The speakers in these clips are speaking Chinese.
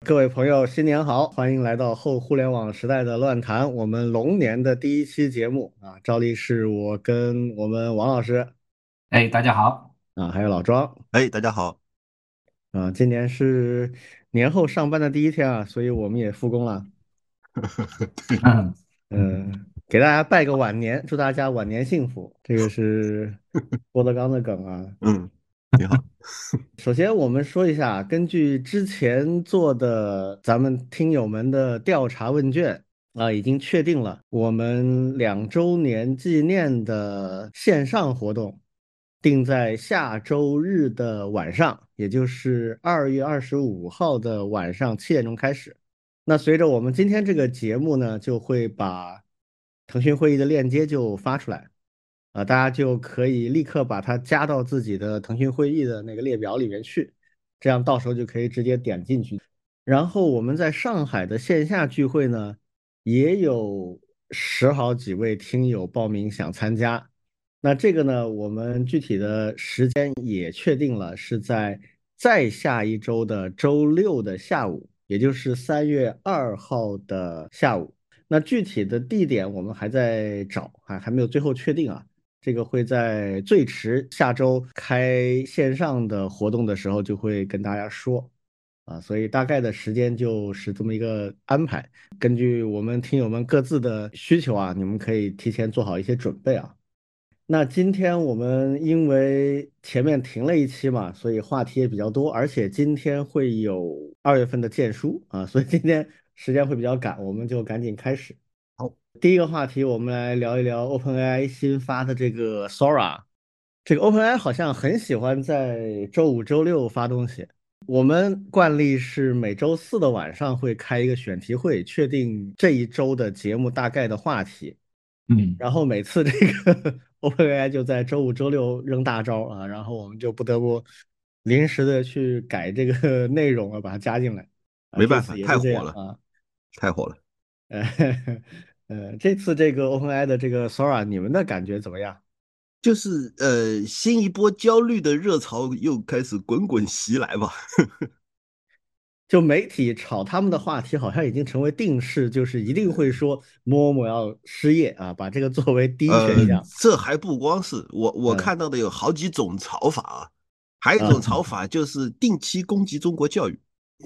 各位朋友，新年好！欢迎来到后互联网时代的乱谈，我们龙年的第一期节目啊，照例是我跟我们王老师哎，大家好。 啊，还有老庄哎，大家好。 啊，今年是年后上班的第一天啊，所以我们也复工了。 嗯给大家拜个晚年，祝大家晚年幸福。这个是郭德纲的梗啊。 嗯，你好。 首先，我们说一下，根据之前做的咱们听友们的调查问卷啊，已经确定了我们2周年纪念的线上活动，定在下周日的晚上，也就是2月25号的晚上7点钟开始。那随着我们今天这个节目呢，就会把腾讯会议的链接就发出来。大家就可以立刻把它加到自己的腾讯会议的那个列表里面去，这样到时候就可以直接点进去。然后我们在上海的线下聚会呢，也有好几位听友报名想参加。那这个呢，我们具体的时间也确定了，是在再下一周的周六的下午，也就是3月2号的下午。那具体的地点我们还在找，还没有最后确定啊。这个会在最迟下周开线上的活动的时候就会跟大家说啊，所以大概的时间就是这么一个安排。根据我们听友们各自的需求啊，你们可以提前做好一些准备啊。那今天我们因为前面停了一期嘛，所以话题也比较多，而且今天会有2月份的荐书啊，所以今天时间会比较赶，我们就赶紧开始。 好。 第一个话题，我们来聊一聊 OpenAI 新发的这个 Sora。这个 OpenAI 好像很喜欢在周五、周六发东西。我们惯例是每周四的晚上会开一个选题会，确定这一周的节目大概的话题。 嗯， 然后每次这个 OpenAI 就在周五、周六扔大招啊，然后我们就不得不临时的去改这个内容啊，把它加进来啊。 没办法， 这次也是这太火了， 样啊。 太火了。 呃，这次这个 OpenAI 的这个 Sora，你们的感觉怎么样？ 就是新一波焦虑的热潮又开始滚滚袭来吧。 就媒体炒他们的话题，好像已经成为定式，就是一定会说某某要失业啊，把这个作为第一选项。 这还不光是我嗯看到的有好几种炒法啊，还有一种嗯炒法就是定期攻击中国教育。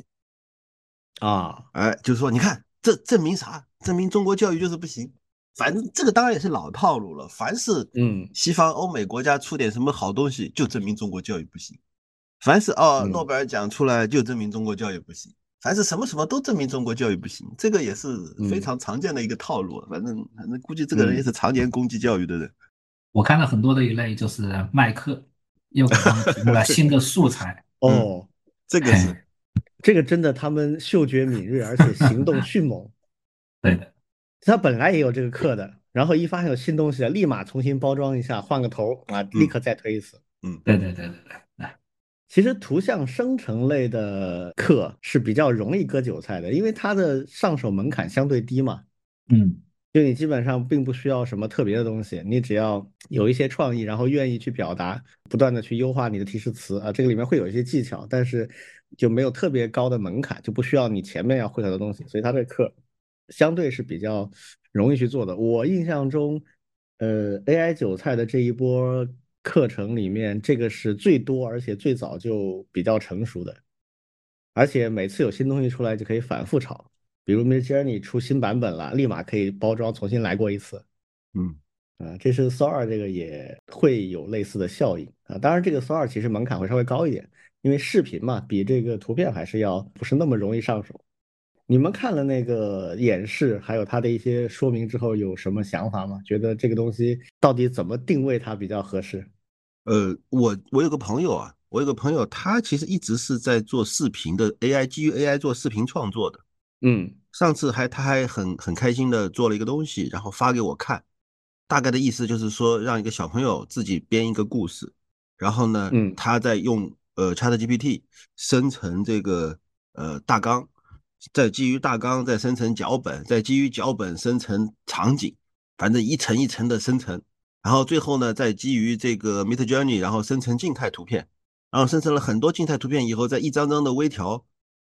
啊哎，就是说你看这证明啥？证明中国教育就是不行。反正这个当然也是老套路了，凡是嗯西方欧美国家出点什么好东西，就证明中国教育不行。凡是诺嗯贝尔奖出来就证明中国教育不行，凡是什么什么都证明中国教育不行，这个也是非嗯常常见的一个套路。反正估计这个人也嗯， 是常年攻击教育的人。 我看了很多的一类，就是麦克又给他们提供了新的素材。 嗯， 哦， 这个是。 这个真的他们嗅觉敏锐，而且行动迅猛。 对的。 他本来也有这个课的，然后一发现有新东西了，立马重新包装一下，换个头啊，立嗯刻再推一次。 嗯对对对对对。哎。 其实图像生成类的课是比较容易割韭菜的，因为它的上手门槛相对低嘛。 嗯就你基本上并不需要什么特别的东西，你只要有一些创意，然后愿意去表达，不断的去优化你的提示词啊，这个里面会有一些技巧，但是就没有特别高的门槛，就不需要你前面要会很多东西，所以它这个课相对是比较容易去做的。我印象中，AI 韭菜的这一波课程里面，这个是最多而且最早就比较成熟的。而且每次有新东西出来就可以反复炒，比如 Midjourney 出新版本了，立马可以包装重新来过一次。 嗯。 这是 Sora 这个也会有类似的效应啊。当然，这个 Sora 其实门槛会稍微高一点，因为视频嘛，比这个图片还是要不是那么容易上手。你们看了那个演示，还有它的一些说明之后，有什么想法吗？觉得这个东西到底怎么定位它比较合适？ 我有个朋友啊，我有个朋友，他其实一直是在做视频的 AI，基于 AI 做视频创作的。 嗯上次他还很开心的做了一个东西，然后发给我看，大概的意思就是说让一个小朋友自己编一个故事，然后呢， 嗯他再用ChatGPT 生成这个大纲，再基于大纲再生成脚本，再基于脚本生成场景，反正一层一层的生成，然后最后呢，再基于这个 Midjourney，然后生成静态图片，然后生成了很多静态图片以后，再一张张的微调，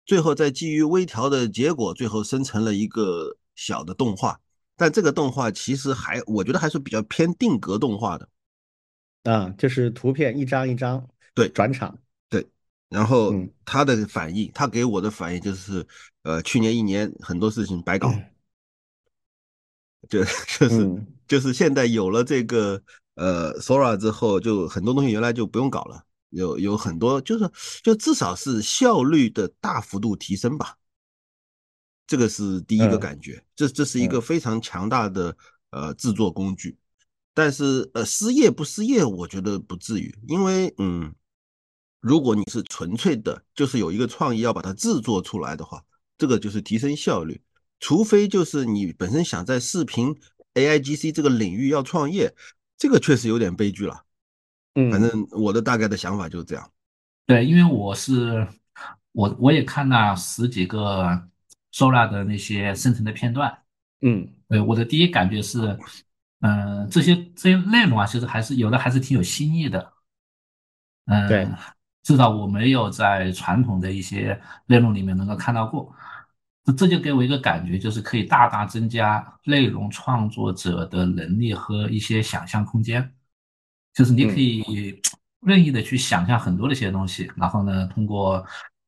最后再基于微调的结果，最后生成了一个小的动画。但这个动画其实我觉得还是比较偏定格动画的。 就是图片一张一张对转场。 对，然后嗯他给我的反应就是，去年一年很多事情白搞，就就是嗯就是现在有了这个Sora 之后，就很多东西原来就不用搞了，有很多就至少是效率的大幅度提升吧。这个是第一个嗯感觉，这是一个嗯非常强大的制作工具。但是失业不失业，我觉得不至于，因为如果你是纯粹的，就是有一个创意要把它制作出来的话，这个就是提升效率。除非就是你本身想在视频 AIGC 这个领域要创业，这个确实有点悲剧了。反嗯正我的大概的想法就是这样。 对，因为我也看了十几个 Sora 的那些生成的片段。 嗯， 对，我的第一感觉是，这些内容啊，其实还是有的，还是挺有新意的。 对， 嗯，至少我没有在传统的一些内容里面能够看到过。这就给我一个感觉，就是可以大大增加内容创作者的能力和一些想象空间。就是你可嗯以任意的去想象很多的一些东西，然后呢，通过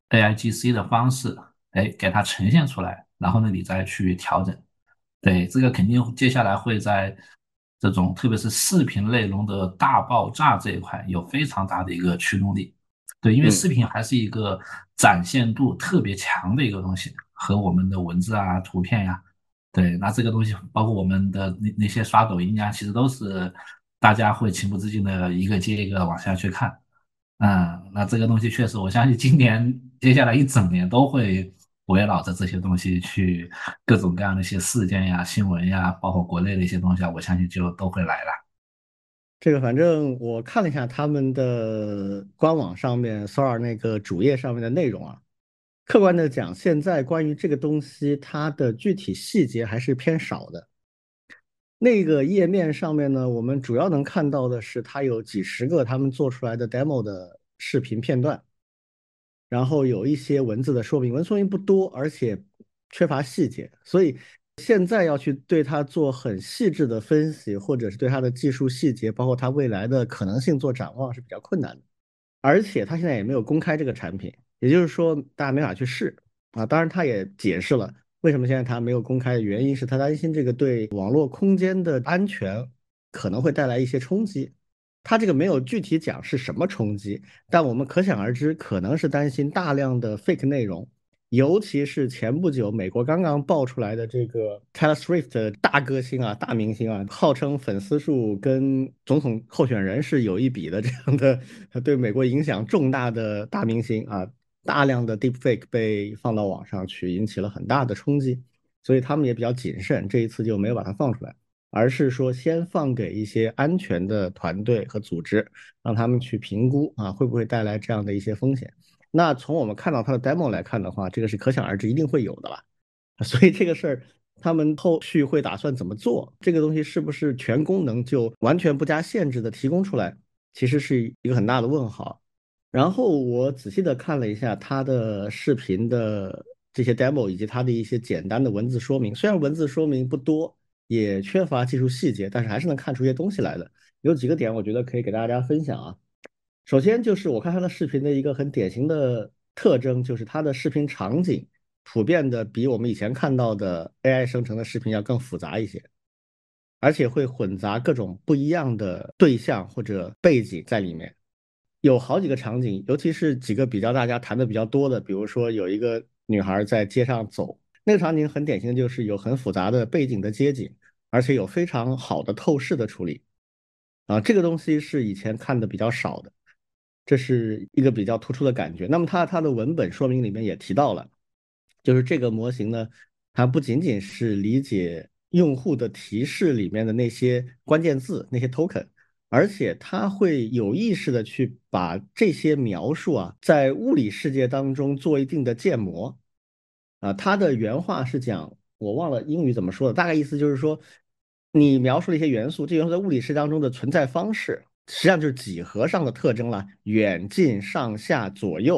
AIGC 的方式，哎，给它呈现出来，然后呢，你再去调整。对，这个肯定接下来会在这种特别是视频内容的大爆炸这一块有非常大的一个驱动力。对，因为视嗯频还是一个展现度特别强的一个东西，和我们的文字啊、图片呀、对，那这个东西包括我们的那些刷抖音呀，其实都是大家会情不自禁的一个接一个往下去看。那这个东西确实，我相信今年接下来一整年都会围绕着这些东西去各种各样的一些事件呀、新闻呀，包括国内的一些东西啊，我相信就都会来了。 这个反正我看了一下他们的官网上面 Sora 那个主页上面的内容啊，客观的讲，现在关于这个东西它的具体细节还是偏少的。那个页面上面呢，我们主要能看到的是它有几十个他们做出来的 demo 的视频片段，然后有一些文字的说明，文字说明不多，而且缺乏细节，所以现在要去对它做很细致的分析，或者是对它的技术细节，包括它未来的可能性做展望是比较困难的。而且它现在也没有公开这个产品，也就是说大家没法去试啊。当然，他也解释了为什么现在他没有公开的原因是他担心这个对网络空间的安全可能会带来一些冲击。他这个没有具体讲是什么冲击，但我们可想而知，可能是担心大量的 fake 内容，尤其是前不久美国刚刚爆出来的这个 Taylor Swift 的大歌星啊、大明星啊，号称粉丝数跟总统候选人是有一比的这样的对美国影响重大的大明星啊，大量的 deepfake 被放到网上去，引起了很大的冲击，所以他们也比较谨慎，这一次就没有把它放出来。而是说先放给一些安全的团队和组织，让他们去评估啊，会不会带来这样的一些风险。那从我们看到它的 demo 来看的话，这个是可想而知一定会有的吧。所以这个事儿，他们后续会打算怎么做？这个东西是不是全功能就完全不加限制的提供出来？其实是一个很大的问号。然后我仔细的看了一下它的视频的这些 demo 以及它的一些简单的文字说明，虽然文字说明不多，也缺乏技术细节，但是还是能看出一些东西来的。有几个点我觉得可以给大家分享啊。首先就是我看他的视频的一个很典型的特征，就是他的视频场景普遍的比我们以前看到的 AI 生成的视频要更复杂一些，而且会混杂各种不一样的对象或者背景在里面。有好几个场景，尤其是几个比较大家谈的比较多的，比如说有一个女孩在街上走，那个场景很典型的就是有很复杂的背景的街景，而且有非常好的透视的处理啊，这个东西是以前看的比较少的，这是一个比较突出的感觉。那么它的文本说明里面也提到了，就是这个模型呢，它不仅仅是理解用户的提示里面的那些关键字那些 token。而且它会有意识的去把这些描述啊，在物理世界当中做一定的建模啊。它的原话是讲，我忘了英语怎么说的，大概意思就是说，你描述了一些元素，这元素在物理世界当中的存在方式，实际上就是几何上的特征了，远近上下左右，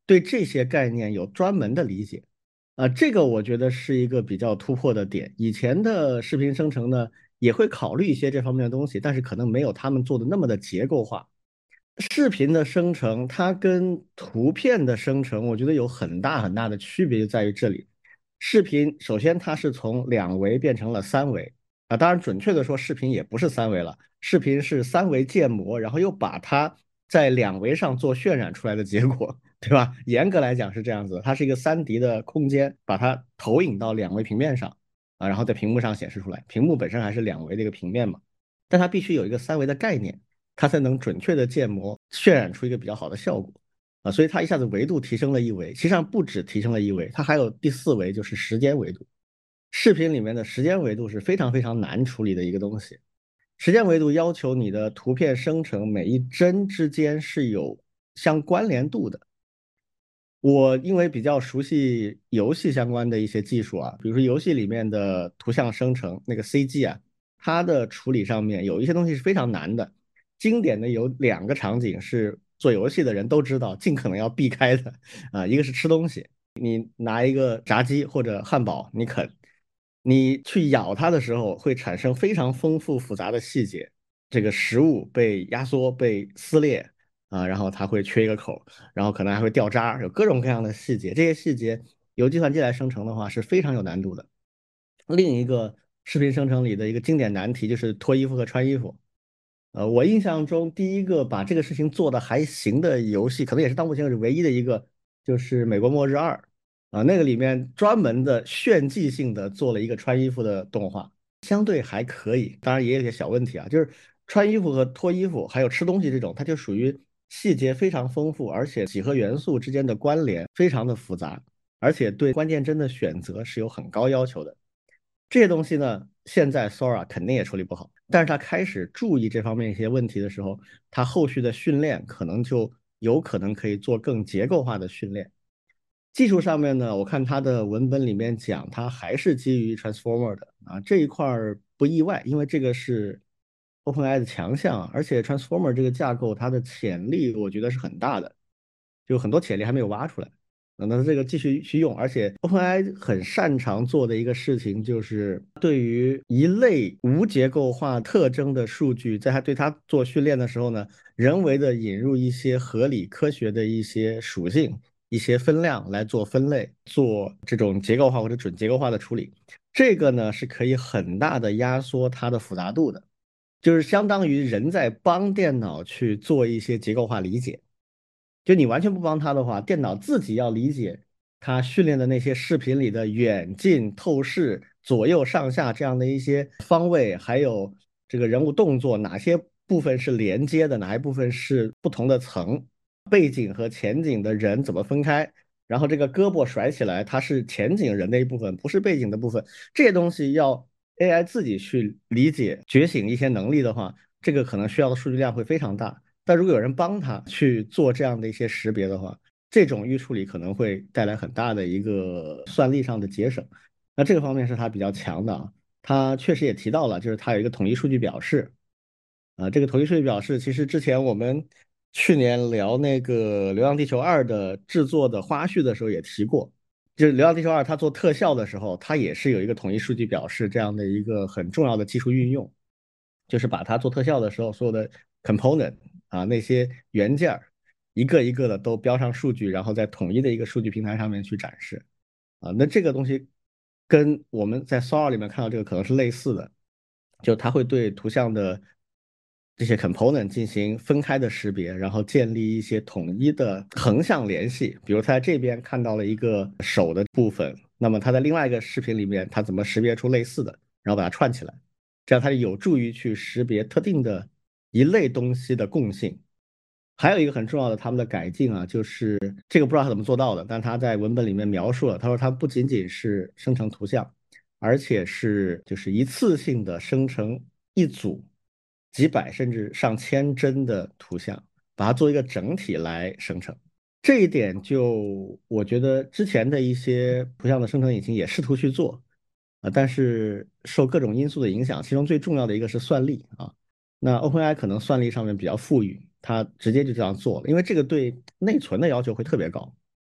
对这些概念有专门的理解。这个我觉得是一个比较突破的点。以前的视频生成呢，也会考虑一些这方面的东西，但是可能没有他们做的那么的结构化。视频的生成，它跟图片的生成，我觉得有很大很大的区别，就在于这里。视频首先它是从2维变成了3维当然准确的说，视频也不是3维了，视频是3维建模，然后又把它在2维上做渲染出来的结果，对吧？严格来讲是这样子，它是一个3D 的空间，把它投影到2维平面上然后在屏幕上显示出来。屏幕本身还是2维的一个平面嘛，但它必须有一个3维的概念。它才能准确的建模，渲染出一个比较好的效果所以它一下子维度提升了1维，实际上不止提升了1维，它还有第4维，就是时间维度。视频里面的时间维度是非常非常难处理的一个东西。时间维度要求你的图片生成每一帧之间是有相关联度的。我因为比较熟悉游戏相关的一些技术比如说游戏里面的图像生成那个 CG 它的处理上面有一些东西是非常难的。经典的有2个场景是做游戏的人都知道，尽可能要避开的一个是吃东西，你拿一个炸鸡或者汉堡，你啃，你去咬它的时候会产生非常丰富复杂的细节，这个食物被压缩、被撕裂然后它会缺一个口，然后可能还会掉渣，有各种各样的细节，这些细节由计算机来生成的话是非常有难度的。另一个视频生成里的一个经典难题就是脱衣服和穿衣服。我印象中第一个把这个事情做的还行的游戏，可能也是到目前为止唯一的一个，就是《美国末日2》那个里面专门的炫技性的做了一个穿衣服的动画，相对还可以，当然也有些小问题就是穿衣服和脱衣服还有吃东西这种，它就属于细节非常丰富，而且几何元素之间的关联非常的复杂，而且对关键帧的选择是有很高要求的。这些东西呢，现在 Sora 肯定也处理不好，但是他开始注意这方面一些问题的时候，他后续的训练可能就有可能可以做更结构化的训练。技术上面呢，我看他的文本里面讲，他还是基于 Transformer 的这一块不意外，因为这个是 OpenAI 的强项，而且 Transformer 这个架构它的潜力我觉得是很大的，就很多潜力还没有挖出来。那这个继续去用，而且 OpenAI 很擅长做的一个事情，就是对于一类无结构化特征的数据，在对它做训练的时候呢，人为的引入一些合理科学的一些属性、一些分量来做分类，做这种结构化或者准结构化的处理。这个呢是可以很大的压缩它的复杂度的，就是相当于人在帮电脑去做一些结构化理解。就你完全不帮他的话，电脑自己要理解他训练的那些视频里的远近、透视、左右上下这样的一些方位，还有这个人物动作，哪些部分是连接的，哪一部分是不同的层，背景和前景的人怎么分开，然后这个胳膊甩起来，它是前景人的一部分，不是背景的部分，这些东西要 AI 自己去理解、觉醒一些能力的话，这个可能需要的数据量会非常大。但如果有人帮他去做这样的一些识别的话，这种预处理可能会带来很大的一个算力上的节省。那这个方面是他比较强的他确实也提到了，就是他有一个统一数据表示这个统一数据表示，其实之前我们去年聊那个《流浪地球2》的制作的花絮的时候也提过，就是《流浪地球2》它做特效的时候，它也是有一个统一数据表示这样的一个很重要的技术运用，就是把它做特效的时候所有的 component 那些元件一个一个的都标上数据，然后在统一的一个数据平台上面去展示那这个东西跟我们在 Sora 里面看到这个可能是类似的，就它会对图像的这些 component 进行分开的识别，然后建立一些统一的横向联系。比如他在这边看到了一个手的部分，那么他在另外一个视频里面，他怎么识别出类似的，然后把它串起来，这样它有助于去识别特定的一类东西的共性。还有一个很重要的他们的改进就是这个不知道他怎么做到的，但他在文本里面描述了，他说他不仅仅是生成图像，而且是就是一次性的生成一组几百甚至上千帧的图像，把它做一个整体来生成。这一点就我觉得之前的一些图像的生成引擎也试图去做但是受各种因素的影响，其中最重要的一个是算力那 OpenAI 可能算力上面比较富裕，它直接就这样做了，因为这个对内存的要求会特别高。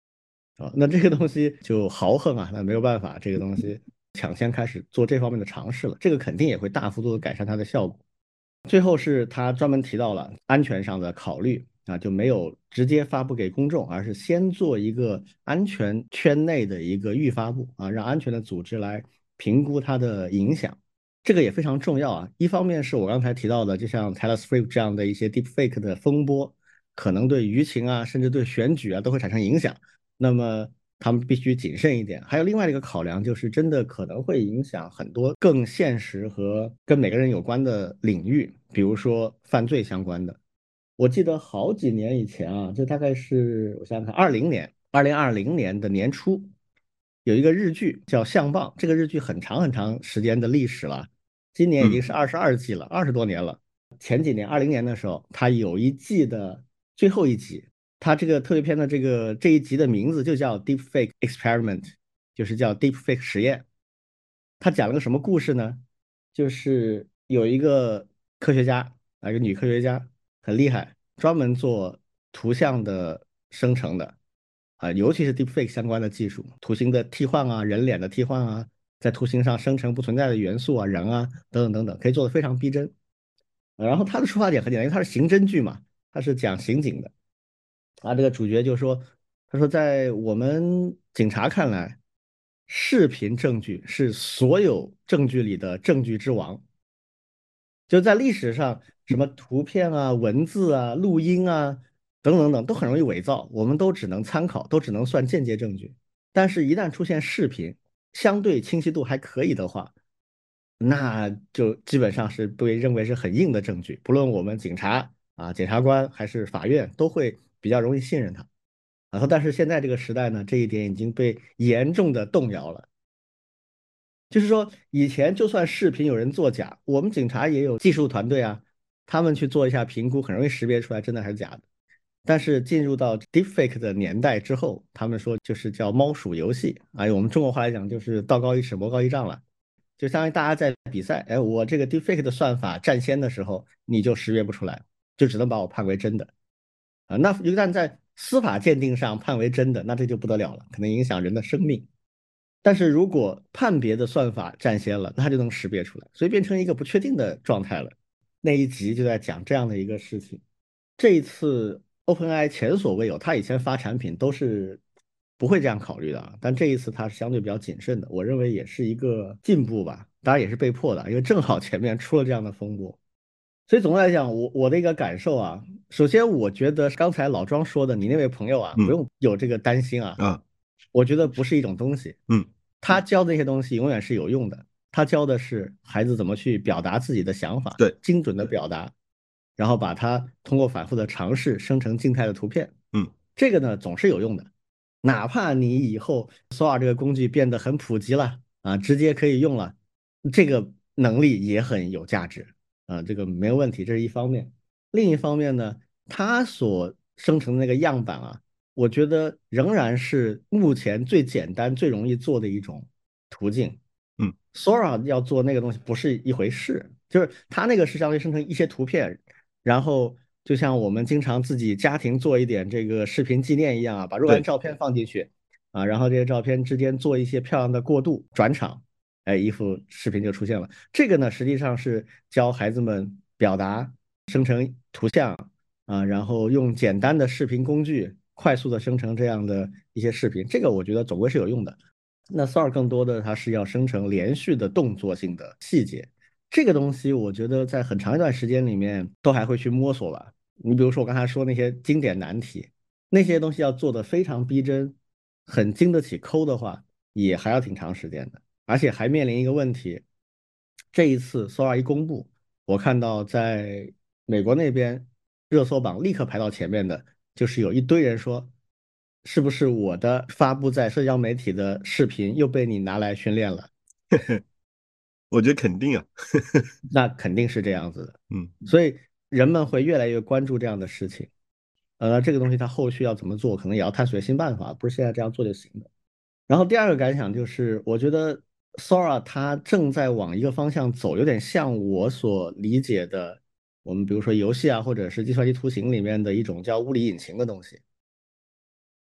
啊。那这个东西就豪横啊，那没有办法，这个东西抢先开始做这方面的尝试了，这个肯定也会大幅度的改善它的效果。最后是他专门提到了安全上的考虑啊，就没有直接发布给公众，而是先做一个安全圈内的一个预发布啊，让安全的组织来评估它的影响。这个也非常重要啊。一方面是我刚才提到的，就像 Taylor Swift 这样的一些 deepfake 的风波，可能对舆情啊，甚至对选举啊都会产生影响。那么他们必须谨慎一点。还有另外一个考量，就是真的可能会影响很多更现实和跟每个人有关的领域，比如说犯罪相关的。我记得好几年以前啊，就大概是我想想看，2020年的年初，有一个日剧叫《相棒》，这个日剧很长很长时间的历史了，今年已经是22季了，20多年了。前几年20年的时候，它有一季的最后一集。它这个特别篇的这一集的名字就叫 Deepfake Experiment，就是叫 Deepfake 实验。它讲了个什么故事呢？就是有一个科学家啊，一个女科学家很厉害，专门做图像的生成的啊，尤其是 Deepfake 相关的技术，图形的替换啊，人脸的替换啊，在图形上生成不存在的元素啊，人啊等等等等，可以做得非常逼真。然后它的出发点很简单，因为它是刑侦剧嘛，它是讲刑警的。啊，这个主角就说，他说在我们警察看来，视频证据是所有证据里的证据之王。就在历史上，什么图片啊、文字啊、录音啊等等等都很容易伪造，我们都只能参考，都只能算间接证据。但是，一旦出现视频，相对清晰度还可以的话，那就基本上是被认为是很硬的证据，不论我们警察啊、检察官还是法院，都会比较容易信任它。然后，但是现在这个时代呢，这一点已经被严重的动摇了。就是说，以前就算视频有人作假，我们警察也有技术团队啊，他们去做一下评估，很容易识别出来真的还是假的。但是进入到 deepfake 的年代之后，他们说就是叫猫鼠游戏啊，用我们中国话来讲就是道高一尺，魔高一丈了。就相当于大家在比赛，哎，我这个 deepfake 的算法占先的时候，你就识别不出来，就只能把我判为真的啊。那一旦在司法鉴定上判为真的，那这就不得了了，可能影响人的生命。但是如果判别的算法占先了，那它就能识别出来，所以变成一个不确定的状态了。那一集就在讲这样的一个事情。这一次 OpenAI 前所未有，它以前发产品都是不会这样考虑的啊，但这一次它是相对比较谨慎的，我认为也是一个进步吧，当然也是被迫的，因为正好前面出了这样的风波。所以总的来讲，我的一个感受啊，首先我觉得刚才老庄说的，你那位朋友啊，不嗯用有这个担心啊， 啊我觉得不是一种东西。 嗯他教的那些东西永远是有用的，他教的是孩子怎么去表达自己的想法， 对精准的表达，然后把它通过反复的尝试生成静态的图片。 嗯这个呢总是有用的，哪怕你以后 Sora 这个工具变得很普及了啊，直接可以用了，这个能力也很有价值啊，这个没有问题，这是一方面。另一方面呢，它所生成的那个样板啊。我觉得仍然是目前最简单、最容易做的一种途径。 嗯 Sora 要做那个东西不是一回事，就是它那个是相当于生成一些图片，然后就像我们经常自己家庭做一点这个视频纪念一样啊，把若干对照片放进去啊，然后这些照片之间做一些漂亮的过渡转场，哎，一幅视频就出现了。这个呢，实际上是教孩子们表达、生成图像。啊，然后用简单的视频工具快速的生成这样的一些视频，这个我觉得总归是有用的。那 SAR 更多的它是要生成连续的动作性的细节，这个东西我觉得在很长一段时间里面都还会去摸索吧。你比如说我刚才说那些经典难题，那些东西要做的非常逼真，很经得起抠的话，也还要挺长时间的，而且还面临一个问题，这一次 SAR 一公布，我看到在美国那边热搜榜立刻排到前面的，就是有一堆人说，是不是我的发布在社交媒体的视频又被你拿来训练了？ 我觉得肯定啊。 那肯定是这样子的， 嗯所以人们会越来越关注这样的事情。这个东西它后续要怎么做，可能也要探索新办法，不是现在这样做就行的。然后第二个感想就是，我觉得 Sora 它正在往一个方向走，有点像我所理解的，我们比如说游戏啊，或者是计算机图形里面的一种叫物理引擎的东西。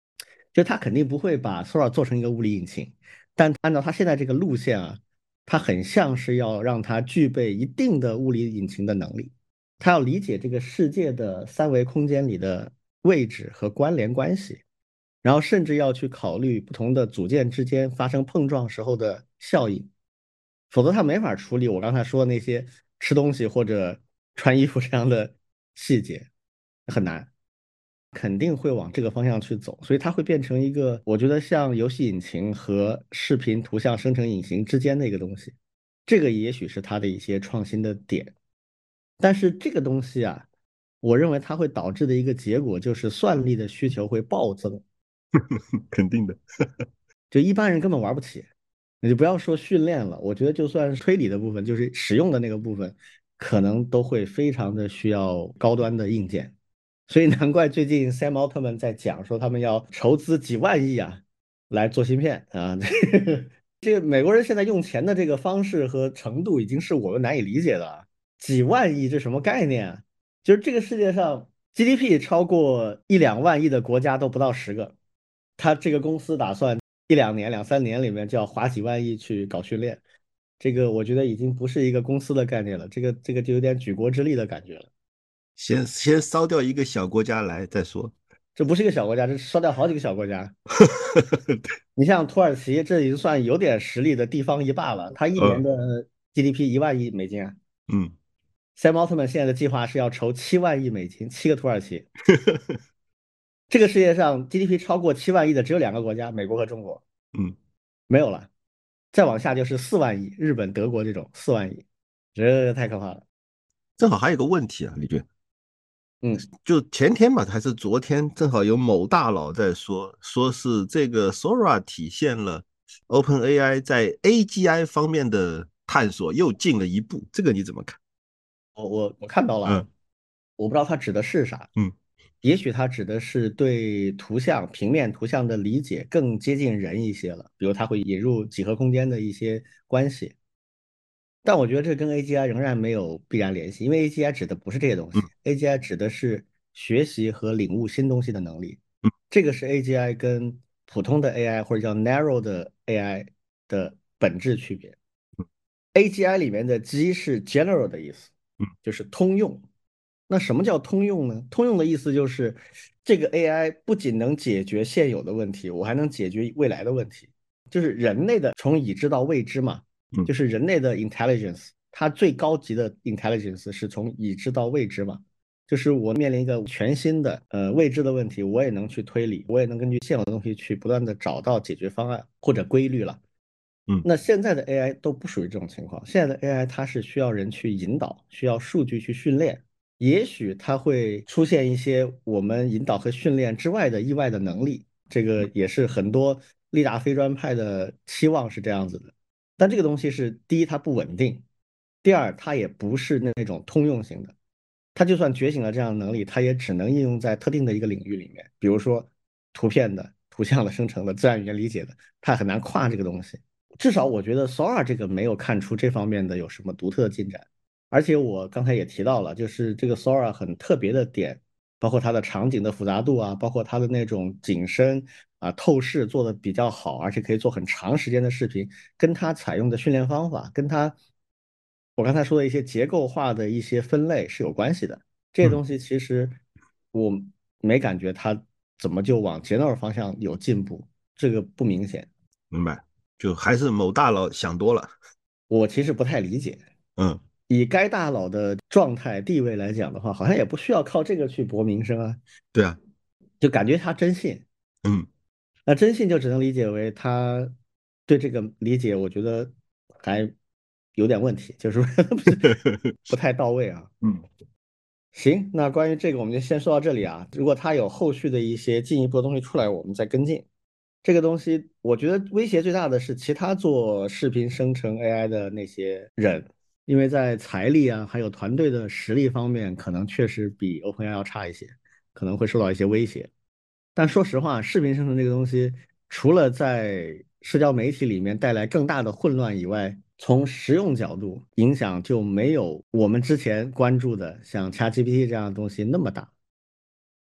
就它肯定不会把 Sora 做成一个物理引擎，但按照它现在这个路线啊，它很像是要让它具备一定的物理引擎的能力，它要理解这个世界的三维空间里的位置和关联关系，然后甚至要去考虑不同的组件之间发生碰撞时候的效应，否则它没法处理我刚才说的那些吃东西或者穿衣服这样的细节，很难。肯定会往这个方向去走，所以它会变成一个，我觉得像游戏引擎和视频图像生成引擎之间的一个东西。这个也许是它的一些创新的点，但是这个东西啊，我认为它会导致的一个结果就是算力的需求会暴增， 肯定的。 就一般人根本玩不起。你就不要说训练了，我觉得就算是推理的部分，就是使用的那个部分，可能都会非常的需要高端的硬件。所以难怪最近 Sam Altman 在讲说他们要筹资几万亿啊来做芯片啊。这个美国人现在用钱的这个方式和程度已经是我们难以理解的啊。几万亿这什么概念啊？就是这个世界上 GDP 超过一两万亿的国家都不到10个，他这个公司打算一两年、两三年里面就要花几万亿去搞训练，这个我觉得已经不是一个公司的概念了，这个就有点举国之力的感觉了。 先烧掉一个小国家来再说。 这不是一个小国家，这烧掉好几个小国家。你像土耳其，这已经算有点实力的地方一霸了，它一年嗯的 GDP 1万亿美金啊。 嗯， Sam Altman 现在的计划是要筹7万亿美金，7个土耳其。这个世界上 GDP 超过7万亿的只有2个国家，美国和中国， 嗯， 没有了。再往下就是4万亿，日本、德国这种4万亿，这太可怕了。 正好还有个问题啊，李军， 嗯， 就前天吧，还是昨天，正好有某大佬在说，说是这个 Sora 体现了 OpenAI 在 AGI 方面的探索又进了一步，这个你怎么看？ 我看到了啊， 嗯我不知道它指的是啥。 嗯也许它指的是对图像、平面图像的理解更接近人一些了，比如它会引入几何空间的一些关系。但我觉得这跟 AGI 仍然没有必然联系，因为 AGI 指的不是这些东嗯西，AGI 指的是学习和领悟新东西的能力。 嗯这个是 AGI 跟普通的 AI 或者叫 narrow 的 AI 的本质区别。AGI 里面的 G 是 general 的意思， 嗯就是通用。那什么叫通用呢？通用的意思就是这个 AI 不仅能解决现有的问题，我还能解决未来的问题。就是人类的从已知到未知嘛， 嗯就是人类的 intelligence，它最高级的 intelligence 是从已知到未知嘛。就是我面临一个全新的未知的问题，我也能去推理，我也能根据现有的东西去不断的找到解决方案或者规律了。 嗯那现在的 AI 都不属于这种情况，现在的 AI 它是需要人去引导，需要数据去训练，也许它会出现一些我们引导和训练之外的意外的能力，这个也是很多力大非专派的期望是这样子的。但这个东西是第一，它不稳定；第二，它也不是那种通用型的。它就算觉醒了这样的能力，它也只能应用在特定的一个领域里面，比如说图片的、图像的生成的、自然语言理解的，它很难跨这个东西。至少我觉得 Sora 这个没有看出这方面的有什么独特的进展。而且我刚才也提到了，就是这个 Sora 很特别的点，包括它的场景的复杂度啊，包括它的那种景深啊、透视做的比较好，而且可以做很长时间的视频，跟它采用的训练方法，跟它我刚才说的一些结构化的一些分类是有关系的。这些嗯， 东西其实我没感觉它怎么就往 general 方向有进步，这个不明显。 明白，就还是某大佬想多了。 我其实不太理解。 嗯， 以该大佬的状态地位来讲的话，好像也不需要靠这个去博名声啊， 对啊。 就感觉他真信。 嗯那真信就只能理解为他对这个理解，我觉得还有点问题，就是不太到位啊。 嗯行，那关于这个我们就先说到这里啊。如果他有后续的一些进一步的东西出来，我们再跟进。这个东西，我觉得威胁最大的是其他做视频生成 AI 的那些人，因为在财力啊，还有团队的实力方面，可能确实比 OpenAI 要差一些，可能会受到一些威胁。但说实话，视频生成这个东西，除了在社交媒体里面带来更大的混乱以外，从实用角度影响就没有我们之前关注的像 ChatGPT 这样的东西那么大。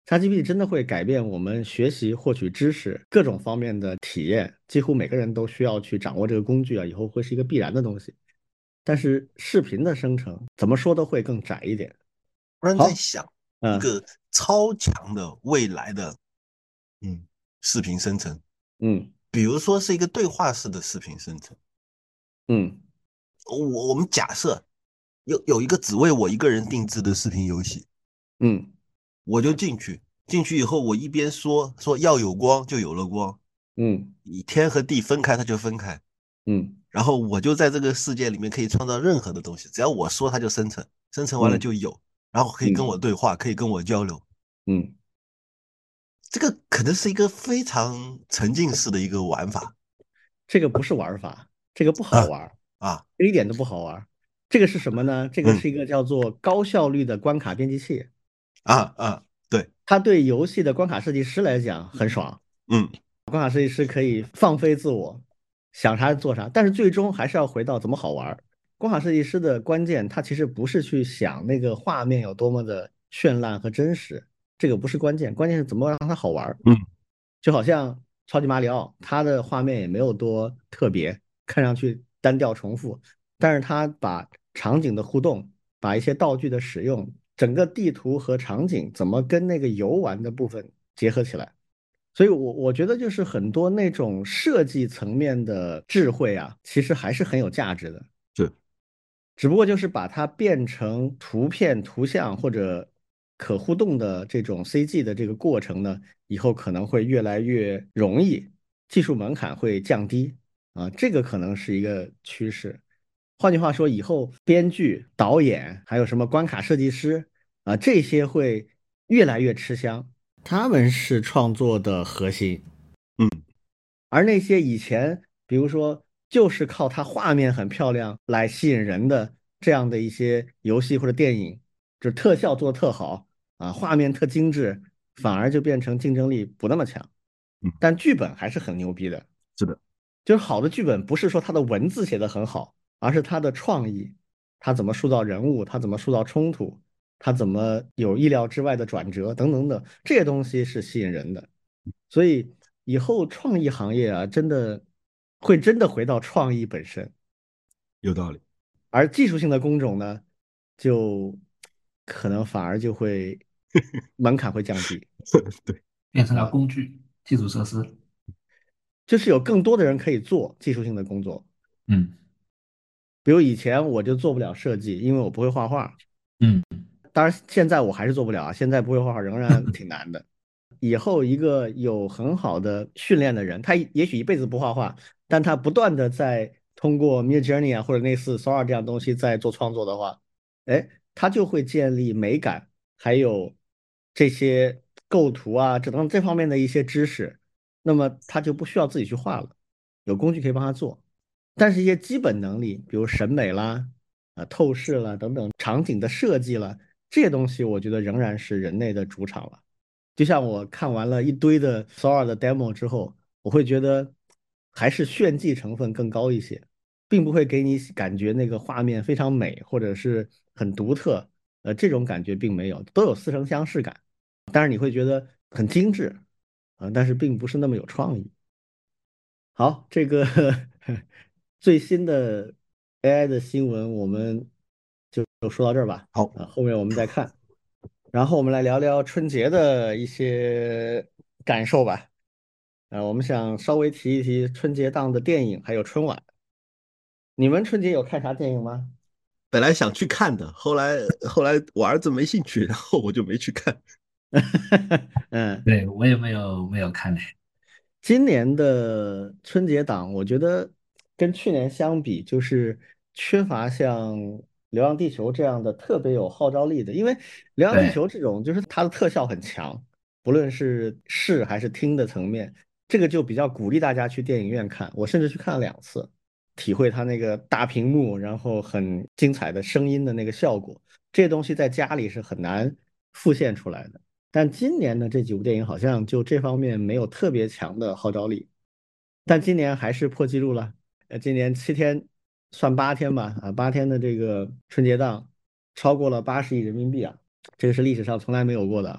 ChatGPT 真的会改变我们学习、获取知识各种方面的体验，几乎每个人都需要去掌握这个工具啊，以后会是一个必然的东西。但是视频的生成怎么说都会更窄一点。 突然在好， 想一嗯个超强的未来的视频生成， 嗯比如说是一个对话式的视频生成。 嗯我们假设有一个只为我一个人定制的视频游戏， 嗯我就进去以后，我一边说要有光就有了光， 嗯以天和地分开它就分开， 嗯然后我就在这个世界里面可以创造任何的东西，只要我说它就生成，生成完了嗯就有，然后可以跟嗯我对话，可以跟我交流。 嗯， 这个可能是一个非常沉浸式的一个玩法这个不是玩法，这个不好啊玩， 啊， 这个一点都不好玩。这个是什么呢？这个嗯是一个叫做高效率的关卡编辑器， 对， 它对游戏的关卡设计师来讲很爽。 嗯关卡设计师可以放飞自我，想啥做啥，但是最终还是要回到怎么好玩。关卡设计师的关键，他其实不是去想那个画面有多么的绚烂和真实，这个不是关键，关键是怎么让它好玩。 嗯就好像超级马里奥，它的画面也没有多特别，看上去单调重复，但是它把场景的互动，把一些道具的使用，整个地图和场景怎么跟那个游玩的部分结合起来。所以我觉得就是很多那种设计层面的智慧啊，其实还是很有价值的。 是只不过就是把它变成图片、图像或者可互动的这种 CG 的这个过程呢，以后可能会越来越容易，技术门槛会降低啊，这个可能是一个趋势。换句话说，以后编剧、导演还有什么关卡设计师啊，这些会越来越吃香，他们是创作的核心。 嗯而那些以前，比如说就是靠它画面很漂亮来吸引人的这样的一些游戏或者电影，就是特效做的特好啊，画面特精致，反而就变成竞争力不那么强。 嗯， 但剧本还是很牛逼的， 是的， 就是好的剧本不是说它的文字写的很好，而是它的创意，它怎么塑造人物，它怎么塑造冲突，它怎么有意料之外的转折等等等，这些东西是吸引人的。所以以后创意行业啊，真的回到创意本身， 有道理。 而技术性的工种呢，就可能反而就会门槛会降低， 对， 变成了工具、基础设施。 就是有更多的人可以做技术性的工作。 嗯比如以前我就做不了设计，因为我不会画画。 嗯， 当然现在我还是做不了啊，现在不会画画仍然挺难的。以后一个有很好的训练的人，他也许一辈子不画画，但他不断的在通过 Midjourney 啊或者类似 Sora 这样东西在做创作的话，哎，他就会建立美感，还有这些构图啊这方面的一些知识，那么他就不需要自己去画了，有工具可以帮他做。但是，一些基本能力，比如审美啦、透视啦等等场景的设计啦，这些东西，我觉得仍然是人类的主场了。就像我看完了一堆的 Sora 的 demo 之后，我会觉得还是炫技成分更高一些，并不会给你感觉那个画面非常美或者是很独特，这种感觉并没有，都有似曾相识感，但是你会觉得很精致，但是并不是那么有创意。好，这个最新的 AI 的新闻我们就说到这儿吧， 好， 后面我们再看。然后我们来聊聊春节的一些感受吧。我们想稍微提一提春节档的电影，还有春晚。你们春节有看啥电影吗？ 本来想去看的，后来我儿子没兴趣，然后我就没去看。 嗯， 对，我也没有看嘞。 今年的春节档，我觉得跟去年相比，就是缺乏像《流浪地球》这样的特别有号召力的。因为《流浪地对， 球》这种，就是它的特效很强，不论是视还是听的层面，这个就比较鼓励大家去电影院看。我甚至去看了2次，体会它那个大屏幕，然后很精彩的声音的那个效果。这些东西在家里是很难复现出来的。但今年的这几部电影好像就这方面没有特别强的号召力，但今年还是破纪录了。今年7天算8天吧，8天的这个春节档超过了80亿人民币啊，这个是历史上从来没有过的。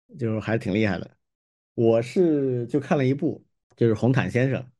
就是还挺厉害的。我是就看了一部，就是《红毯先生》。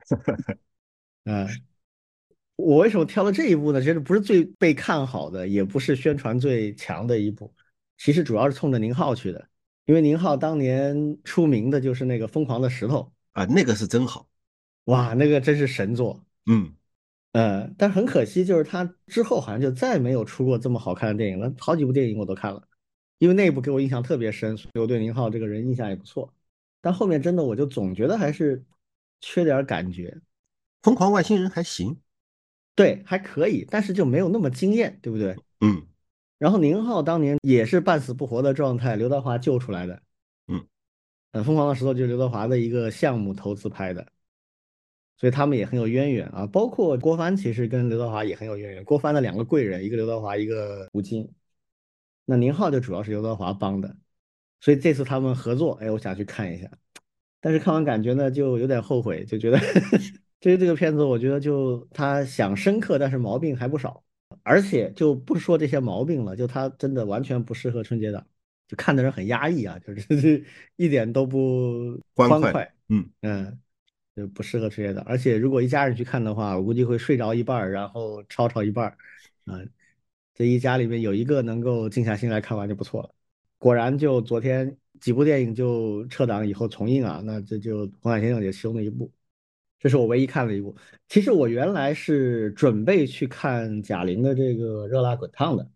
嗯，我为什么挑了这一部呢？其实不是最被看好的，也不是宣传最强的一部，其实主要是冲着宁浩去的，因为宁浩当年出名的就是那个《疯狂的石头》。 啊，那个是真好。 哇，那个真是神作。 嗯， 但很可惜，就是他之后好像就再没有出过这么好看的电影了。好几部电影我都看了，因为那一部给我印象特别深，所以我对宁浩这个人印象也不错。但后面真的我就总觉得还是缺点儿感觉。 疯狂外星人还行。 对，还可以，但是就没有那么惊艳，对不对？ 嗯然后宁浩当年也是半死不活的状态，刘德华救出来的。 嗯， 疯狂的石头就是刘德华的一个项目投资拍的，所以他们也很有渊源啊。包括郭帆其实跟刘德华也很有渊源，郭帆的两个贵人，一个刘德华，一个吴京。那宁浩就主要是刘德华帮的，所以这次他们合作，哎，我想去看一下。但是看完感觉呢，就有点后悔，就觉得这个片子，我觉得就他想深刻，但是毛病还不少。而且就不说这些毛病了，就他真的完全不适合春节档，就看的人很压抑啊，就是一点都不欢快。 欢快。 嗯， 嗯，就不适合春节档。而且如果一家人去看的话，我估计会睡着一半儿，然后吵一半儿。嗯，这一家里面有一个能够静下心来看完就不错了。果然，就昨天几部电影就撤档以后重映啊，那这就《红海先生》也其中的一部，这是我唯一看的一部。其实我原来是准备去看贾玲的这个《热辣滚烫》的，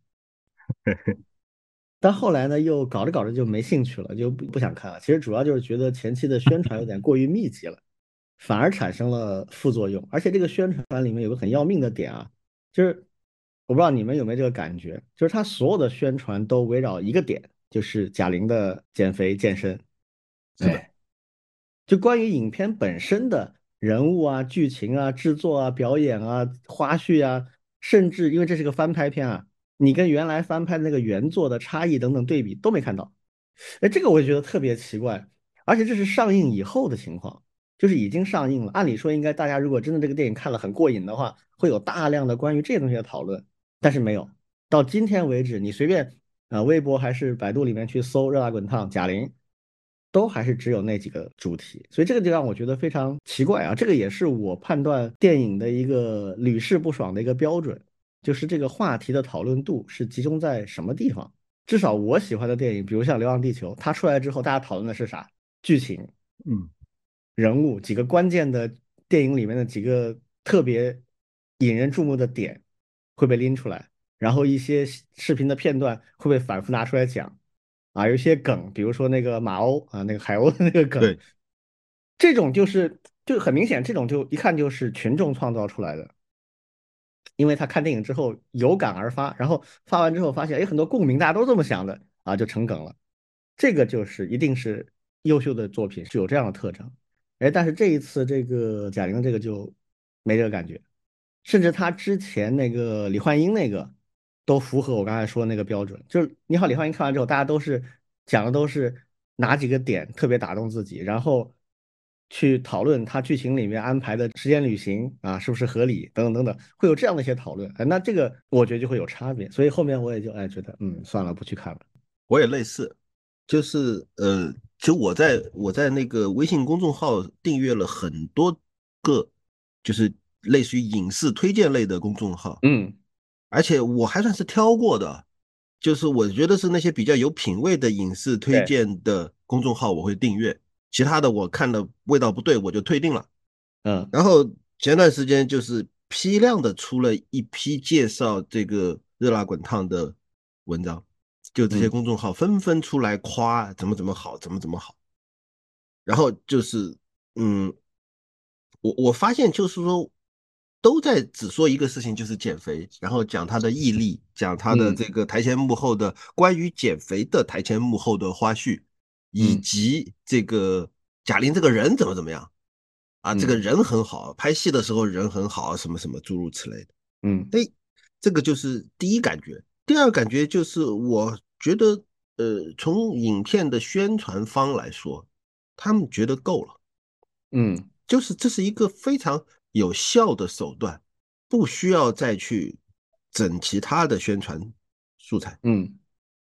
但后来呢又搞着搞着就没兴趣了，就不想看了。其实主要就是觉得前期的宣传有点过于密集了，反而产生了副作用。而且这个宣传里面有个很要命的点啊，就是我不知道你们有没有这个感觉，就是它所有的宣传都围绕一个点，就是贾玲的减肥健身。 是的。 对就关于影片本身的人物啊、剧情啊、制作啊、表演啊、花絮啊，甚至因为这是个翻拍片啊，你跟原来翻拍的那个原作的差异等等对比都没看到。哎，这个我就觉得特别奇怪，而且这是上映以后的情况，就是已经上映了。按理说应该大家如果真的这个电影看了很过瘾的话，会有大量的关于这些东西的讨论，但是没有。到今天为止，你随便微博还是百度里面去搜“热辣滚烫”贾玲，都还是只有那几个主题，所以这个就让我觉得非常奇怪啊。这个也是我判断电影的一个屡试不爽的一个标准，就是这个话题的讨论度是集中在什么地方。至少我喜欢的电影，比如像《流浪地球》，它出来之后，大家讨论的是啥？剧情、 嗯， 人物，几个关键的电影里面的几个特别引人注目的点会被拎出来，然后一些视频的片段会被反复拿出来讲。啊，有一些梗，比如说那个马鸥啊，那个海鸥的那个梗， 对。 这种就很明显，这种就一看就是群众创造出来的。因为他看电影之后有感而发，然后发完之后发现，哎，很多共鸣，大家都这么想的啊，就成梗了。这个就是一定是优秀的作品，是有这样的特征。哎，但是这一次这个贾玲的这个就没这个感觉，甚至他之前那个李焕英那个都符合我刚才说的那个标准。就是你好，李焕英看完之后，大家都是讲的都是哪几个点特别打动自己，然后去讨论他剧情里面安排的时间旅行啊是不是合理等等等等，会有这样的一些讨论。哎，那这个我觉得就会有差别，所以后面我也就觉得算了，不去看了。 我也类似。就是其实我在那个微信公众号订阅了很多个，就是类似于影视推荐类的公众号。 嗯， 而且我还算是挑过的，就是我觉得是那些比较有品位的影视推对， 荐的公众号我会订阅，其他的我看的味道不对我就退订了。 嗯然后前段时间就是批量的出了一批介绍这个热辣滚烫的文章，就这些嗯公众号纷纷出来夸怎么好，怎么好。然后就是嗯，我发现就是说，都在只说一个事情，就是减肥，然后讲他的毅力，讲他的嗯这个台前幕后的关于减肥的台前幕后的花絮，以嗯及这个贾玲这个人怎么样啊，这个嗯人很好，拍戏的时候人很好，什么什么诸如此类的。 嗯哎，这个就是第一感觉。第二感觉就是我觉得，从影片的宣传方来说，他们觉得够了。 嗯就是这是一个非常有效的手段，不需要再去整其他的宣传素材。 嗯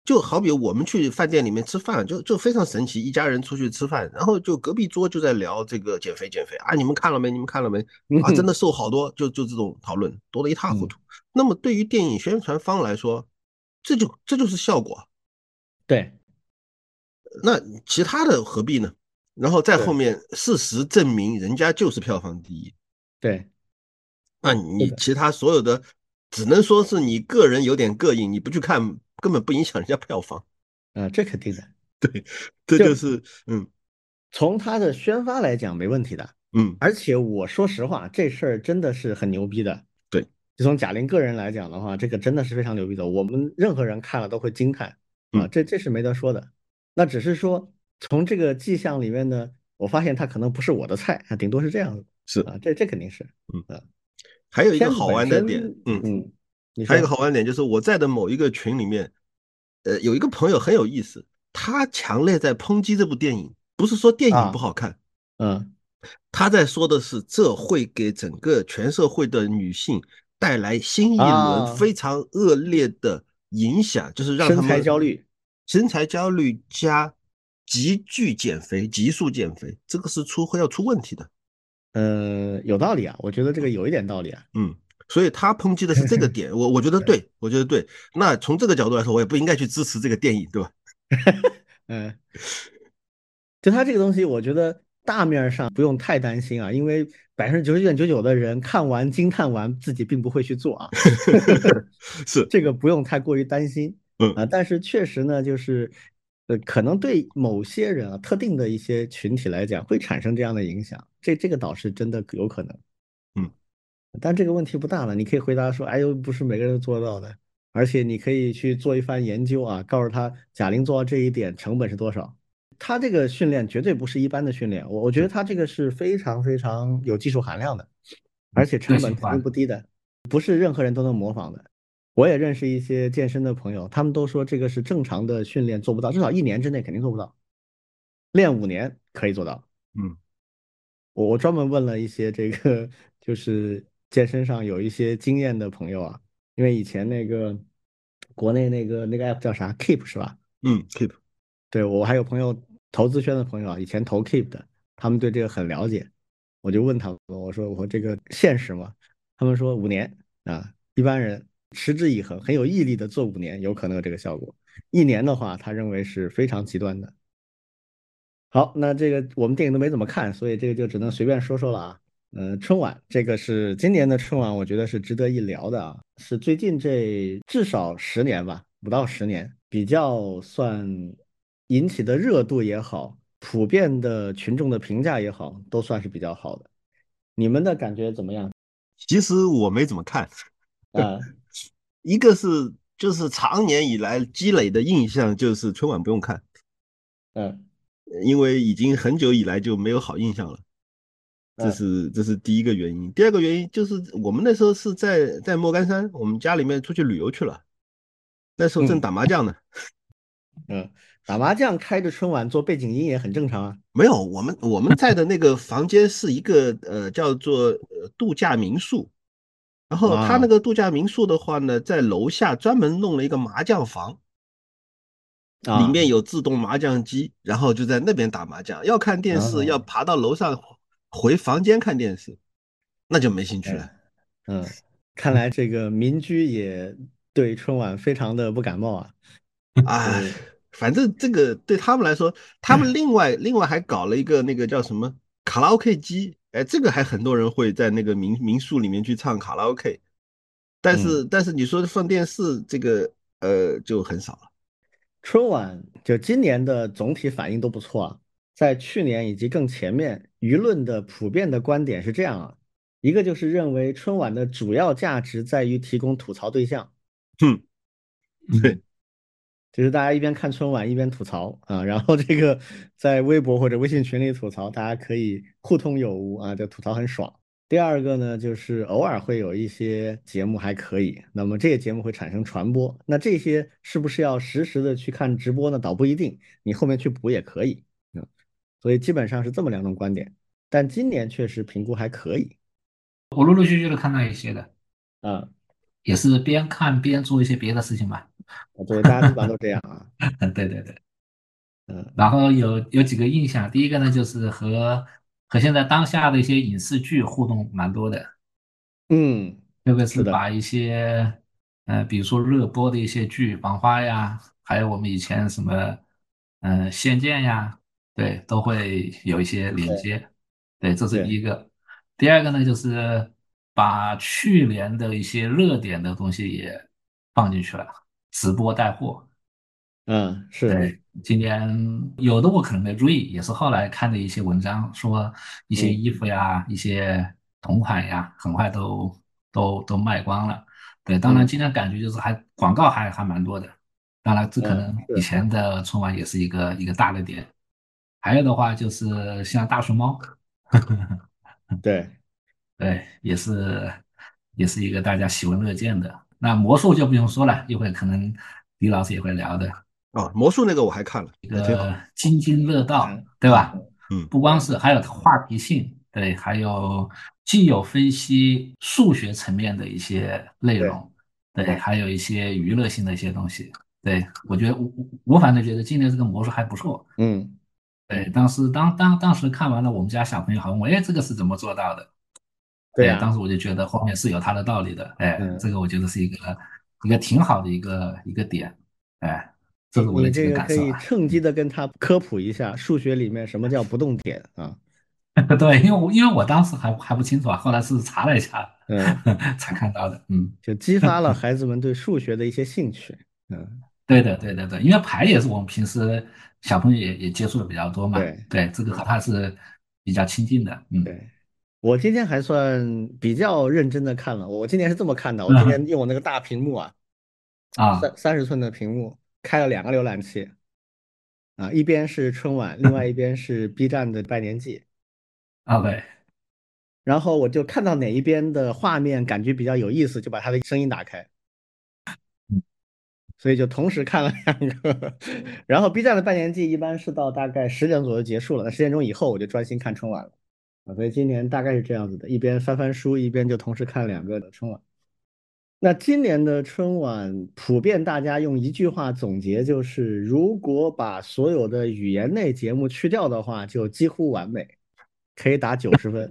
就好比我们去饭店里面吃饭，就非常神奇，一家人出去吃饭，然后就隔壁桌就在聊这个减肥啊，你们看了没？你们看了没？啊，真的瘦好多，就这种讨论多得一塌糊嗯， 涂。那么对于电影宣传方来说，这就是效果， 对那其他的何必呢？然后在后对面事实证明，人家就是票房第一。 对， 那是的， 你其他所有的，只能说是你个人有点膈应，你不去看，根本不影响人家票房。 这肯定的。 这就就是从它的宣发来讲没问题的， 嗯， 而且我说实话，这事儿真的是很牛逼的。 对， 就从贾玲个人来讲的话，这个真的是非常牛逼的，我们任何人看了都会惊叹啊， 嗯这是没得说的。那只是说从这个迹象里面呢，我发现它可能不是我的菜啊，顶多是这样子是啊，这肯定是嗯， 啊。 还有一个好片子本玩的点， 身，你还有一个说好玩的点就是我在的某一个群里面，有一个朋友很有意思，他强烈在抨击这部电影，不是说电影不啊， 好看， 嗯他在说的是这会给整个全社会的女性带来新一轮啊， 非常恶劣的影响，就是让身他们材焦虑， 身材焦虑加急剧减肥、急速减肥，这个是要出问题的。 有道理啊，我觉得这个有一点道理啊。 嗯，所以他抨击的是这个点，我觉得对，我觉得对。那从这个角度来说，我也不应该去支持这个电影，对吧？ 嗯，就它这个东西，我觉得大面儿上不用太担心啊，因为99.99%的人看完惊叹完，自己并不会去做啊， 是， 这个不用太过于担心嗯啊。但是确实呢，就是可能对某些人啊，特定的一些群体来讲，会产生这样的影响，这个倒是真的有可能。 嗯， 但这个问题不大了，你可以回答说，哎呦，不是每个人都做到的，而且你可以去做一番研究啊，告诉他贾玲做到这一点成本是多少。他这个训练绝对不是一般的训练，我觉得是， 他这个是非常非常有技术含量的，而且个成本肯定性化的。 不低的，不是任何人都能模仿的。我也认识一些健身的朋友，他们都说这个是正常的训练做不到，至少1年之内肯定做不到，练5年可以做到。 嗯我专门问了一些这个就是健身上有一些经验的朋友啊，因为以前那个国内那个 app 叫啥 Keep 是吧？ keep， 对，我还有朋友投资圈的朋友啊，以前投 Keep 的，他们对这个很了解。我就问他们，我说这个现实吗？他们说5年啊，一般人持之以恒，很有毅力的做5年，有可能有这个效果。1年的话，他认为是非常极端的。好，那这个我们电影都没怎么看，所以这个就只能随便说说了啊。春晚这个是今年的春晚，我觉得是值得一聊的啊，是最近这至少10年吧，5到10年比较算引起的热度也好，普遍的群众的评价也好，都算是比较好的。你们的感觉怎么样？ 其实我没怎么看， 啊， 一个是就是长年以来积累的印象就是春晚不用看， 嗯因为已经很久以来就没有好印象了。 嗯这是第一个原因。第二个原因就是我们那时候是在莫干山，我们家里面出去旅游去了，那时候正嗯打麻将呢。 嗯，打麻将开着春晚做背景音也很正常啊。 没有，我们在的那个房间是一个叫做度假民宿，然后他那啊个度假民宿的话呢，在楼下专门弄了一个麻将房，里啊面有自动麻将机，然后就在那边打麻将。要看电视，要啊， 爬到楼上回房间看电视，那就没兴趣了。 嗯。看来这个民居也对春晚非常的不感冒啊。 哎， 对， 反正这个对他们来说，他们另外还搞了一个那个叫什么卡拉 OK 机，哎，这个还很多人会在那个民宿里面去唱卡拉 OK， 嗯， 但是你说放电视这个就很少了。 春晚就今年的总体反应都不错啊，在去年以及更前面，舆论的普遍的观点是这样啊，一个就是认为春晚的主要价值在于提供吐槽对象， 哼， 嗯， 对， 就是大家一边看春晚一边吐槽啊，然后这个在微博或者微信群里吐槽，大家可以互通有无啊，这吐槽很爽。第二个呢，就是偶尔会有一些节目还可以，那么这些节目会产生传播，那这些是不是要实时的去看直播呢？倒不一定，你后面去补也可以。所以基本上是这么两种观点，但今年确实评估还可以我陆陆续续的看到一些的， 啊。 也是边看边做一些别的事情吧。 对，大家基本上都这样啊。 对对对。 嗯然后有几个印象，第一个呢就是和现在当下的一些影视剧互动蛮多的。 嗯， 特别是是的， 把一些比如说热播的一些剧，《网花》呀，还有我们以前什么《仙剑》呀，对，都会有一些连对接。对，这是第对， 一个。第二个呢，就是把去年的一些热点的东西也放进去了，直播带货。 嗯是， 对，今年有的我可能没注意，也是后来看的一些文章，说一些嗯衣服呀、一些同款呀，很快都卖光了。对，当然嗯今天感觉就是广告还蛮多的，当然这可嗯能以是， 前的春晚也是一个大的点。还有的话就是像大熊猫， 对。 对，也是一个大家喜闻乐见的。那魔术就不用说了，一会可能李老师也会聊的。 啊，魔术那个我还看了，还挺好。 津津乐道， 嗯对吧？ 嗯不光是还有话题性，对，还有既有分析数学层面的一些内对， 容，对，还有一些娱乐性的一些东西。对，我觉得我反正觉得今年这个魔术还不错。 嗯对，当时当时看完了，我们家小朋友还问我，哎，这个是怎么做到的？对，当对呀， 时我就觉得后面是有它的道理的。哎，这嗯， 个我觉得是一个挺好的一个点。哎，这是我的几个你你这个感受啊。 可以趁机的跟他科普一下数学里面什么叫不动点啊？ 对，因为我当时还不清楚啊，后来是查了一下嗯， 才看到的。嗯， 就激发了孩子们对数学的一些兴趣。嗯， 对的，对的，对，因为牌也是我们平时小朋友也接触的比较多嘛。 对对，这个和他是比较亲近的。嗯对，我今天还算比较认真的看了。我今年是这么看的，我今年嗯用我那个大屏幕啊， 啊 30寸的屏幕，开了2个浏览器啊，一边是春晚，另外一边是 B 站的拜年季。 ，OK。 然后我就看到哪一边的画面感觉比较有意思，就把它的声音打开。 嗯所以就同时看了2个，然后 B 站的拜年季一般是到大概10点左右结束了，那10点钟以后我就专心看春晚了啊，所以今年大概是这样子的，一边翻翻书，一边就同时看2个的春晚。那今年的春晚普遍大家用一句话总结，就是如果把所有的语言类节目去掉的话，就几乎完美，可以打90分。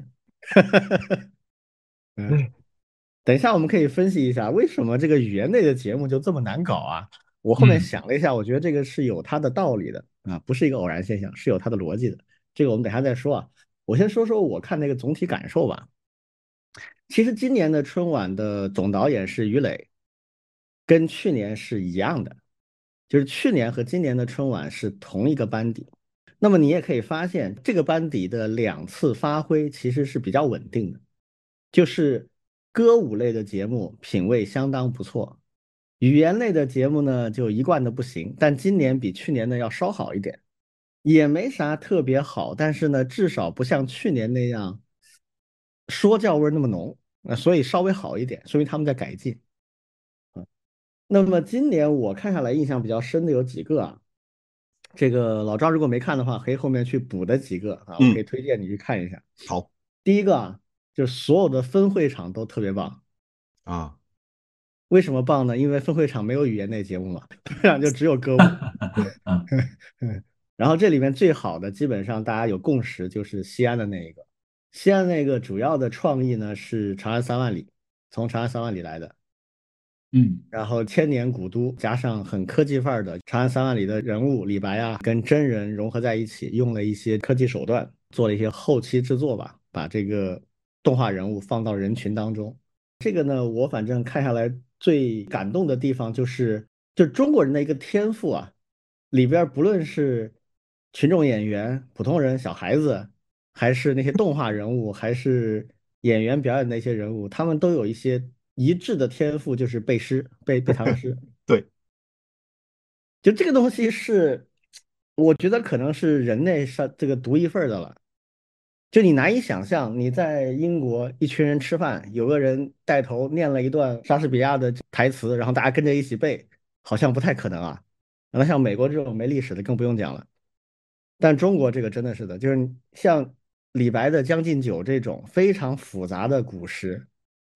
嗯。 嗯等一下，我们可以分析一下为什么这个语言类的节目就这么难搞啊？我后面嗯想了一下，我觉得这个是有它的道理的啊，不是一个偶然现象，是有它的逻辑的。这个我们等一下再说啊。我先说说我看那个总体感受吧。其实今年的春晚的总导演是于磊，跟去年是一样的，就是去年和今年的春晚是同一个班底。那么你也可以发现，这个班底的2次发挥其实是比较稳定的。就是歌舞类的节目品味相当不错，语言类的节目呢就一贯的不行，但今年比去年呢要稍好一点，也没啥特别好，但是呢至少不像去年那样说教味儿那么浓，所以稍微好一点，说明他们在改进。那么今年我看下来印象比较深的有几个啊，这个老赵如果没看的话，可以后面去补的几个啊，我可以嗯， 推荐你去看一下。 好第一个啊，就是所有的分会场都特别棒。 啊， 为什么棒呢？因为分会场没有语言类节目嘛，分会场就只有歌舞。 嗯然后这里面最好的，基本上大家有共识，就是西安的那一个。西安那个主要的创意呢是《长安三万里》，从《长安三万里》来的。 嗯然后千年古都加上很科技范儿的《长安三万里》的人物李白啊，跟真人融合在一起，用了一些科技手段，做了一些后期制作吧，把这个动画人物放到人群当中。这个呢，我反正看下来最感动的地方就是，就中国人的一个天赋啊，里边儿不论是群众演员、普通人、小孩子，还是那些动画人物，还是演员表演的一些人物，他们都有一些一致的天赋，就是背诗、背唐诗。 对， 就这个东西是，我觉得可能是人类上这个独一份儿的了。就你难以想象，你在英国一群人吃饭，有个人带头念了一段莎士比亚的台词，然后大家跟着一起背，好像不太可能啊。那像美国这种没历史的更不用讲了。但中国这个真的是的，就是像李白的《将进酒》这种非常复杂的古诗，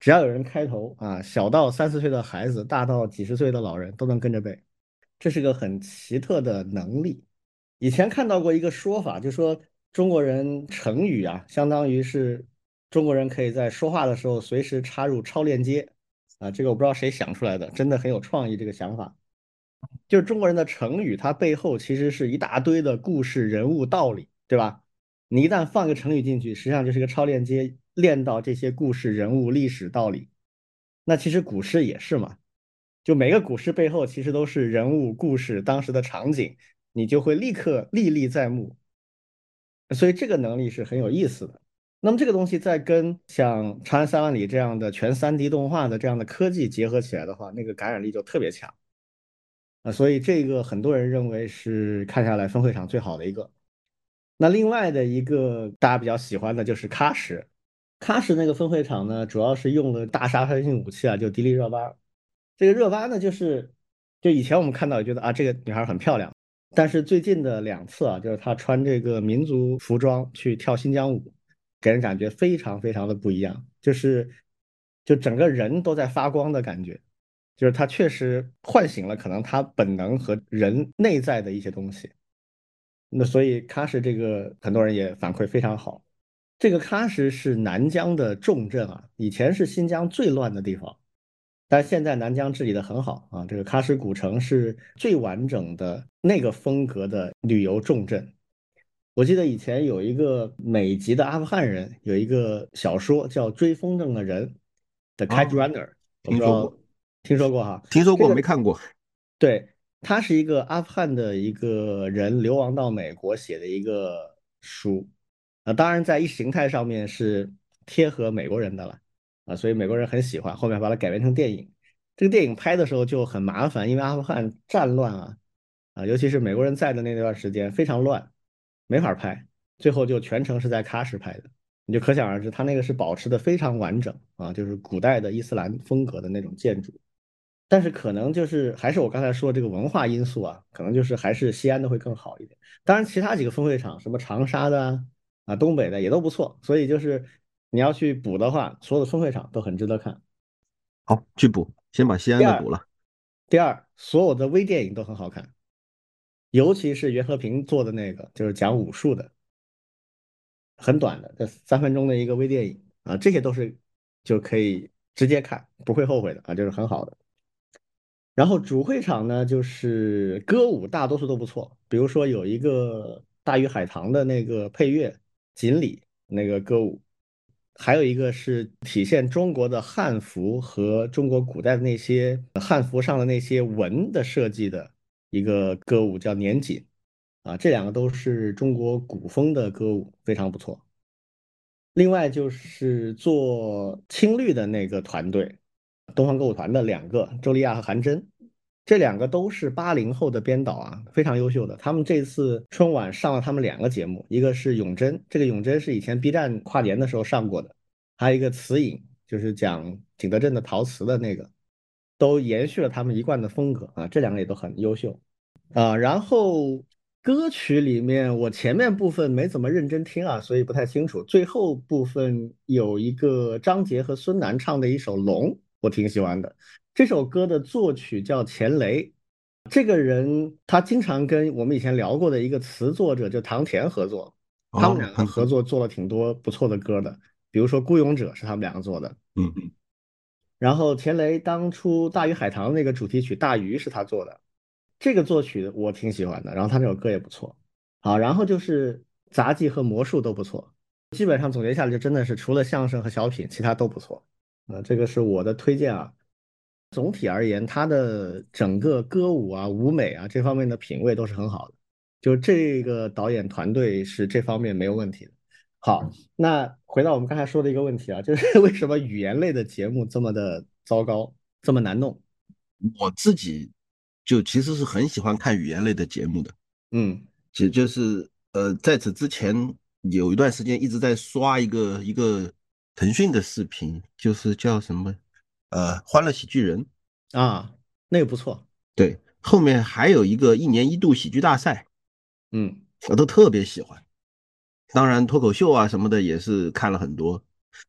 只要有人开头啊，小到3、4岁的孩子，大到几十岁的老人都能跟着背，这是个很奇特的能力。以前看到过一个说法，就说中国人成语啊，相当于是中国人可以在说话的时候随时插入超链接啊，这个我不知道谁想出来的，真的很有创意这个想法。就是中国人的成语，它背后其实是一大堆的故事、人物、道理，对吧？你一旦放个成语进去，实际上就是个超链接，链到这些故事、人物、历史、道理。那其实古诗也是嘛，就每个古诗背后其实都是人物、故事、当时的场景，你就会立刻历历在目。所以这个能力是很有意思的。那么这个东西再跟像《长安三万里》这样的全3D 动画的这样的科技结合起来的话，那个感染力就特别强。所以这个很多人认为是看下来分会场最好的一个。那另外的一个大家比较喜欢的就是喀什，喀什那个分会场呢，主要是用了大杀伤性武器啊，就迪丽热巴。这个热巴呢，就以前我们看到也觉得啊，这个女孩很漂亮，但是最近的2次啊，就是她穿这个民族服装去跳新疆舞，给人感觉非常非常的不一样，就整个人都在发光的感觉。就是它确实唤醒了可能他本能和人内在的一些东西。那所以喀什这个很多人也反馈非常好。这个喀什是南疆的重镇啊，以前是新疆最乱的地方，但现在南疆治理的很好啊。这个喀什古城是最完整的那个风格的旅游重镇。我记得以前有一个美籍的阿富汗人，有一个小说叫《追风筝的人》的 Kite 哦， Runner，我不知道听说过， 听说过哈。 听说过， 这个没看过。 对，他是一个阿富汗的一个人流亡到美国写的一个书，当然在意识形态上面是贴合美国人的了所以美国人很喜欢，后面把它改编成电影。这个电影拍的时候就很麻烦，因为阿富汗战乱尤其是美国人在的那段时间非常乱，没法拍，最后就全程是在喀什拍的，你就可想而知，他那个是保持的非常完整就是古代的伊斯兰风格的那种建筑。但是可能就是还是我刚才说这个文化因素可能就是还是西安的会更好一点。当然，其他几个分会场，什么长沙的东北的也都不错。所以就是你要去补的话，所有的分会场都很值得看。 好，去补，先把西安第二， 的补了。 第二，所有的微电影都很好看，尤其是袁和平做的那个，就是讲武术的，很短的，这3分钟的一个微电影这些都是就可以直接看，不会后悔的就是很好的。然后主会场呢，就是歌舞大多数都不错，比如说有一个《大鱼海棠》的那个配乐，锦鲤那个歌舞，还有一个是体现中国的汉服和中国古代的那些汉服上的那些纹的设计的一个歌舞，叫年锦这两个都是中国古风的歌舞，非常不错。另外就是做青绿的那个团队，东方歌舞团的2个，周丽亚和韩真，这2个都是80后的编导非常优秀的。他们这次春晚上了他们2个节目，一个是永贞，这个永贞是以前 B 站跨年的时候上过的，还有一个瓷影，就是讲景德镇的陶瓷的那个，都延续了他们一贯的风格这2个也都很优秀。然后歌曲里面我前面部分没怎么认真听所以不太清楚。最后部分有一个张杰和孙楠唱的一首《龙》，我挺喜欢的。这首歌的作曲叫钱雷，这个人他经常跟我们以前聊过的一个词作者就唐田合作，他们哦， 2个合作做了挺多不错的歌的，比如说《孤勇者》是他们2个做的。 嗯， 然后钱雷当初《大鱼海棠》那个主题曲《大鱼》是他做的。这个作曲我挺喜欢的，然后他这首歌也不错。好，然后就是杂技和魔术都不错，基本上总结下来就真的是除了相声和小品，其他都不错。这个是我的推荐总体而言，他的整个歌舞舞美这方面的品味都是很好的，就这个导演团队是这方面没有问题的。好，那回到我们刚才说的一个问题就是为什么语言类的节目这么的糟糕，这么难弄？ 我自己就其实是很喜欢看语言类的节目的， 嗯就是在此之前有一段时间一直在刷一个腾讯的视频，就是叫什么《欢乐喜剧人》。 那个不错。 对，后面还有一个1年1度喜剧大赛， 嗯我都特别喜欢。当然脱口秀什么的也是看了很多。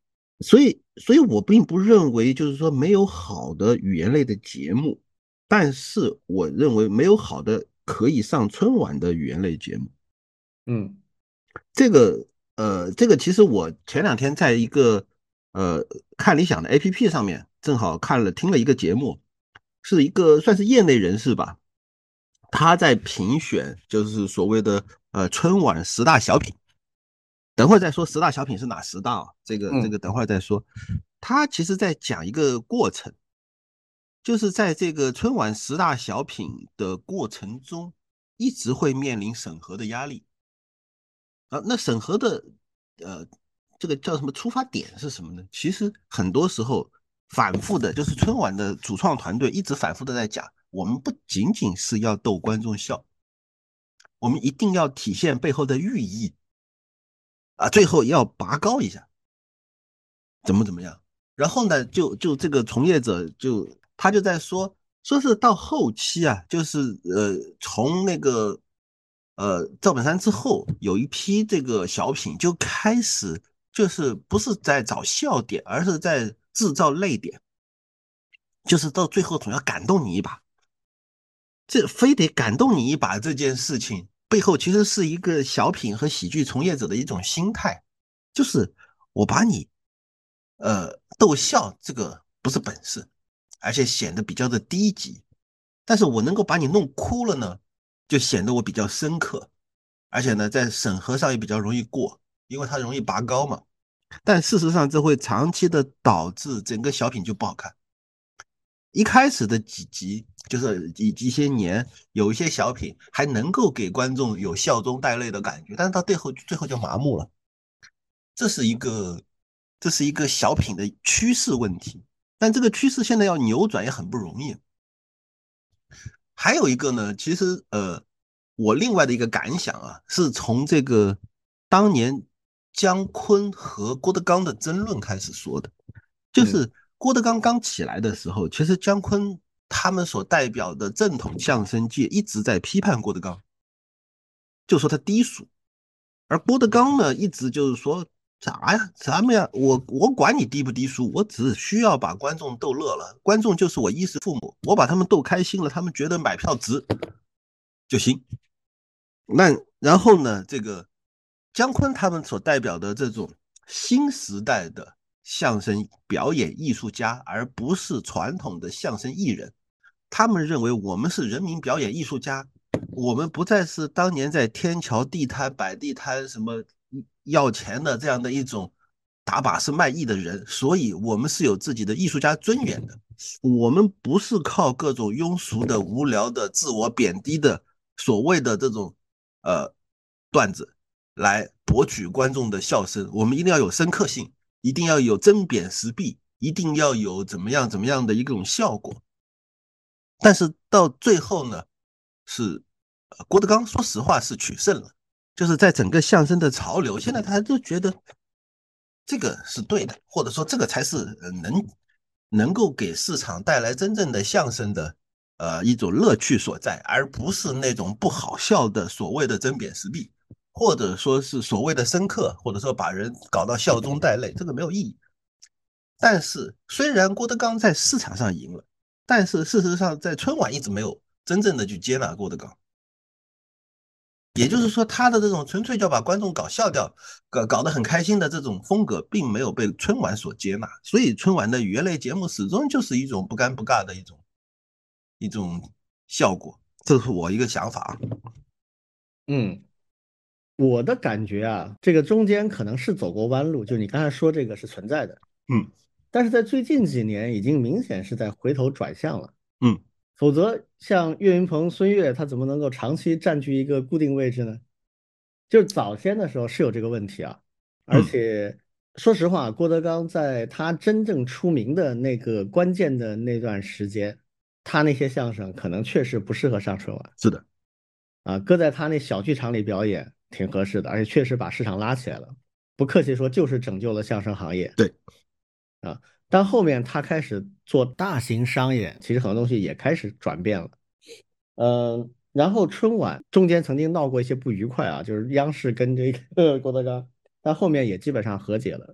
所以我并不认为就是说没有好的语言类的节目，但是我认为没有好的可以上春晚的语言类节目。 嗯这个这个其实我前两天在一个呃看理想的 APP 上面正好听了一个节目，是一个算是业内人士吧，他在评选就是所谓的春晚10大小品。等会儿再说10大小品是哪10大啊？这个等会儿再说。他其实在讲一个过程，就是在这个春晚10大小品的过程中，一直会面临审核的压力。那审核的呃这个叫什么出发点是什么呢？其实很多时候反复的，就是春晚的主创团队一直反复的在讲，我们不仅仅是要逗观众笑，我们一定要体现背后的寓意啊，最后要拔高一下。怎么样？然后呢，就这个从业者他就在说是到后期啊，就是从那个赵本山之后，有一批这个小品就开始就是不是在找笑点，而是在制造泪点，就是到最后总要感动你一把，这非得感动你一把这件事情背后其实是一个小品和喜剧从业者的一种心态，就是我把你逗笑这个不是本事，而且显得比较的低级。但是我能够把你弄哭了呢，就显得我比较深刻，而且呢，在审核上也比较容易过，因为它容易拔高嘛。但事实上，这会长期的导致整个小品就不好看。一开始的几集，就是一些年，有一些小品还能够给观众有笑中带泪的感觉，但是到最后就麻木了。这是一个这是一个小品的趋势问题，但这个趋势现在要扭转也很不容易。还有一个呢，其实我另外的一个感想啊，是从这个当年姜昆和郭德纲的争论开始说的。就嗯是郭德纲刚起来的时候，其实姜昆他们所代表的正统相声界一直在批判郭德纲，就说他低俗。而郭德纲呢，一直就是说啥呀，什么呀，我管你低不低俗，我只需要把观众逗乐了，观众就是我衣食父母，我把他们逗开心了，他们觉得买票值就行。那然后呢，这个姜昆他们所代表的这种新时代的相声表演艺术家，而不是传统的相声艺人，他们认为我们是人民表演艺术家，我们不再是当年在天桥地摊摆地摊什么要钱的这样的一种打把式卖艺的人，所以我们是有自己的艺术家尊严的。我们不是靠各种庸俗的、无聊的、自我贬低的所谓的这种段子来博取观众的笑声，我们一定要有深刻性，一定要有针砭时弊，一定要有怎么样的一种效果。但是到最后呢，是郭德纲说实话是取胜了，就是在整个相声的潮流，现在大家都觉得这个是对的，或者说这个才是能够给市场带来真正的相声的一种乐趣所在，而不是那种不好笑的所谓的针砭时弊，或者说是所谓的深刻，或者说把人搞到笑中带泪，这个没有意义。但是虽然郭德纲在市场上赢了，但是事实上在春晚一直没有真正的去接纳郭德纲。也就是说，他的这种纯粹就把观众搞笑掉、搞得很开心的这种风格，并没有被春晚所接纳。所以，春晚的语言类节目始终就是一种不尴不尬的一种效果。这是我一个想法。 嗯，我的感觉啊，这个中间可能是走过弯路，就你刚才说这个是存在的， 嗯但是在最近几年已经明显是在回头转向了。 嗯否则，像岳云鹏、孙越，他怎么能够长期占据一个固定位置呢？就早先的时候是有这个问题啊，而嗯， 且说实话，郭德纲在他真正出名的那个关键的那段时间，他那些相声可能确实不适合上春晚是的， 啊，搁在他那小剧场里表演挺合适的，而且确实把市场拉起来了。不客气说，就是拯救了相声行业对， 啊。但后面他开始做大型商业，其实很多东西也开始转变了。然后春晚中间曾经闹过一些不愉快啊，就是央视跟这个郭德纲，但后面也基本上和解了。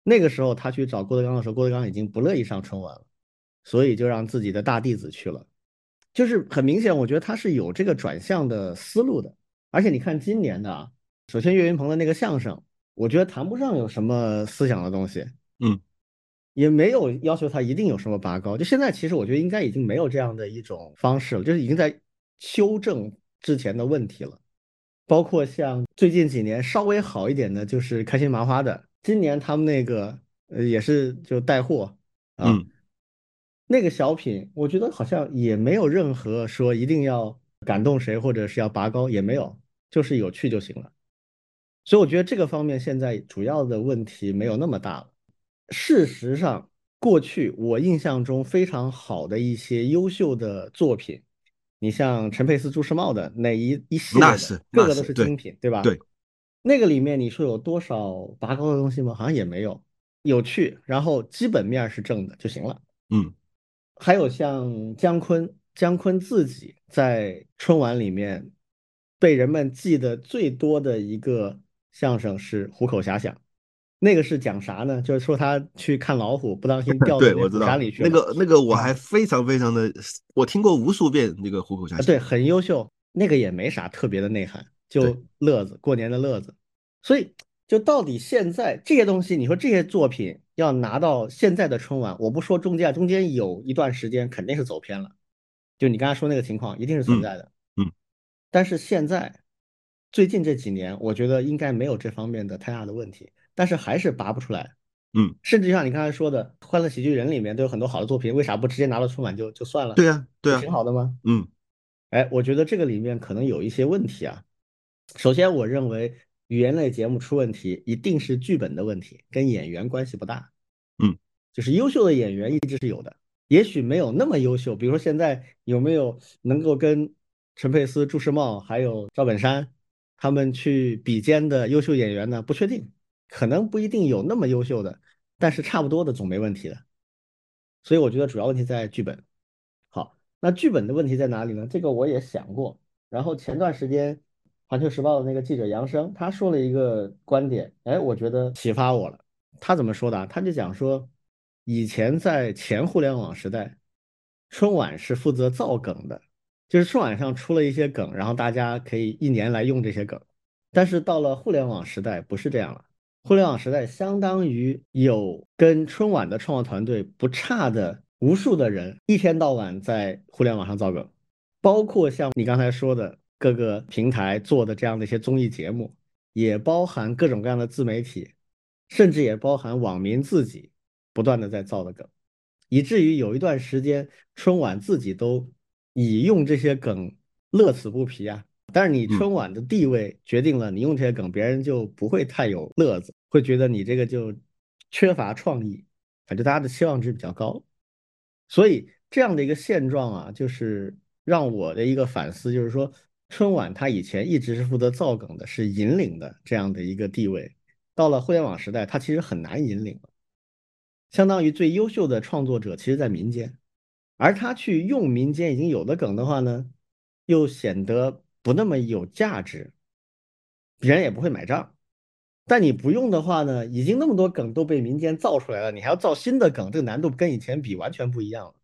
那个时候他去找郭德纲的时候，郭德纲已经不乐意上春晚了，所以就让自己的大弟子去了。就是很明显，我觉得他是有这个转向的思路的。而且你看今年的啊，首先岳云鹏的那个相声，我觉得谈不上有什么思想的东西， 嗯也没有要求他一定有什么拔高。就现在其实我觉得应该已经没有这样的一种方式了，就是已经在修正之前的问题了。包括像最近几年稍微好一点的，就是开心麻花的，今年他们那个也是就带货啊， 嗯那个小品，我觉得好像也没有任何说一定要感动谁或者是要拔高，也没有，就是有趣就行了。所以我觉得这个方面现在主要的问题没有那么大了。事实上，过去我印象中非常好的一些优秀的作品，你像陈佩斯、朱时茂的那一系列的， 那是个个都那是对是精品，对吧？ 对， 那个里面你说有多少拔高的东西吗？好像也没有，有趣，然后基本面是正的就行了。 嗯还有像姜昆，姜昆自己在春晚里面被人们记得最多的一个相声是《虎口遐想》，那个是讲啥呢？就是说他去看老虎，不当心掉进对， 那虎我知道山里去了那个我还啊非常非常的，我听过无数遍那个虎口遐想。 对，很优秀，那个也没啥特别的内涵， 对， 就乐子，过年的乐子。所以，就到底现在这些东西，你说这些作品要拿到现在的春晚，我不说中间有一段时间肯定是走偏了，就你刚才说那个情况一定是存嗯在的。 嗯但是现在最近这几年，我觉得应该没有这方面的太大的问题，但是还是拔不出来。 嗯， 甚至像你刚才说的，《欢乐喜剧人》里面都有很多好的作品，为啥不直接拿到春晚就算了？ 对呀对不呀， 挺好的吗？ 嗯哎，我觉得这个里面可能有一些问题啊。首先，我认为语言类节目出问题，一定是剧本的问题，跟演员关系不大。 嗯就是优秀的演员一直是有的，也许没有那么优秀。比如说现在有没有能够跟陈佩斯、朱时茂还有赵本山他们去比肩的优秀演员呢？不确定，可能不一定有那么优秀的，但是差不多的总没问题的。所以我觉得主要问题在剧本。好，那剧本的问题在哪里呢？这个我也想过。然后前段时间，《环球时报》的那个记者杨生，他说了一个观点，哎，我觉得启发我了。他怎么说的啊他就讲说，以前在前互联网时代，春晚是负责造梗的，就是春晚上出了一些梗，然后大家可以一年来用这些梗。但是到了互联网时代，不是这样了。互联网时代相当于有跟春晚的创作团队不差的无数的人，一天到晚在互联网上造梗，包括像你刚才说的各个平台做的这样的一些综艺节目，也包含各种各样的自媒体，甚至也包含网民自己不断的在造的梗，以至于有一段时间春晚自己都以用这些梗乐此不疲啊。但是你嗯春晚的地位决定了，你用这些梗，别人就不会太有乐子，会觉得你这个就缺乏创意，感觉大家的期望值比较高。所以这样的一个现状啊，就是让我的一个反思，就是说春晚它以前一直是负责造梗的，是引领的这样的一个地位，到了互联网时代，它其实很难引领了，相当于最优秀的创作者其实在民间，而他去用民间已经有的梗的话呢，又显得不那么有价值，别人也不会买账。但你不用的话呢，已经那么多梗都被民间造出来了，你还要造新的梗，这个难度跟以前比完全不一样了。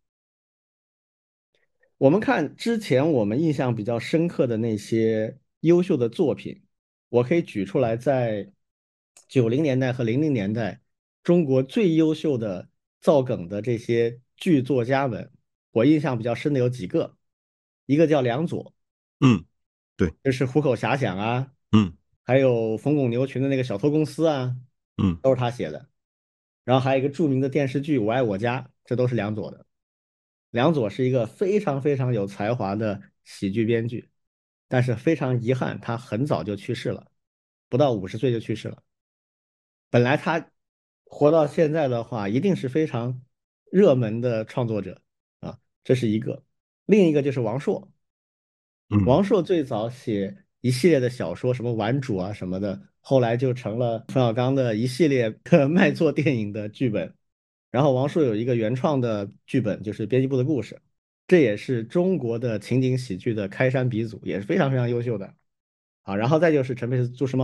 我们看之前我们印象比较深刻的那些优秀的作品，我可以举出来，在90年代和00年代，中国最优秀的造梗的这些剧作家们，我印象比较深的有几个，一个叫梁左， 嗯，对， 就是《虎口遐想》啊， 嗯还有冯巩牛群的那个《小偷公司》啊， 嗯都是他写的。然后还有一个著名的电视剧《我爱我家》，这都是梁左的。梁左是一个非常非常有才华的喜剧编剧，但是非常遗憾，他很早就去世了，不到50岁就去世了。本来他活到现在的话，一定是非常热门的创作者啊，这是一个。另一个就是王朔， 嗯王朔最早写一系列的小说，什么《顽主》啊什么的，后来就成了冯小刚的一系列的卖座电影的剧本。然后王朔有一个原创的剧本，就是《编辑部的故事》，这也是中国的情景喜剧的开山鼻祖，也是非常非常优秀的。好，然后再就是陈佩斯、朱时茂，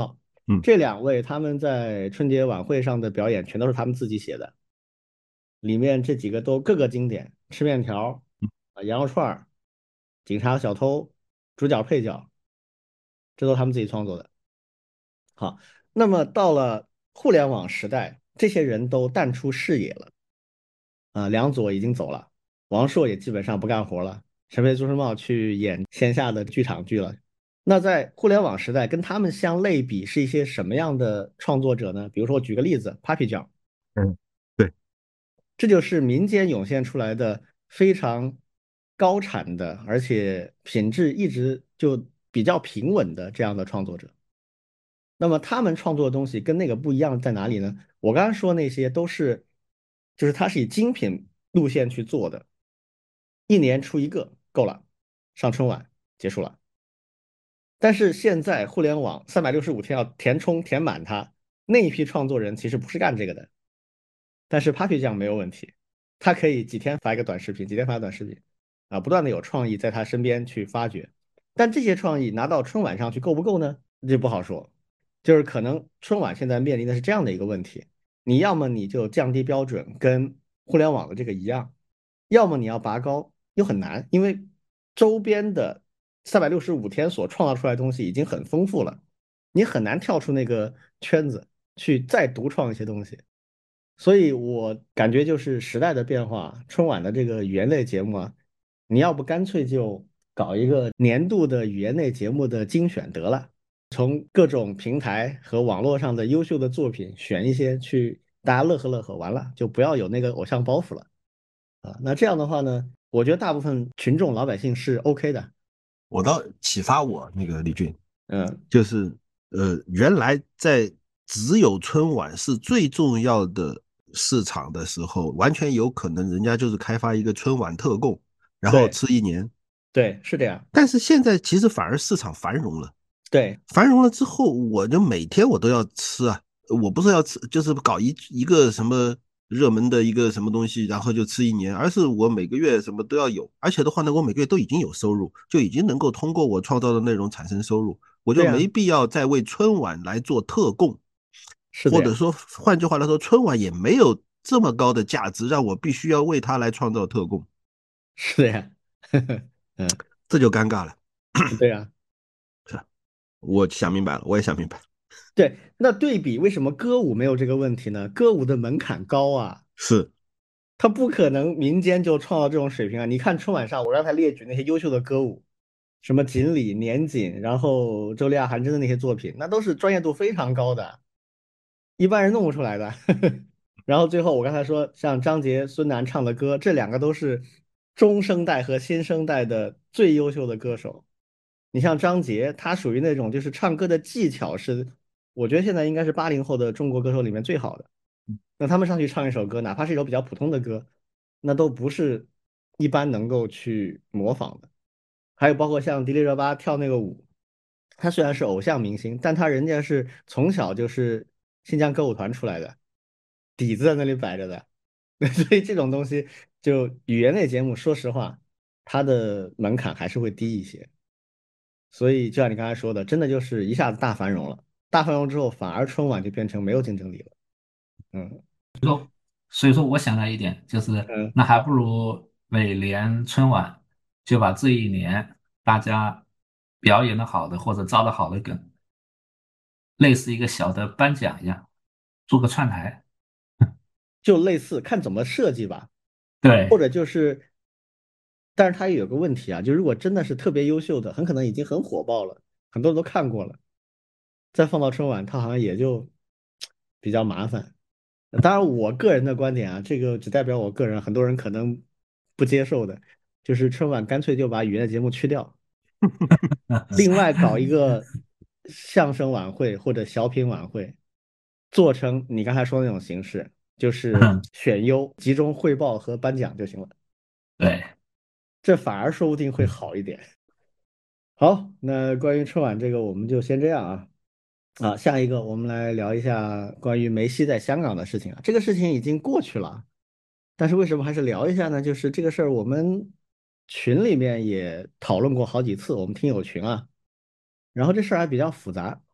这两位他们在春节晚会上的表演全都是他们自己写的，里面这几个都各个经典，吃面条啊、羊肉串儿、警察小偷、主角配角，这都是他们自己创作的。好，那么到了互联网时代，这些人都淡出视野了啊，梁左已经走了，王朔也基本上不干活了，陈飞、朱时茂去演线下的剧场剧了。那在互联网时代，跟他们相类比是一些什么样的创作者呢？比如说，我举个例子，Papi 酱， 嗯，对， 这就是民间涌现出来的非常高产的，而且品质一直就比较平稳的这样的创作者。那么他们创作的东西跟那个不一样在哪里呢？我刚刚说那些都是，就是他是以精品路线去做的，一年出一个够了，上春晚结束了。但是现在互联网365天要填充填满它，那一批创作人其实不是干这个的。但是 Papi 酱没有问题，他可以几天发一个短视频，几天发个短视频，啊，不断的有创意在他身边去发掘。但这些创意拿到春晚上去够不够呢？这不好说。就是可能春晚现在面临的是这样的一个问题：你要么你就降低标准，跟互联网的这个一样，要么你要拔高，又很难，因为周边的365天所创造出来的东西已经很丰富了，你很难跳出那个圈子去再独创一些东西。所以我感觉就是时代的变化，春晚的这个语言类节目啊，你要不干脆就搞一个年度的语言类节目的精选得了，从各种平台和网络上的优秀的作品选一些去大家乐呵乐呵，完了就不要有那个偶像包袱了啊。那这样的话呢，我觉得大部分群众老百姓是 OK 的。 我倒启发我那个李俊， 嗯， 就是原来在只有春晚是最重要的市场的时候，完全有可能人家就是开发一个春晚特供，然后对吃一年。 对，是这样。 但是现在其实反而市场繁荣了， 对， 繁荣了之后，我就每天我都要吃啊，我不是要吃，就是搞一个什么热门的一个什么东西，然后就吃一年，而是我每个月什么都要有，而且的话呢，我每个月都已经有收入，就已经能够通过我创造的内容产生收入，我就对呀， 没必要再为春晚来做特供， 是的呀， 或者说换句话来说，春晚也没有这么高的价值，让我必须要为它来创造特供， 是的呀，嗯， 这就尴尬了。 对呀。 我想明白了，我也想明白了， 对，那对比为什么歌舞没有这个问题呢？歌舞的门槛高啊， 是它不可能民间就创造这种水平啊。你看春晚上，我刚才列举那些优秀的歌舞，什么锦鲤、年锦，然后周丽亚、韩真的那些作品，那都是专业度非常高的，一般人弄不出来的。然后最后我刚才说，像张杰、孙楠唱的歌，这两个都是中生代和新生代的最优秀的歌手。你像张杰，他属于那种就是唱歌的技巧是，我觉得现在应该是80后的中国歌手里面最好的。那他们上去唱一首歌，哪怕是一首比较普通的歌，那都不是一般能够去模仿的。还有包括像迪丽热巴跳那个舞，她虽然是偶像明星，但她人家是从小就是新疆歌舞团出来的，底子在那里摆着的。所以这种东西，就语言类节目，说实话，它的门槛还是会低一些。所以就像你刚才说的，真的就是一下子大繁荣了。大繁荣之后，反而春晚就变成没有竞争力了。嗯所以说我想到一点，就是嗯， 那还不如每年春晚就把这一年大家表演的好的或者造的好的梗，类似一个小的颁奖一样，做个串台。 就类似看怎么设计吧，或对， 者就是，但是它也有个问题啊，就如果真的是特别优秀的，很可能已经很火爆了，很多人都看过了，再放到春晚，它好像也就比较麻烦。当然，我个人的观点啊，这个只代表我个人，很多人可能不接受的，就是春晚干脆就把语言节目去掉，另外搞一个相声晚会或者小品晚会，做成你刚才说的那种形式，就是选优、集中汇报和颁奖就行了， 对， 这反而说不定会好一点。好，那关于春晚这个我们就先这样啊。啊，下一个我们来聊一下关于梅西在香港的事情啊。这个事情已经过去了，但是为什么还是聊一下呢？就是这个事儿，我们群里面也讨论过好几次，我们听友群啊。然后这事儿还比较复杂，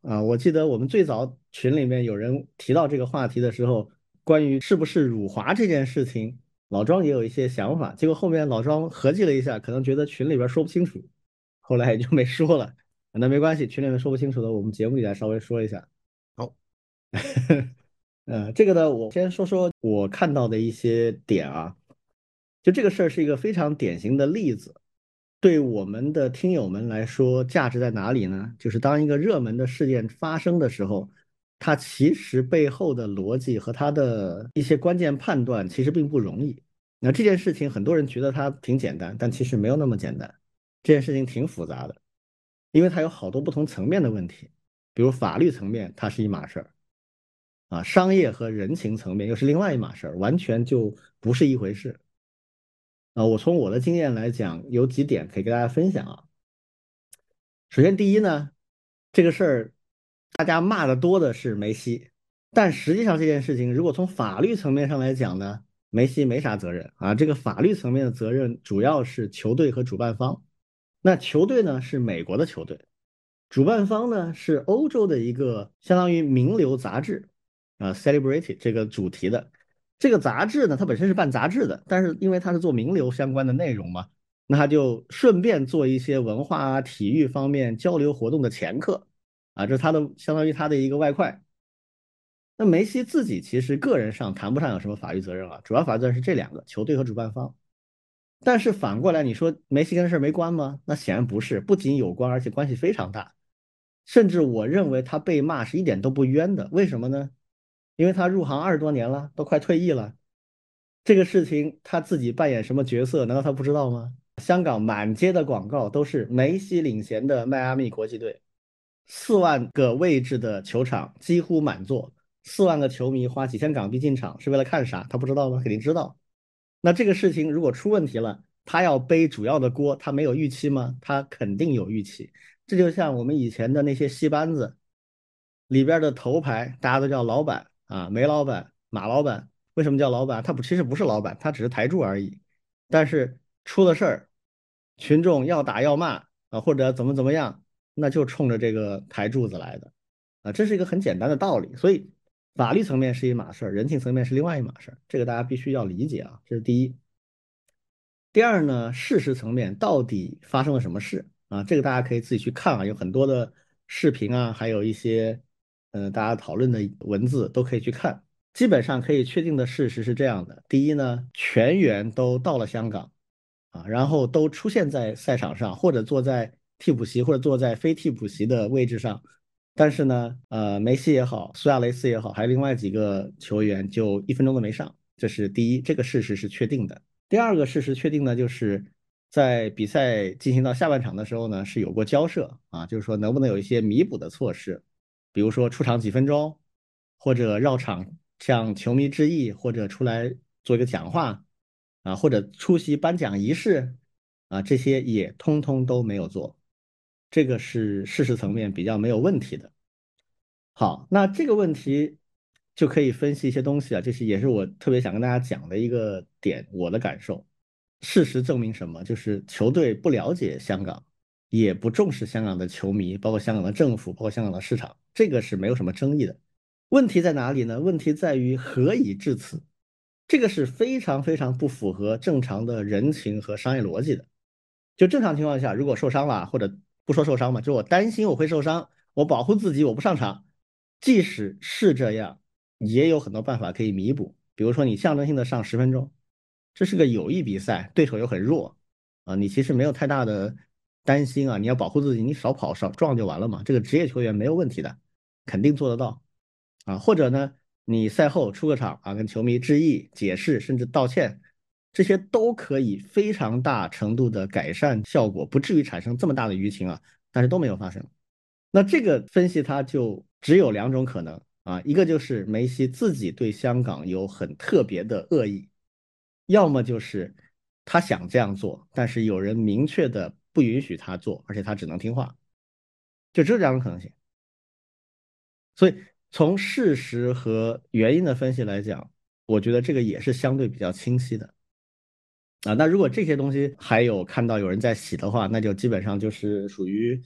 啊。我记得我们最早群里面有人提到这个话题的时候，关于是不是辱华这件事情，老庄也有一些想法。结果后面老庄合计了一下，可能觉得群里边说不清楚，后来也就没说了。那没关系，群里面说不清楚的，我们节目里来稍微说一下。 好， 这个呢，我先说说我看到的一些点啊。就这个事儿是一个非常典型的例子，对我们的听友们来说，价值在哪里呢？就是当一个热门的事件发生的时候，它其实背后的逻辑和它的一些关键判断其实并不容易。那这件事情很多人觉得它挺简单，但其实没有那么简单。这件事情挺复杂的，因为它有好多不同层面的问题，比如法律层面，它是一码事儿。啊，商业和人情层面又是另外一码事儿，完全就不是一回事。我从我的经验来讲，有几点可以跟大家分享啊。首先，第一呢，这个事儿大家骂的多的是梅西，但实际上这件事情如果从法律层面上来讲呢，梅西没啥责任啊。这个法律层面的责任主要是球队和主办方。那球队呢是美国的球队，主办方呢是欧洲的一个相当于名流杂志Celebrity 这个主题的。这个杂志呢，它本身是办杂志的，但是因为它是做名流相关的内容嘛，那他就顺便做一些文化啊、体育方面交流活动的前客啊，这是他的相当于他的一个外快。那梅西自己其实个人上谈不上有什么法律责任啊，主要法律责任是这两个，球队和主办方。但是反过来，你说梅西跟这事儿没关吗？那显然不是，不仅有关，而且关系非常大。甚至我认为他被骂是一点都不冤的。为什么呢？因为他入行20多年了，都快退役了。这个事情他自己扮演什么角色，难道他不知道吗？香港满街的广告都是梅西领衔的迈阿密国际队，4万个位置的球场几乎满座，4万个球迷花几千港币进场是为了看啥？他不知道吗？肯定知道。那这个事情如果出问题了，他要背主要的锅，他没有预期吗？他肯定有预期。这就像我们以前的那些戏班子里边的头牌，大家都叫老板啊，梅老板、马老板。为什么叫老板？他其实不是老板，他只是台柱而已。但是出了事儿，群众要打要骂啊，或者怎么样，那就冲着这个台柱子来的啊，这是一个很简单的道理。所以法律层面是一码事儿，人情层面是另外一码事儿，这个大家必须要理解啊，这是第一。第二呢，事实层面到底发生了什么事啊？这个大家可以自己去看啊，有很多的视频啊，还有一些大家讨论的文字都可以去看。基本上可以确定的事实是这样的：第一呢，全员都到了香港啊，然后都出现在赛场上，或者坐在替补席，或者坐在非替补席的位置上。但是呢，梅西也好，苏亚雷斯也好，还有另外几个球员就1分钟都没上，这是第一，这个事实是确定的。第二个事实确定呢，就是在比赛进行到下半场的时候呢，是有过交涉啊，就是说能不能有一些弥补的措施，比如说出场几分钟，或者绕场向球迷致意，或者出来做一个讲话啊，或者出席颁奖仪式啊，这些也通通都没有做，这个是事实层面比较没有问题的。好，那这个问题就可以分析一些东西啊，这是也是我特别想跟大家讲的一个点，我的感受。事实证明什么？就是球队不了解香港，也不重视香港的球迷，包括香港的政府，包括香港的市场，这个是没有什么争议的。问题在哪里呢？问题在于何以至此？这个是非常非常不符合正常的人情和商业逻辑的。就正常情况下，如果受伤了，或者不说受伤嘛，就我担心我会受伤，我保护自己，我不上场。即使是这样，也有很多办法可以弥补。比如说，你象征性的上10分钟，这是个友谊比赛，对手又很弱啊，你其实没有太大的担心啊。你要保护自己，你少跑少撞就完了嘛。这个职业球员没有问题的，肯定做得到啊。或者呢，你赛后出个场啊，跟球迷致意、解释，甚至道歉，这些都可以非常大程度的改善效果，不至于产生这么大的舆情啊。但是都没有发生。那这个分析它就只有两种可能啊，一个就是梅西自己对香港有很特别的恶意，要么就是他想这样做，但是有人明确的不允许他做，而且他只能听话，就只有这两种可能性。所以从事实和原因的分析来讲，我觉得这个也是相对比较清晰的啊。那如果这些东西还有看到有人在洗的话，那就基本上就是属于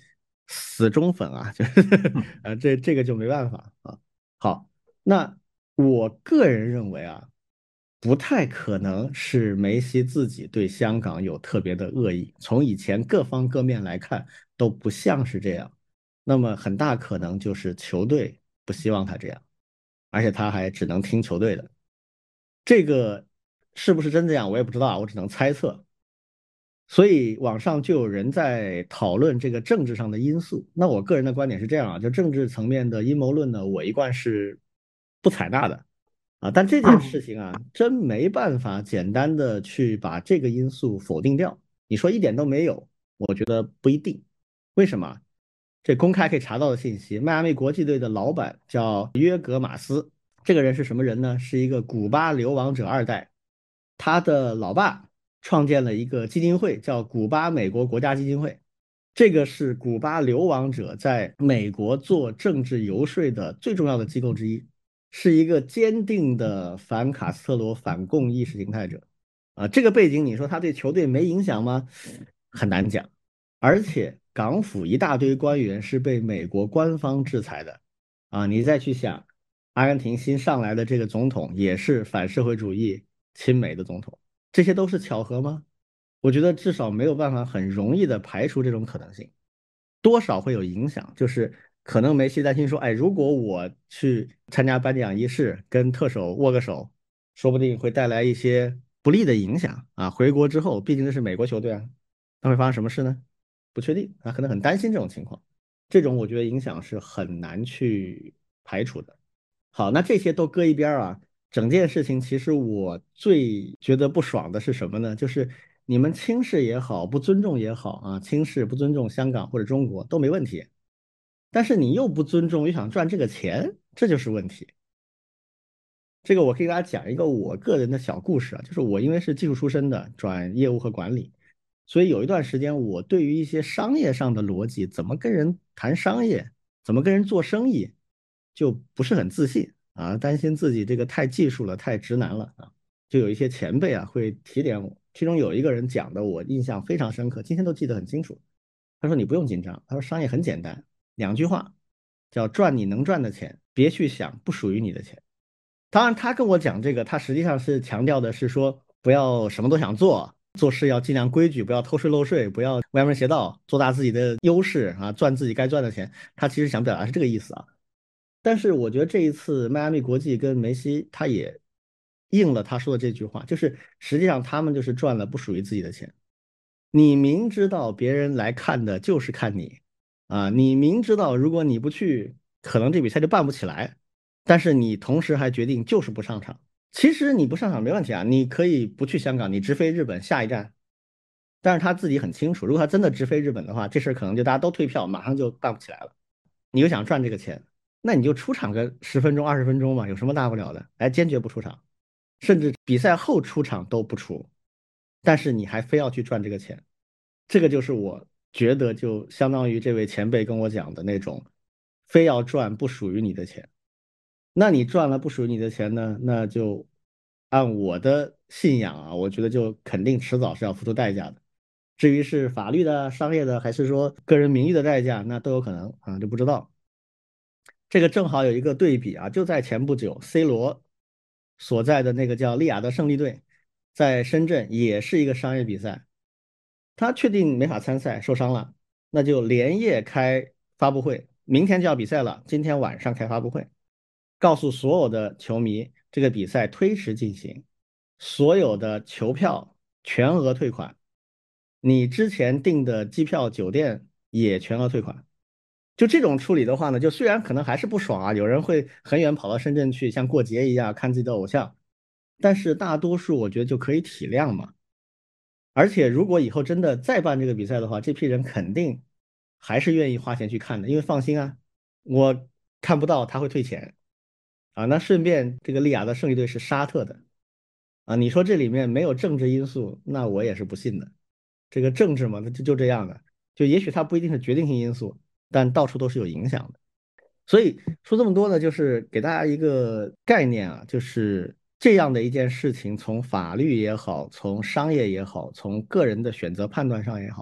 死忠粉啊，就是这个就没办法啊。好，那我个人认为啊，不太可能是梅西自己对香港有特别的恶意，从以前各方各面来看都不像是这样。那么很大可能就是球队不希望他这样，而且他还只能听球队的。这个是不是真这样，我也不知道啊，我只能猜测。所以网上就有人在讨论这个政治上的因素。那我个人的观点是这样啊，就政治层面的阴谋论呢，我一贯是不采纳的啊。但这件事情啊，真没办法简单的去把这个因素否定掉。你说一点都没有，我觉得不一定。为什么？这公开可以查到的信息，迈阿密国际队的老板叫约格马斯，这个人是什么人呢？是一个古巴流亡者二代，他的老爸创建了一个基金会，叫古巴美国国家基金会。这个是古巴流亡者在美国做政治游说的最重要的机构之一，是一个坚定的反卡斯特罗、反共意识形态者。这个背景你说他对球队没影响吗？很难讲。而且港府一大堆官员是被美国官方制裁的。你再去想，阿根廷新上来的这个总统也是反社会主义亲美的总统，这些都是巧合吗？我觉得至少没有办法很容易的排除这种可能性，多少会有影响。就是可能梅西担心说，哎，如果我去参加颁奖仪式，跟特首握个手，说不定会带来一些不利的影响啊。回国之后，毕竟这是美国球队啊，那会发生什么事呢？不确定啊，可能很担心这种情况。这种我觉得影响是很难去排除的。好，那这些都搁一边儿啊。整件事情其实我最觉得不爽的是什么呢？就是你们轻视也好，不尊重也好啊，轻视不尊重香港或者中国都没问题，但是你又不尊重，又想赚这个钱，这就是问题。这个我可以给大家讲一个我个人的小故事啊，就是我因为是技术出身的，转业务和管理，所以有一段时间我对于一些商业上的逻辑，怎么跟人谈商业，怎么跟人做生意，就不是很自信啊，担心自己这个太技术了，太直男了啊。就有一些前辈啊会提点我，其中有一个人讲的我印象非常深刻，今天都记得很清楚。他说你不用紧张，他说商业很简单，两句话，叫赚你能赚的钱，别去想不属于你的钱。当然，他跟我讲这个，他实际上是强调的是说，不要什么都想做，做事要尽量规矩，不要偷税漏税，不要歪门邪道，做大自己的优势啊，赚自己该赚的钱。他其实想表达是这个意思啊。但是我觉得这一次迈阿密国际跟梅西，他也应了他说的这句话，就是实际上他们就是赚了不属于自己的钱。你明知道别人来看的就是看你你明知道如果你不去，可能这比赛就办不起来，但是你同时还决定就是不上场。其实你不上场没问题啊，你可以不去香港，你直飞日本下一站。但是他自己很清楚，如果他真的直飞日本的话，这事儿可能就大家都退票，马上就办不起来了。你又想赚这个钱，那你就出场个10分钟、20分钟嘛，有什么大不了的？哎，坚决不出场，甚至比赛后出场都不出，但是你还非要去赚这个钱，这个就是我觉得就相当于这位前辈跟我讲的那种，非要赚不属于你的钱。那你赚了不属于你的钱呢？那就按我的信仰啊，我觉得就肯定迟早是要付出代价的。至于是法律的、商业的，还是说个人名誉的代价，那都有可能啊，就不知道。这个正好有一个对比啊，就在前不久，C 罗所在的那个叫利雅得胜利队，在深圳也是一个商业比赛，他确定没法参赛，受伤了，那就连夜开发布会，明天就要比赛了，今天晚上开发布会，告诉所有的球迷这个比赛推迟进行，所有的球票全额退款，你之前订的机票、酒店也全额退款。就这种处理的话呢，就虽然可能还是不爽啊，有人会很远跑到深圳去，像过节一样看自己的偶像，但是大多数我觉得就可以体谅嘛。而且如果以后真的再办这个比赛的话，这批人肯定还是愿意花钱去看的，因为放心啊，我看不到他会退钱那顺便这个利雅得胜利队是沙特的你说这里面没有政治因素，那我也是不信的。这个政治嘛，它就这样的，就也许它不一定是决定性因素，但到处都是有影响的。所以说这么多呢，就是给大家一个概念啊，就是这样的一件事情，从法律也好，从商业也好，从个人的选择判断上也好，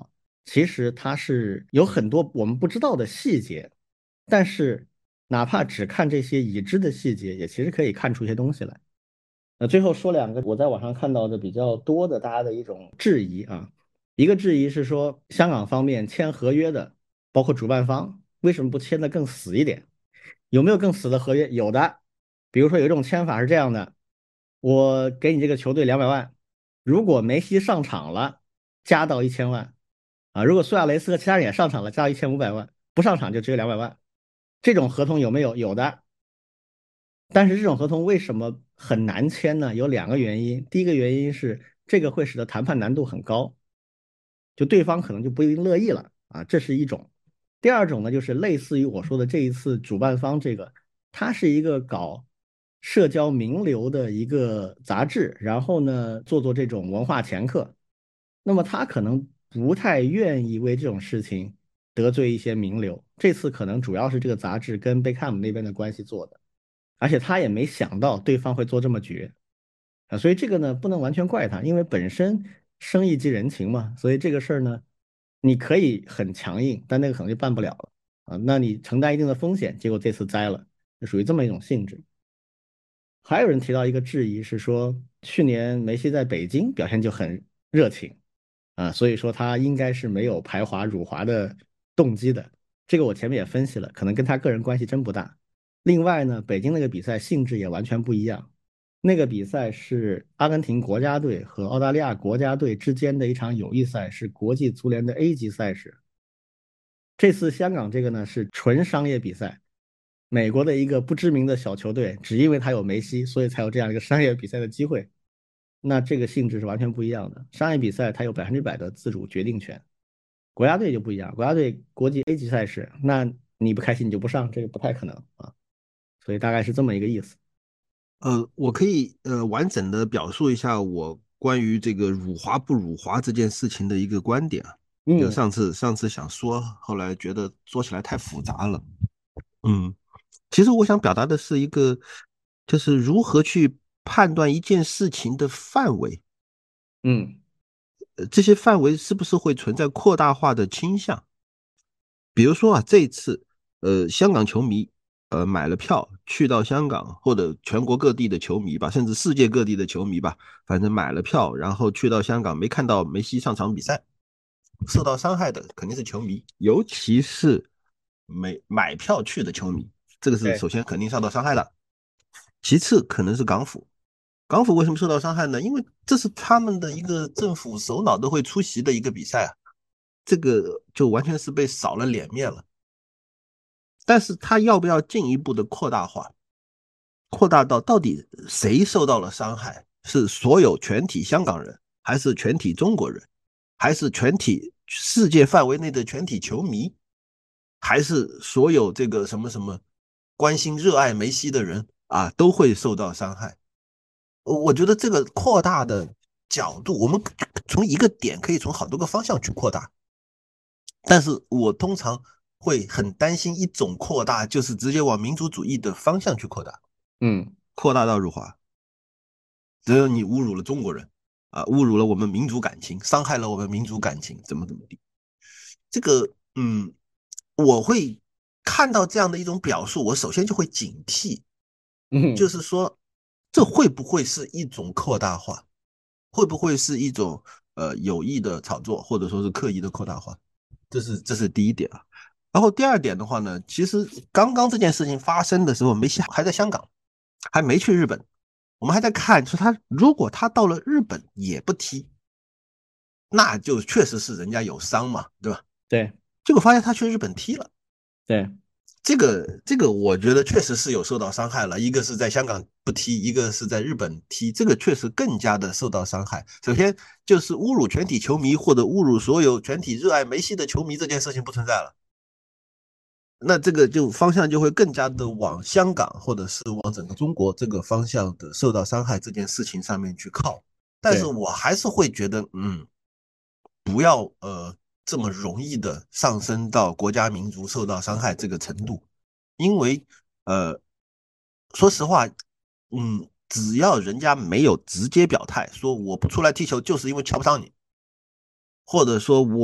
其实它是有很多我们不知道的细节，但是哪怕只看这些已知的细节，也其实可以看出一些东西来。最后说两个我在网上看到的比较多的大家的一种质疑啊，一个质疑是说香港方面签合约的，包括主办方为什么不签得更死一点？有没有更死的合约？有的，比如说有一种签法是这样的，我给你这个球队200万，如果梅西上场了，加到1000万啊，如果苏亚雷斯和其他人也上场了，加到1500万，不上场就只有200万。这种合同有没有？有的。但是这种合同为什么很难签呢？有两个原因。第一个原因是这个会使得谈判难度很高，就对方可能就不一定乐意了啊，这是一种。第二种呢，就是类似于我说的这一次主办方这个，它是一个搞社交名流的一个杂志，然后呢做这种文化掮客，那么他可能不太愿意为这种事情得罪一些名流。这次可能主要是这个杂志跟贝克汉姆那边的关系做的。而且他也没想到对方会做这么绝啊，所以这个呢不能完全怪他，因为本身生意即人情嘛，所以这个事儿呢，你可以很强硬，但那个可能就办不了了啊，那你承担一定的风险，结果这次栽了，就属于这么一种性质。还有人提到一个质疑是说，去年梅西在北京表现就很热情啊，所以说他应该是没有排华辱华的动机的。这个我前面也分析了，可能跟他个人关系真不大。另外呢，北京那个比赛性质也完全不一样。那个比赛是阿根廷国家队和澳大利亚国家队之间的一场友谊赛，是国际足联的 A 级赛事。这次香港这个呢是纯商业比赛，美国的一个不知名的小球队，只因为他有梅西，所以才有这样一个商业比赛的机会。那这个性质是完全不一样的。商业比赛它有100%的自主决定权，国家队就不一样，国家队国际 A 级赛事，那你不开心你就不上，这个不太可能啊。所以大概是这么一个意思。 我可以完整的表述一下我关于这个辱华不辱华这件事情的一个观点啊。就嗯上次想说，后来觉得说起来太复杂了。嗯，其实我想表达的是一个，就是如何去判断一件事情的范围， 嗯这些范围是不是会存在扩大化的倾向？比如说啊，这一次，香港球迷买了票去到香港，或者全国各地的球迷吧，甚至世界各地的球迷吧，反正买了票，然后去到香港，没看到梅西上场比赛，受到伤害的肯定是球迷，尤其是买票去的球迷，这个是对首先肯定受到伤害的。其次可能是港府，港府为什么受到伤害呢？因为这是他们的一个政府首脑都会出席的一个比赛啊，这个就完全是被扫了脸面了。但是他要不要进一步的扩大化，扩大到底谁受到了伤害？是所有全体香港人，还是全体中国人，还是全体世界范围内的全体球迷，还是所有这个什么什么关心热爱梅西的人啊，都会受到伤害？我觉得这个扩大的角度，我们从一个点可以从好多个方向去扩大，但是我通常会很担心一种扩大，就是直接往民族主义的方向去扩大， 嗯扩大到辱华，只有你侮辱了中国人啊，侮辱了我们民族感情，伤害了我们民族感情，怎么地？这个我会看到这样的一种表述，我首先就会警惕，就嗯是说这会不会是一种扩大化？会不会是一种有意的炒作，或者说是刻意的扩大化？这是第一点啊。然后第二点的话呢，其实刚刚这件事情发生的时候，梅西还在香港，还没去日本，我们还在看，说如果他到了日本也不踢，那就确实是人家有伤嘛，对吧？ 对结果发现他去日本踢了。 对这个我觉得确实是有受到伤害了，一个是在香港不踢，一个是在日本踢，这个确实更加的受到伤害。首先就是侮辱全体球迷或者侮辱所有全体热爱梅西的球迷这件事情不存在了，那这个就方向就会更加的往香港或者是往整个中国这个方向的受到伤害这件事情上面去靠。但是对我还是会觉得，不要这么容易的上升到国家民族受到伤害这个程度，因为说实话，只要人家没有直接表态说我不出来踢球就是因为瞧不上你，或者说我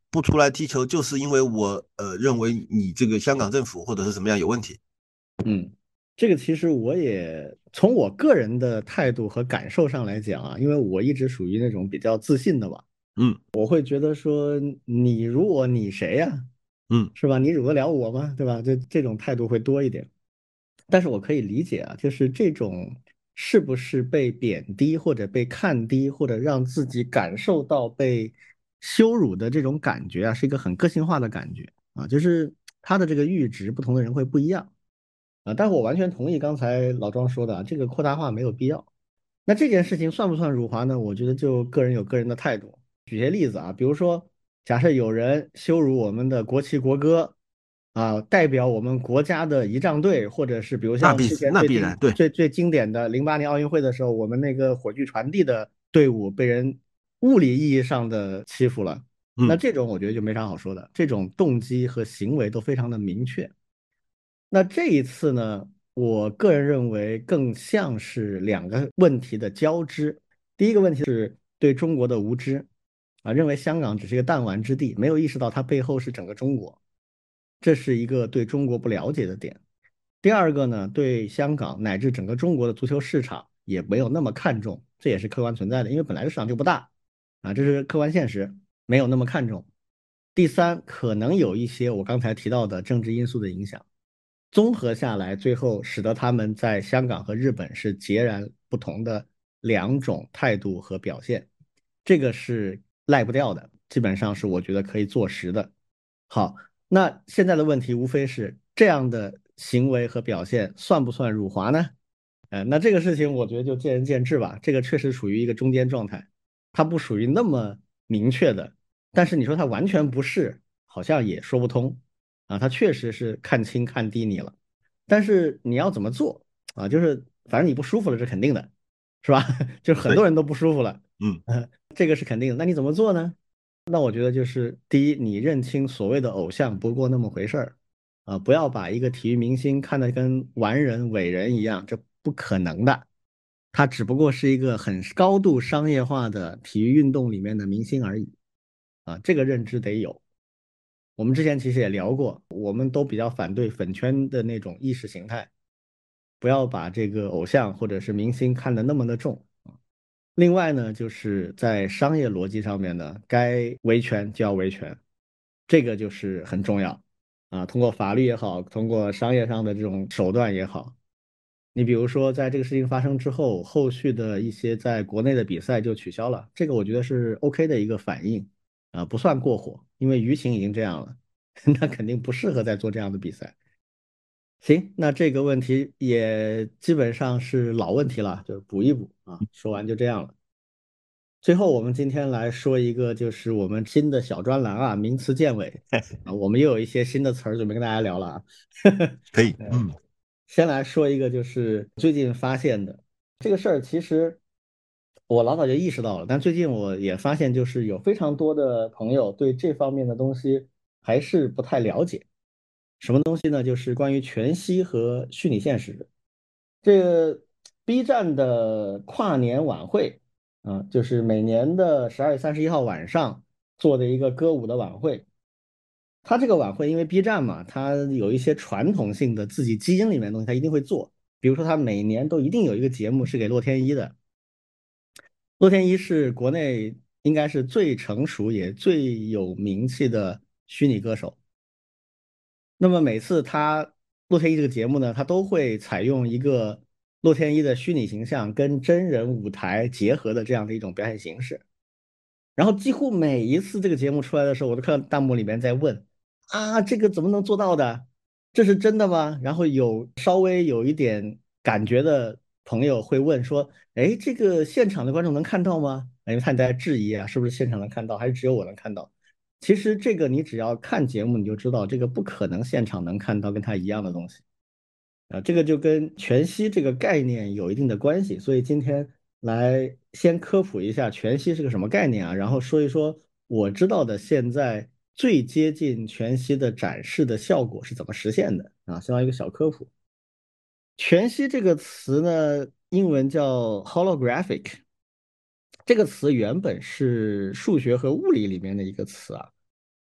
不出来踢球，就是因为我认为你这个香港政府或者是什么样有问题。 嗯，这个其实我也从我个人的态度和感受上来讲啊，因为我一直属于那种比较自信的吧， 嗯我会觉得说你辱我你谁呀， 嗯， 是吧？你辱得了我吗？对吧？这种态度会多一点。但是我可以理解啊，就是这种是不是被贬低或者被看低，或者让自己感受到被羞辱的这种感觉啊，是一个很个性化的感觉啊，就是他的这个阈值，不同的人会不一样啊。但是我完全同意刚才老庄说的啊，这个扩大化没有必要。那这件事情算不算辱华呢？我觉得就个人有个人的态度。举些例子啊，比如说，假设有人羞辱我们的国旗国歌，啊，代表我们国家的仪仗队，或者是比如像之前最近那必然，对。 最经典的08年奥运会的时候，我们那个火炬传递的队伍被人物理意义上的欺负了，那嗯这种我觉得就没啥好说的，这种动机和行为都非常的明确。那这一次呢，我个人认为更像是两个问题的交织。第一个问题是对中国的无知，啊，认为香港只是一个弹丸之地，没有意识到它背后是整个中国，这是一个对中国不了解的点。第二个呢，对香港乃至整个中国的足球市场也没有那么看重，这也是客观存在的，因为本来的市场就不大，啊，这是客观现实，没有那么看重。第三，可能有一些我刚才提到的政治因素的影响。综合下来，最后使得他们在香港和日本是截然不同的两种态度和表现，这个是赖不掉的，基本上是我觉得可以坐实的。好，那现在的问题无非是这样的行为和表现算不算辱华呢？那这个事情我觉得就见仁见智吧。这个确实属于一个中间状态，它不属于那么明确的，但是你说它完全不是，好像也说不通。啊，他确实是看轻看低你了，但是你要怎么做啊？就是反正你不舒服了，是肯定的，是吧？就是很多对。 人都不舒服了， 嗯这个是肯定的。那你怎么做呢？那我觉得就是第一，你认清所谓的偶像不过那么回事儿，啊，不要把一个体育明星看得跟完人伟人一样，这不可能的。他只不过是一个很高度商业化的体育运动里面的明星而已，啊，这个认知得有。我们之前其实也聊过，我们都比较反对粉圈的那种意识形态，不要把这个偶像或者是明星看得那么的重。另外呢，就是在商业逻辑上面呢，该维权就要维权，这个就是很重要啊。通过法律也好，通过商业上的这种手段也好，你比如说在这个事情发生之后，后续的一些在国内的比赛就取消了，这个我觉得是 OK 的一个反应啊，不算过火，因为舆情已经这样了，那肯定不适合再做这样的比赛。行，那这个问题也基本上是老问题了，就补一补啊。说完就这样了。最后，我们今天来说一个，就是我们新的小专栏啊，名词鉴伪啊，我们又有一些新的词儿准备跟大家聊了啊。 可以。 先来说一个，就是最近发现的这个事儿，其实我老早就意识到了，但最近我也发现，就是有非常多的朋友对这方面的东西还是不太了解。什么东西呢？就是关于全息和虚拟现实。这个 B 站的跨年晚会，啊，就是每年的12月31号晚上做的一个歌舞的晚会。它这个晚会因为 B 站嘛，它有一些传统性的自己基因里面的东西，它一定会做。比如说，它每年都一定有一个节目是给洛天依的。洛天依是国内应该是最成熟也最有名气的虚拟歌手。那么每次洛天依这个节目呢，它都会采用一个洛天依的虚拟形象跟真人舞台结合的这样的一种表演形式。然后几乎每一次这个节目出来的时候，我都看到弹幕里面在问啊，这个怎么能做到的？这是真的吗？然后有稍微有一点感觉的朋友会问说，哎，这个现场的观众能看到吗？因为他在质疑啊，是不是现场能看到，还是只有我能看到？其实这个你只要看节目，你就知道这个不可能现场能看到跟他一样的东西。啊，这个就跟全息这个概念有一定的关系，所以今天来先科普一下全息是个什么概念啊，然后说一说我知道的现在最接近全息的展示的效果是怎么实现的啊，相当于一个小科普。全息这个词呢，英文叫 holographic，这个词原本是数学和物理里面的一个词啊，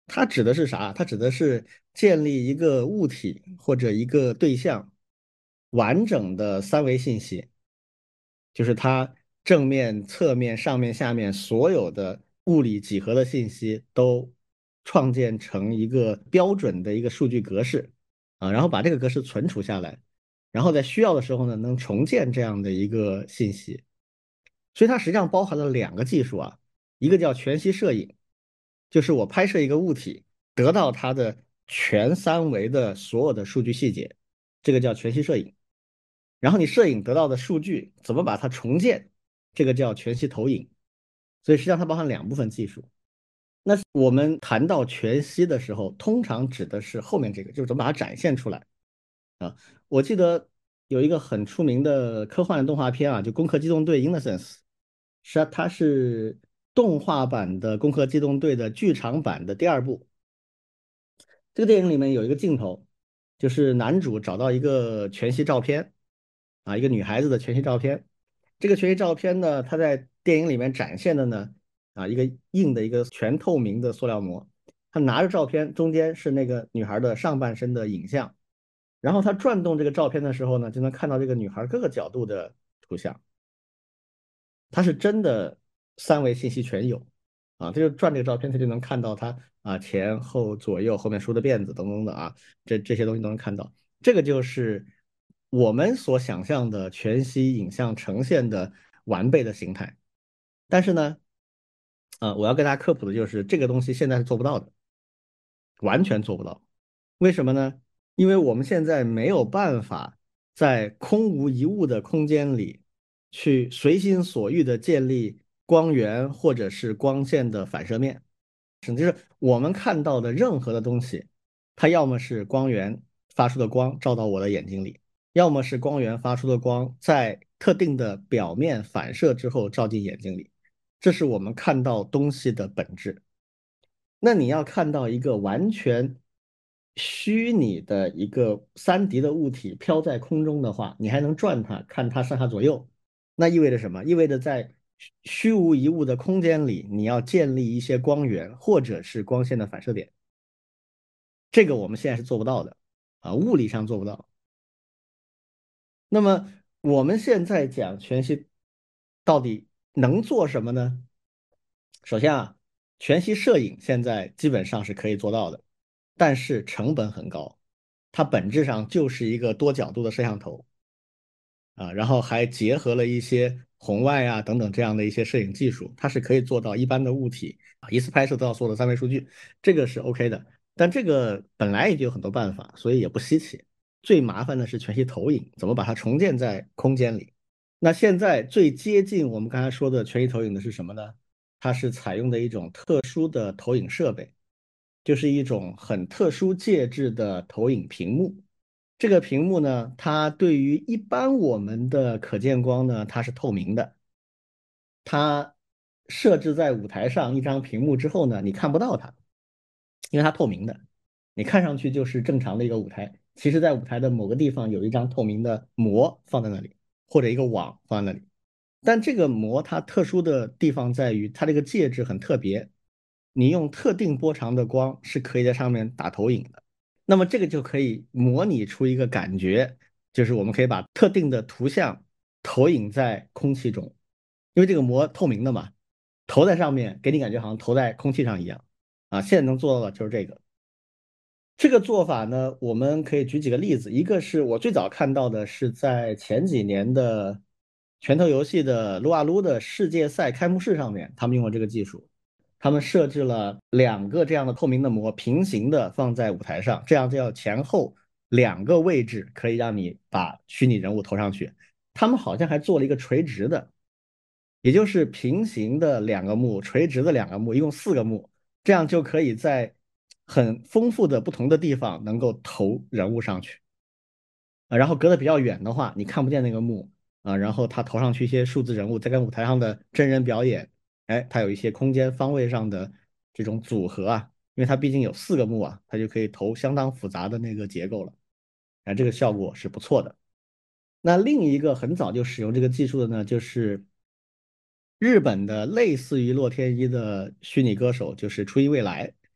它指的是啥？它指的是建立一个物体或者一个对象完整的三维信息，就是它正面、侧面、上面、下面所有的物理几何的信息都创建成一个标准的一个数据格式啊，然后把这个格式存储下来，然后在需要的时候呢，能重建这样的一个信息。所以它实际上包含了两个技术啊，一个叫全息摄影，就是我拍摄一个物体，得到它的全三维的所有的数据细节，这个叫全息摄影。然后你摄影得到的数据怎么把它重建，这个叫全息投影。所以实际上它包含两部分技术。那我们谈到全息的时候，通常指的是后面这个，就是怎么把它展现出来啊。我记得有一个很出名的科幻动画片啊，就《攻壳机动队 Innocence》，它是动画版的《攻壳机动队》的剧场版的第二部。这个电影里面有一个镜头，就是男主找到一个全息照片啊，一个女孩子的全息照片。这个全息照片呢，它在电影里面展现的呢，啊，一个硬的一个全透明的塑料膜，他拿着照片，中间是那个女孩的上半身的影像，然后他转动这个照片的时候呢，就能看到这个女孩各个角度的图像。它是真的三维信息全有啊，他就转这个照片，他就能看到它啊前后左右后面梳的辫子等等的啊，这些东西都能看到。这个就是我们所想象的全息影像呈现的完备的形态。但是呢，我要跟大家科普的就是这个东西现在是做不到的，完全做不到。为什么呢？因为我们现在没有办法在空无一物的空间里去随心所欲的建立光源或者是光线的反射面，就是我们看到的任何的东西，它要么是光源发出的光照到我的眼睛里，要么是光源发出的光在特定的表面反射之后照进眼睛里，这是我们看到东西的本质。那你要看到一个完全虚拟的一个3D 的物体飘在空中的话，你还能转它，看它上下左右，那意味着什么？意味着在虚无一物的空间里，你要建立一些光源或者是光线的反射点，这个我们现在是做不到的啊，物理上做不到。那么我们现在讲全息到底能做什么呢？首先啊，全息摄影现在基本上是可以做到的，但是成本很高，它本质上就是一个多角度的摄像头啊，然后还结合了一些红外啊等等这样的一些摄影技术，它是可以做到一般的物体啊一次拍摄都要所有的三维数据，这个是 OK 的。但这个本来也就有很多办法，所以也不稀奇。最麻烦的是全息投影，怎么把它重建在空间里？那现在最接近我们刚才说的全息投影的是什么呢？它是采用的一种特殊的投影设备，就是一种很特殊介质的投影屏幕。这个屏幕呢，它对于一般我们的可见光呢，它是透明的。它设置在舞台上一张屏幕之后呢，你看不到它，因为它透明的，你看上去就是正常的一个舞台。其实，在舞台的某个地方有一张透明的膜放在那里，或者一个网放在那里。但这个膜它特殊的地方在于，它这个介质很特别，你用特定波长的光是可以在上面打投影的。那么这个就可以模拟出一个感觉，就是我们可以把特定的图像投影在空气中，因为这个膜透明的嘛，投在上面给你感觉好像投在空气上一样啊。现在能做到的就是这个。这个做法呢，我们可以举几个例子。一个是我最早看到的是在前几年的拳头游戏的撸啊撸的世界赛开幕式上面，他们用了这个技术，他们设置了2个这样的透明的膜平行的放在舞台上，这样就要前后2个位置可以让你把虚拟人物投上去。他们好像还做了一个垂直的，也就是平行的2个幕，垂直的2个幕，一共4个幕，这样就可以在很丰富的不同的地方能够投人物上去啊。然后隔得比较远的话，你看不见那个幕啊，然后他投上去一些数字人物，再跟舞台上的真人表演，哎，它有一些空间方位上的这种组合啊，因为它毕竟有4个幕啊，它就可以投相当复杂的那个结构了，啊，这个效果是不错的。那另一个很早就使用这个技术的呢，就是日本的类似于洛天依的虚拟歌手，就是初音未来。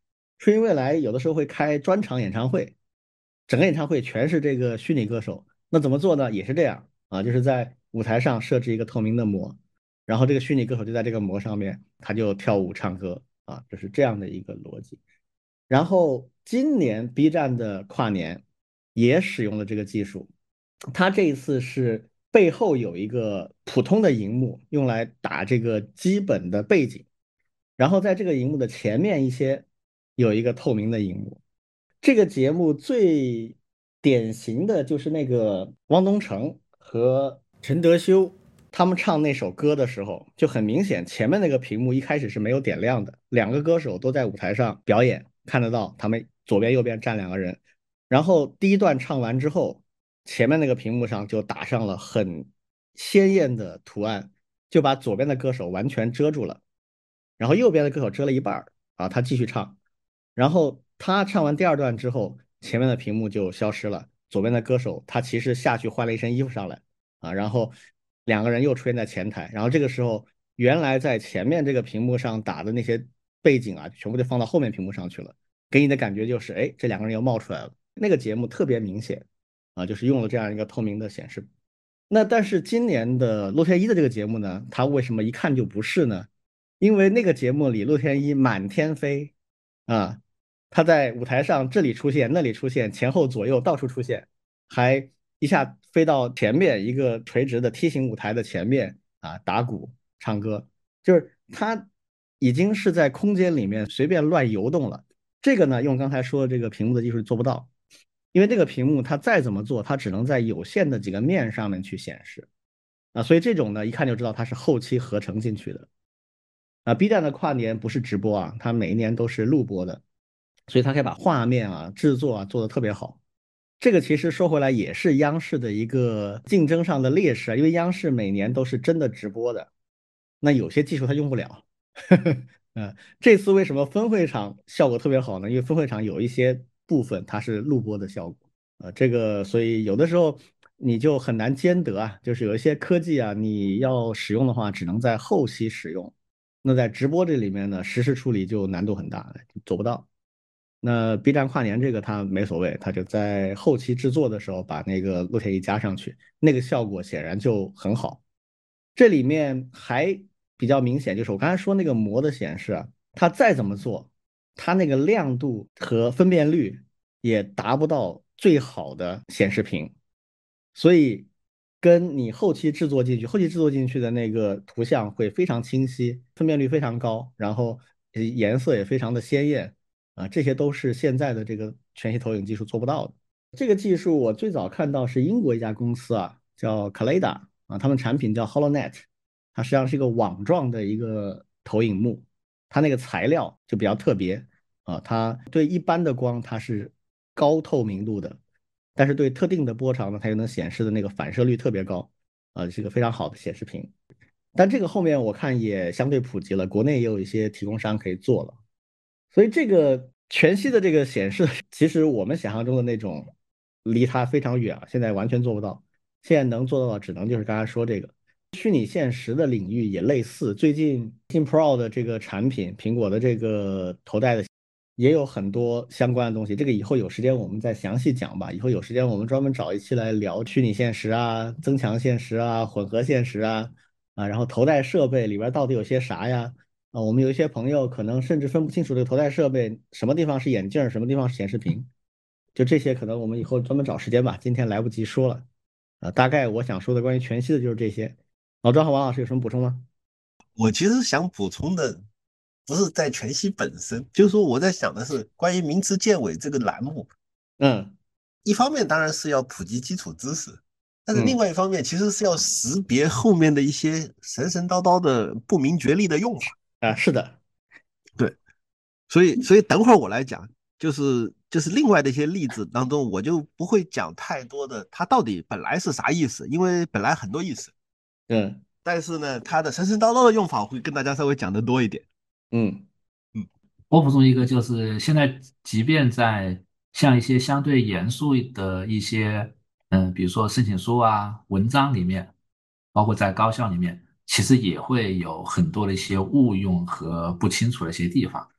初音未来有的时候会开专场演唱会，整个演唱会全是这个虚拟歌手。那怎么做呢？也是这样啊，就是在舞台上设置一个透明的膜，然后这个虚拟歌手就在这个膜上面，他就跳舞唱歌啊，就是这样的一个逻辑。然后今年 B 站的跨年也使用了这个技术，它这一次是背后有一个普通的荧幕，用来打这个基本的背景，然后在这个荧幕的前面一些有一个透明的荧幕。这个节目最典型的就是那个汪东城和陈德修他们唱那首歌的时候，就很明显，前面那个屏幕一开始是没有点亮的，两个歌手都在舞台上表演，看得到他们左边右边站两个人。然后第一段唱完之后，前面那个屏幕上就打上了很鲜艳的图案，就把左边的歌手完全遮住了，然后右边的歌手遮了一半啊，他继续唱。然后他唱完第二段之后，前面的屏幕就消失了。左边的歌手他其实下去换了一身衣服上来啊，然后两个人又出现在前台。然后这个时候，原来在前面这个屏幕上打的那些背景啊，全部就放到后面屏幕上去了，给你的感觉就是，哎，这两个人又冒出来了。那个节目特别明显啊，就是用了这样一个透明的显示。那但是今年的洛天依的这个节目呢，它为什么一看就不是呢？因为那个节目里洛天依满天飞啊，他在舞台上这里出现，那里出现，前后左右到处出现，还一下飞到前面一个垂直的梯形舞台的前面啊，打鼓唱歌，就是他已经是在空间里面随便乱游动了。这个呢，用刚才说的这个屏幕的技术做不到，因为这个屏幕它再怎么做，它只能在有限的几个面上面去显示啊，所以这种呢，一看就知道它是后期合成进去的。啊，B 站的跨年不是直播啊，它每一年都是录播的，所以它可以把画面啊、制作啊做得特别好。这个其实说回来也是央视的一个竞争上的劣势啊，因为央视每年都是真的直播的，那有些技术它用不了。这次为什么分会场效果特别好呢？因为分会场有一些部分它是录播的效果，这个所以有的时候你就很难兼得啊，就是有一些科技啊，你要使用的话，只能在后期使用。那在直播这里面呢，实时处理就难度很大，做不到。那 B 站跨年这个它没所谓，它就在后期制作的时候把那个洛天依加上去，那个效果显然就很好。这里面还比较明显，就是我刚才说那个膜的显示啊，它再怎么做，它那个亮度和分辨率也达不到最好的显示屏，所以跟你后期制作进去，后期制作进去的那个图像会非常清晰，分辨率非常高，然后颜色也非常的鲜艳啊，这些都是现在的这个全息投影技术做不到的。这个技术我最早看到是英国一家公司啊，叫 Kaleda 啊，他们产品叫 HoloNet，它实际上是一个网状的一个投影幕，它那个材料就比较特别啊，它对一般的光它是高透明度的，但是对特定的波长呢，它又能显示的那个反射率特别高啊，是一个非常好的显示屏。但这个后面我看也相对普及了，国内也有一些提供商可以做了，所以这个全息的这个显示，其实我们想象中的那种离它非常远啊，现在完全做不到。现在能做到的只能就是刚才说这个虚拟现实的领域也类似。最近 Tim Pro 的这个产品，苹果的这个头戴的也有很多相关的东西。这个以后有时间我们再详细讲吧。以后有时间我们专门找一期来聊虚拟现实啊、增强现实啊、混合现实啊，然后头戴设备里边到底有些啥呀？啊，我们有一些朋友可能甚至分不清楚这个头戴设备什么地方是眼镜什么地方是显示屏，就这些可能我们以后专门找时间吧，今天来不及说了。大概我想说的关于全息的就是这些。老庄和王老师有什么补充吗？ 我其实想补充的不是在全息本身，就是说我在想的是关于名词见尾这个栏目， 嗯一方面当然是要普及基础知识，但是另嗯外一方面其实是要识别后面的一些神神叨叨的不明觉厉的用法。 是的， 对，所以等会儿我来讲，就是另外的一些例子当中，我就不会讲太多的它到底本来是啥意思，因为本来很多意思， 嗯但是呢，它的神神叨叨的用法我会跟大家稍微讲的多一点。 嗯嗯， 我补充一个，就是现在即便在像一些相对严肃的一些，比如说申请书啊、文章里面，包括在高校里面，其实也会有很多的一些误用和不清楚的一些地方。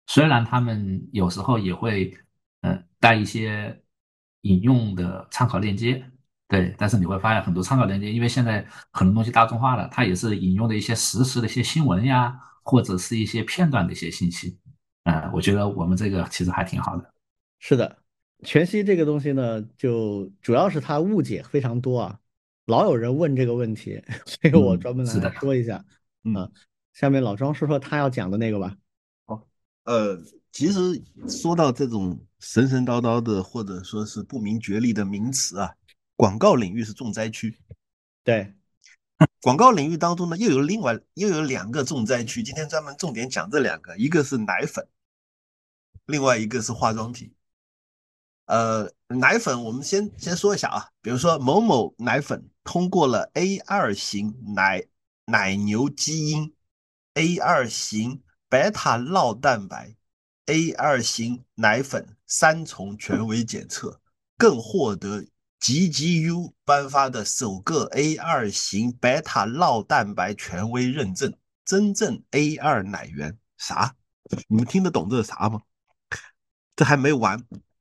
虽然他们有时候也会带一些引用的参考链接，对，但是你会发现很多参考链接，因为现在很多东西大众化了，它也是引用的一些实时的一些新闻呀，或者是一些片段的一些信息。我觉得我们这个其实还挺好的。 是的，全息这个东西呢，就主要是它误解非常多啊，老有人问这个问题，所以我嗯， 专门来是的。 说一下。 嗯， 啊，下面老庄说说他要讲的那个吧。 好，其实说到这种神神叨叨的或者说是不明觉厉的名词啊，广告领域是重灾区。 对， 广告领域当中呢，又有两个重灾区，今天专门重点讲这两个，一个是奶粉，另外一个是化妆品。奶粉我们先说一下啊，比如说某某奶粉通过了 A2 型奶牛基因、A2 型贝塔酪蛋白、A2 型奶粉3重权威检测，更获得 GGU 颁发的首个 A2 型贝塔酪蛋白权威认证，真正 A2 奶源。啥？你们听得懂这是啥吗？这还没完，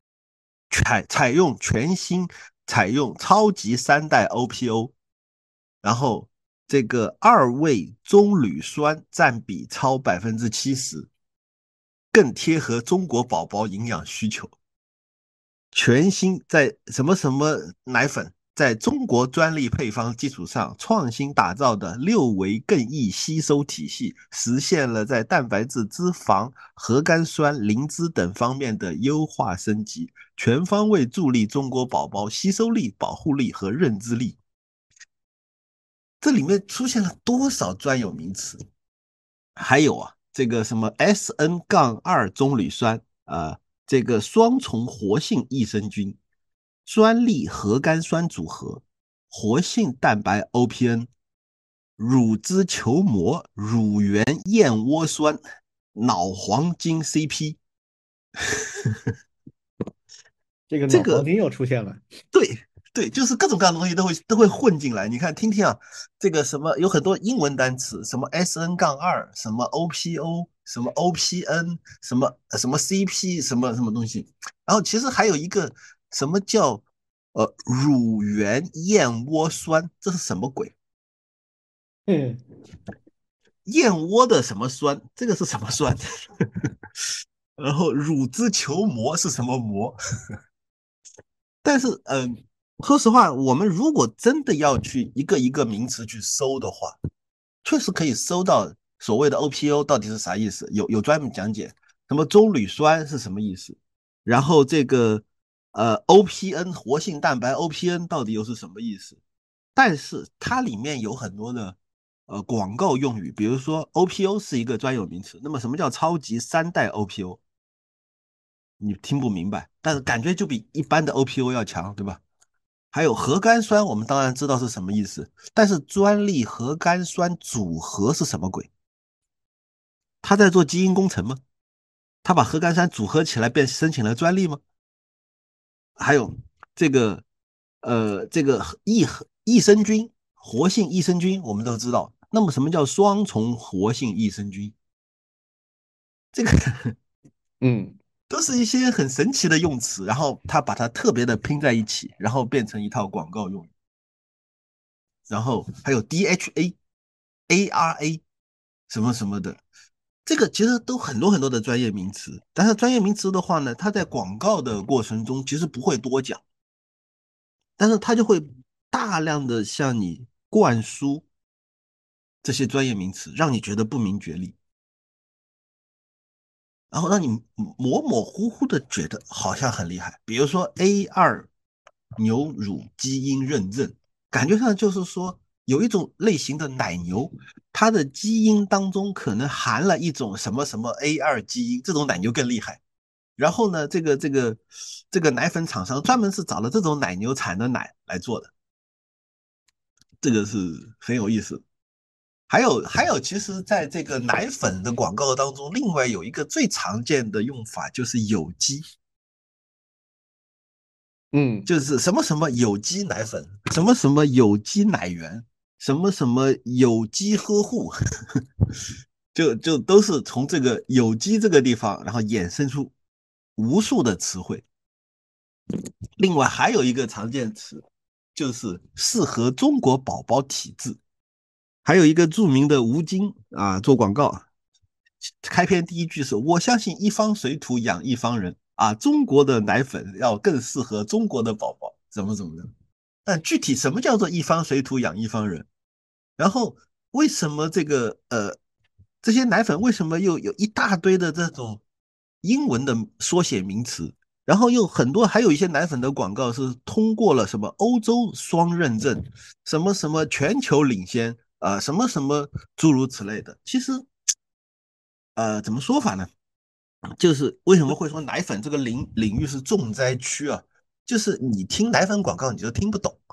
采用超级3代 OPO，然后这个二味棕榈酸占比超70%，更贴合中国宝宝营养需求。全新在什么什么奶粉，在中国专利配方基础上创新打造的6维更易吸收体系，实现了在蛋白质、脂肪、核苷酸、磷脂等方面的优化升级，全方位助力中国宝宝吸收力、保护力和认知力。这里面出现了多少专有名词？还有啊，这个什么 SN-2 棕榈酸这个双重活性益生菌、专利核苷酸组合、活性蛋白 OPN、乳汁球膜、乳源燕窝酸、脑黄金 CP。 这个这个脑黄金又出现了。 对对，就是各种各样的东西都会混进来。你看，听听啊，这个什么有很多英文单词，什么 SN-2，什么 OPO，什么 OPN，什么 CP，什么什么东西。然后其实还有一个什么叫乳源燕窝酸，这是什么鬼？ 嗯燕窝的什么酸？这个是什么酸？然后乳汁球膜是什么膜？但是，说实话，我们如果真的要去一个一个名词去搜的话，确实可以搜到所谓的 OPO 到底是啥意思，有专门讲解，什么棕榈酸是什么意思，然后这个OPN 活性蛋白 OPN 到底又是什么意思？但是它里面有很多的广告用语，比如说 OPO 是一个专有名词，那么什么叫超级3代 OPO？你听不明白，但是感觉就比一般的 OPO 要强，对吧？还有核苷酸，我们当然知道是什么意思，但是专利核苷酸组合是什么鬼？他在做基因工程吗？他把核苷酸组合起来便申请了专利吗？还有这个这个益生菌，活性益生菌我们都知道，那么什么叫双重活性益生菌？这个嗯都是一些很神奇的用词，然后他把它特别的拼在一起，然后变成一套广告用语。然后还有 DHA、ARA 什么什么的，这个其实都很多很多的专业名词。但是专业名词的话呢，它在广告的过程中其实不会多讲，但是它就会大量的向你灌输这些专业名词，让你觉得不明觉厉，然后让你模模糊糊的觉得好像很厉害。比如说 A2 牛乳基因认证，感觉上就是说有一种类型的奶牛，它的基因当中可能含了一种什么什么 A2 基因，这种奶牛更厉害。然后呢，这个奶粉厂商专门是找了这种奶牛产的奶来做的，这个是很有意思。还有，其实在这个奶粉的广告当中，另外有一个最常见的用法就是有机， 嗯， 就是什么什么有机奶粉，什么什么有机奶源，什么什么有机呵护， 就都是从这个有机这个地方，然后衍生出无数的词汇。另外还有一个常见词，就是适合中国宝宝体质。还有一个著名的吴京啊，做广告，开篇第一句是我相信一方水土养一方人啊，中国的奶粉要更适合中国的宝宝，怎么的。但具体什么叫做一方水土养一方人？然后为什么这些奶粉为什么又有一大堆的这种英文的缩写名词？然后又很多，还有一些奶粉的广告是通过了什么欧洲双认证，什么什么全球领先什么什么诸如此类的。其实怎么说法呢？就是为什么会说奶粉这个领域是重灾区啊？就是你听奶粉广告你就听不懂，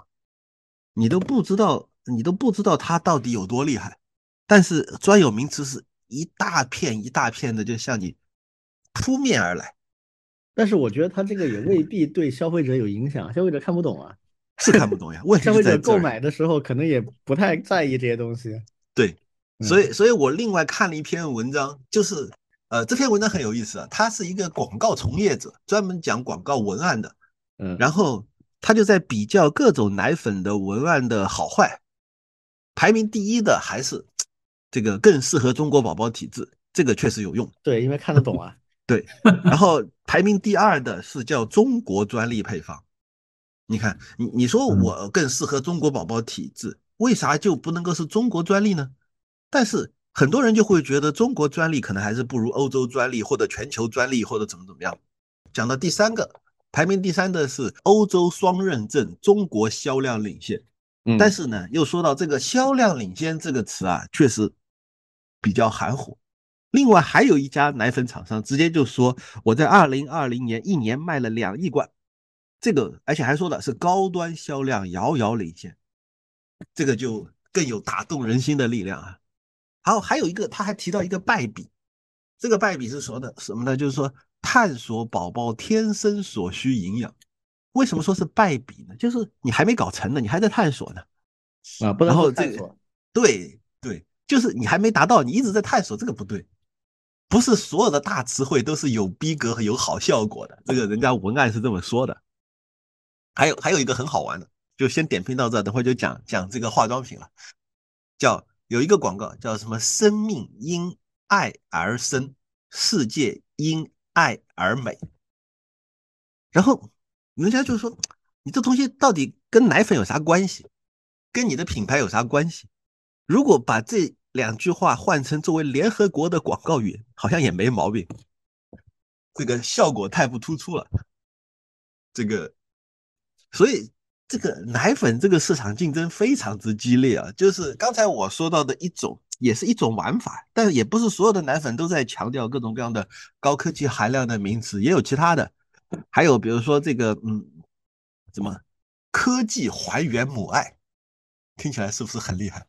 你都不知道它到底有多厉害。但是专有名词是一大片一大片的，就向你扑面而来。 但是我觉得它这个也未必对消费者有影响，消费者看不懂啊。 是看不懂呀，问题消费者购就在这儿。 买的时候可能也不太在意这些东西。 对，所嗯以所以我另外看了一篇文章，就是这篇文章很有意思啊，他是一个广告从业者，专门讲广告文案的， 嗯， 然后他就在比较各种奶粉的文案的好坏，排名第一的还是这个更适合中国宝宝体质，这个确实有用。 对，因为看得懂啊。 对，然后排名第二的是叫中国专利配方。你看，你说我更适合中国宝宝体质，为啥就不能够是中国专利呢？但是很多人就会觉得中国专利可能还是不如欧洲专利或者全球专利或者怎么样。讲到第三个，排名第三的是欧洲双认证，中国销量领先。但是呢，又说到这个销量领先这个词啊，确实比较含糊。另外还有一家奶粉厂商直接就说，我在2020年一年卖了2亿罐，这个而且还说的是高端销量遥遥领先，这个就更有打动人心的力量啊。好，还有一个他还提到一个败笔，这个败笔是说的什么呢？就是说探索宝宝天生所需营养。为什么说是败笔呢？就是你还没搞成呢，你还在探索呢。 啊，不能说然后这个探索。 对对，就是你还没达到，你一直在探索，这个不对。不是所有的大词汇都是有逼格和有好效果的，这个人家文案是这么说的。还有一个很好玩的，就先点评到这，等会就讲这个化妆品了。有一个广告叫什么"生命因爱而生，世界因爱而美"。然后人家就说，你这东西到底跟奶粉有啥关系？跟你的品牌有啥关系？如果把这2句话换成作为联合国的广告语，好像也没毛病。这个效果太不突出了。所以这个奶粉这个市场竞争非常之激烈啊，就是刚才我说到的一种，也是一种玩法，但是也不是所有的奶粉都在强调各种各样的高科技含量的名词，也有其他的。还有比如说这个怎么科技还原母爱，听起来是不是很厉害？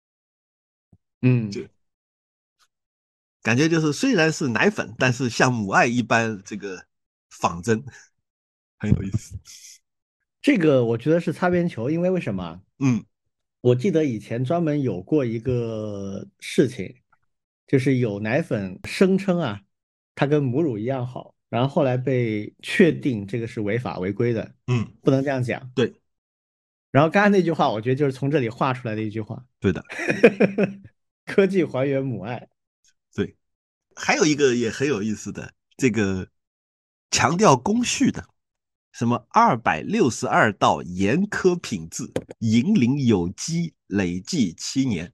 就感觉就是虽然是奶粉，但是像母爱一般这个仿真，很有意思。 这个我觉得是擦边球，因为为什么？ 嗯我记得以前专门有过一个事情，就是有奶粉声称啊，它跟母乳一样好，然后后来被确定这个是违法违规的， 嗯， 不能这样讲。 对然后刚才那句话，我觉得就是从这里画出来的一句话。 对的， 科技还原母爱。 对。还有一个也很有意思的，这个强调工序的，什么262道严苛品质，引领有机累计7年。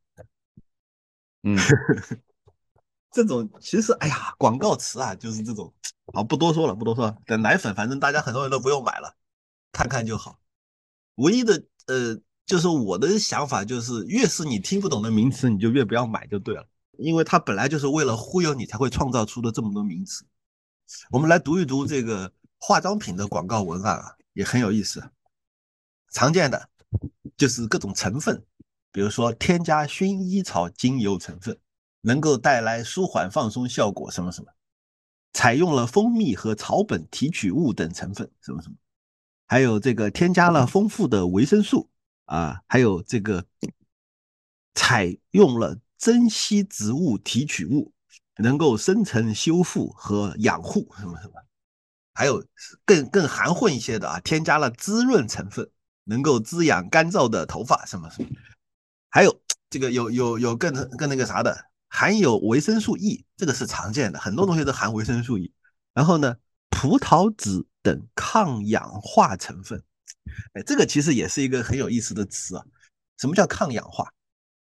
这种其实哎呀，广告词啊，就是这种。好，不多说了，不多说了。等奶粉，反正大家很多人都不用买了，看看就好。唯一的就是我的想法就是，越是你听不懂的名词，你就越不要买就对了，因为它本来就是为了忽悠你才会创造出的这么多名词。我们来读一读这个化妆品的广告文案啊，也很有意思。常见的就是各种成分，比如说添加薰衣草精油成分，能够带来舒缓放松效果，什么什么，采用了蜂蜜和草本提取物等成分，什么什么，还有这个添加了丰富的维生素啊，还有这个采用了珍稀植物提取物，能够生成、修复和养护什么什么。还有更含混一些的啊，添加了滋润成分，能够滋养干燥的头发什么什么。还有这个有更那个啥的，含有维生素 E， 这个是常见的，很多东西都含维生素 E。然后呢，葡萄籽等抗氧化成分，哎，这个其实也是一个很有意思的词啊。什么叫抗氧化？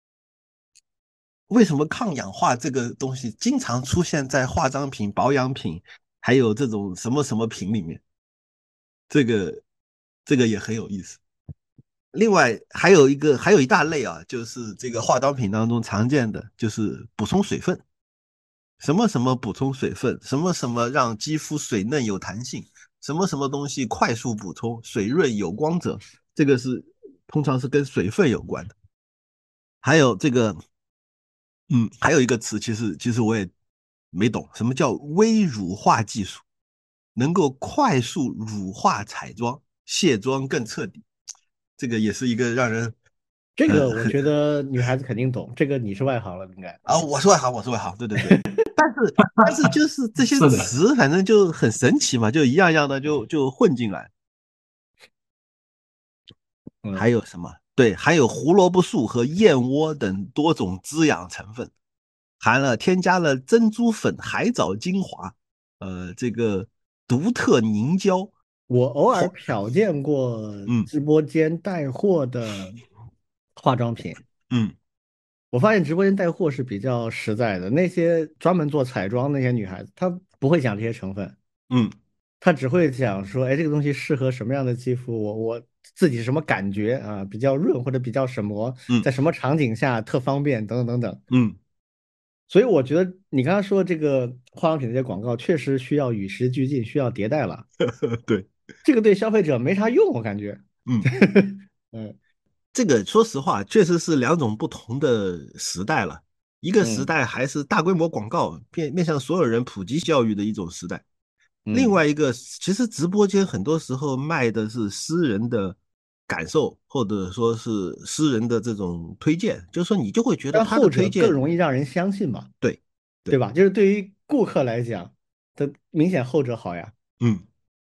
为什么抗氧化这个东西经常出现在化妆品、保养品，还有这种什么什么品里面？这个也很有意思。另外还有一大类啊，就是这个化妆品当中常见的，就是补充水分。什么什么补充水分，什么什么让肌肤水嫩有弹性，什么什么东西快速补充水润有光泽，这个是通常是跟水分有关的。还有这个，还有一个词，其实我也没懂，什么叫微乳化技术，能够快速乳化彩妆，卸妆更彻底。这个也是一个让人这个我觉得女孩子肯定懂，这个你是外行了，应该。 啊，我是外行，我是外行，对对对。但是就是这些是的， 词，反正就很神奇嘛，就一样样的就混进来。还嗯， 有什么？对，含有胡萝卜素和燕窝等多种滋养成分，添加了珍珠粉、海藻精华，这个独特凝胶。 我偶尔瞟见过嗯直播间带货的化妆品， 嗯我发现直播间带货是比较实在的，那些专门做彩妆那些女孩子，她不会讲这些成分， 嗯她只会讲说，哎，这个东西适合什么样的肌肤，我自己什么感觉啊，比较润或者比较什么， 嗯在什么场景下特方便等等等等。 嗯， 所以我觉得你刚刚说这个化妆品这些广告确实需要与时俱进，需要迭代了。 对， 这个对消费者没啥用，我感觉。 嗯。 嗯这个说实话，确实是两种不同的时代了。一个时嗯代还是大规模广告面向所有人普及教育的一种时代，另嗯， 外一个其实直播间很多时候卖的是私人的感受，或者说是私人的这种推荐，就是说你就会觉得他的但后者更推荐， 容易让人相信嘛， 对对， 对吧？就是对于顾客来讲，它明显后者好呀， 嗯，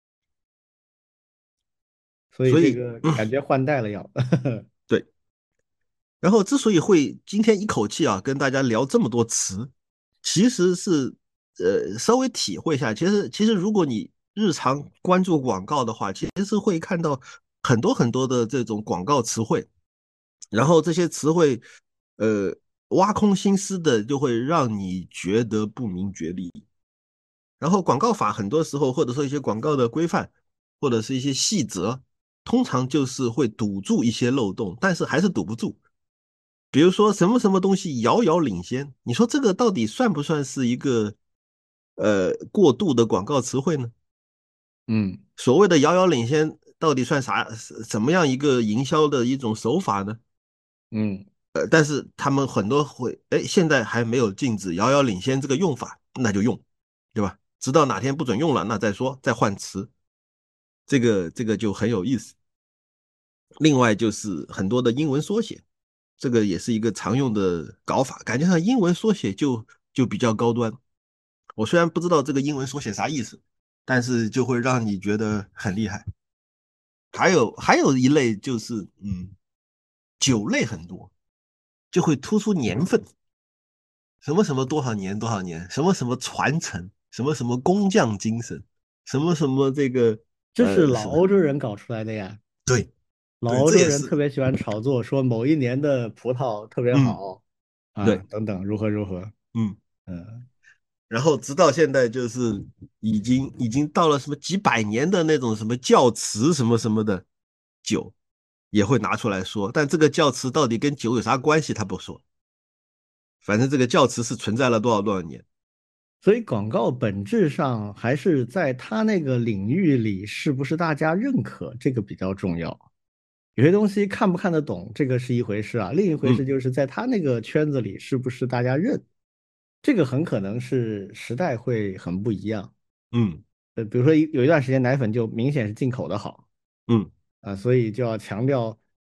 所以所以这个感觉换代了要。 对。然后之所以会今天一口气啊跟大家聊这么多词，其实是稍微体会一下，其实如果你日常关注广告的话，其实是会看到很多很多的这种广告词汇，然后这些词汇呃挖空心思的就会让你觉得不明觉厉。然后广告法很多时候或者说一些广告的规范或者是一些细则，通常就是会堵住一些漏洞，但是还是堵不住。比如说什么什么东西遥遥领先，你说这个到底算不算是一个过度的广告词汇呢？ 嗯所谓的遥遥领先到底算啥？怎么样一个营销的一种手法呢？ 嗯但是他们很多会，哎，现在还没有禁止遥遥领先这个用法，那就用，对吧？直到哪天不准用了，那再说，再换词，这个就很有意思。另外就是很多的英文缩写，这个也是一个常用的搞法，感觉上英文缩写就比较高端。我虽然不知道这个英文缩写啥意思，但是就会让你觉得很厉害。还有一类就是，酒类很多，就会突出年份，什么什么多少年多少年，什么什么传承，什么什么工匠精神，什么什么这个这是老什么， 欧洲人搞出来的呀。 对对， 老欧洲这也是， 人特别喜欢炒作，说某一年的葡萄特别嗯， 好啊， 对， 等等，如何如何。 嗯。 嗯， 然后直到现在就是已经到了什么几百年的那种什么窖瓷什么什么的酒，也会拿出来说，但这个窖瓷到底跟酒有啥关系，他不说。反正这个窖瓷是存在了多少多少年。 所以广告本质上还是在他那个领域里是不是大家认可，这个比较重要。有些东西看不看得懂，这个是一回事啊，另一回事嗯就是在他那个圈子里是不是大家认，这个很可能是时代会很不一样。 嗯比如说有一段时间奶粉就明显是进口的好嗯啊，所以就要强调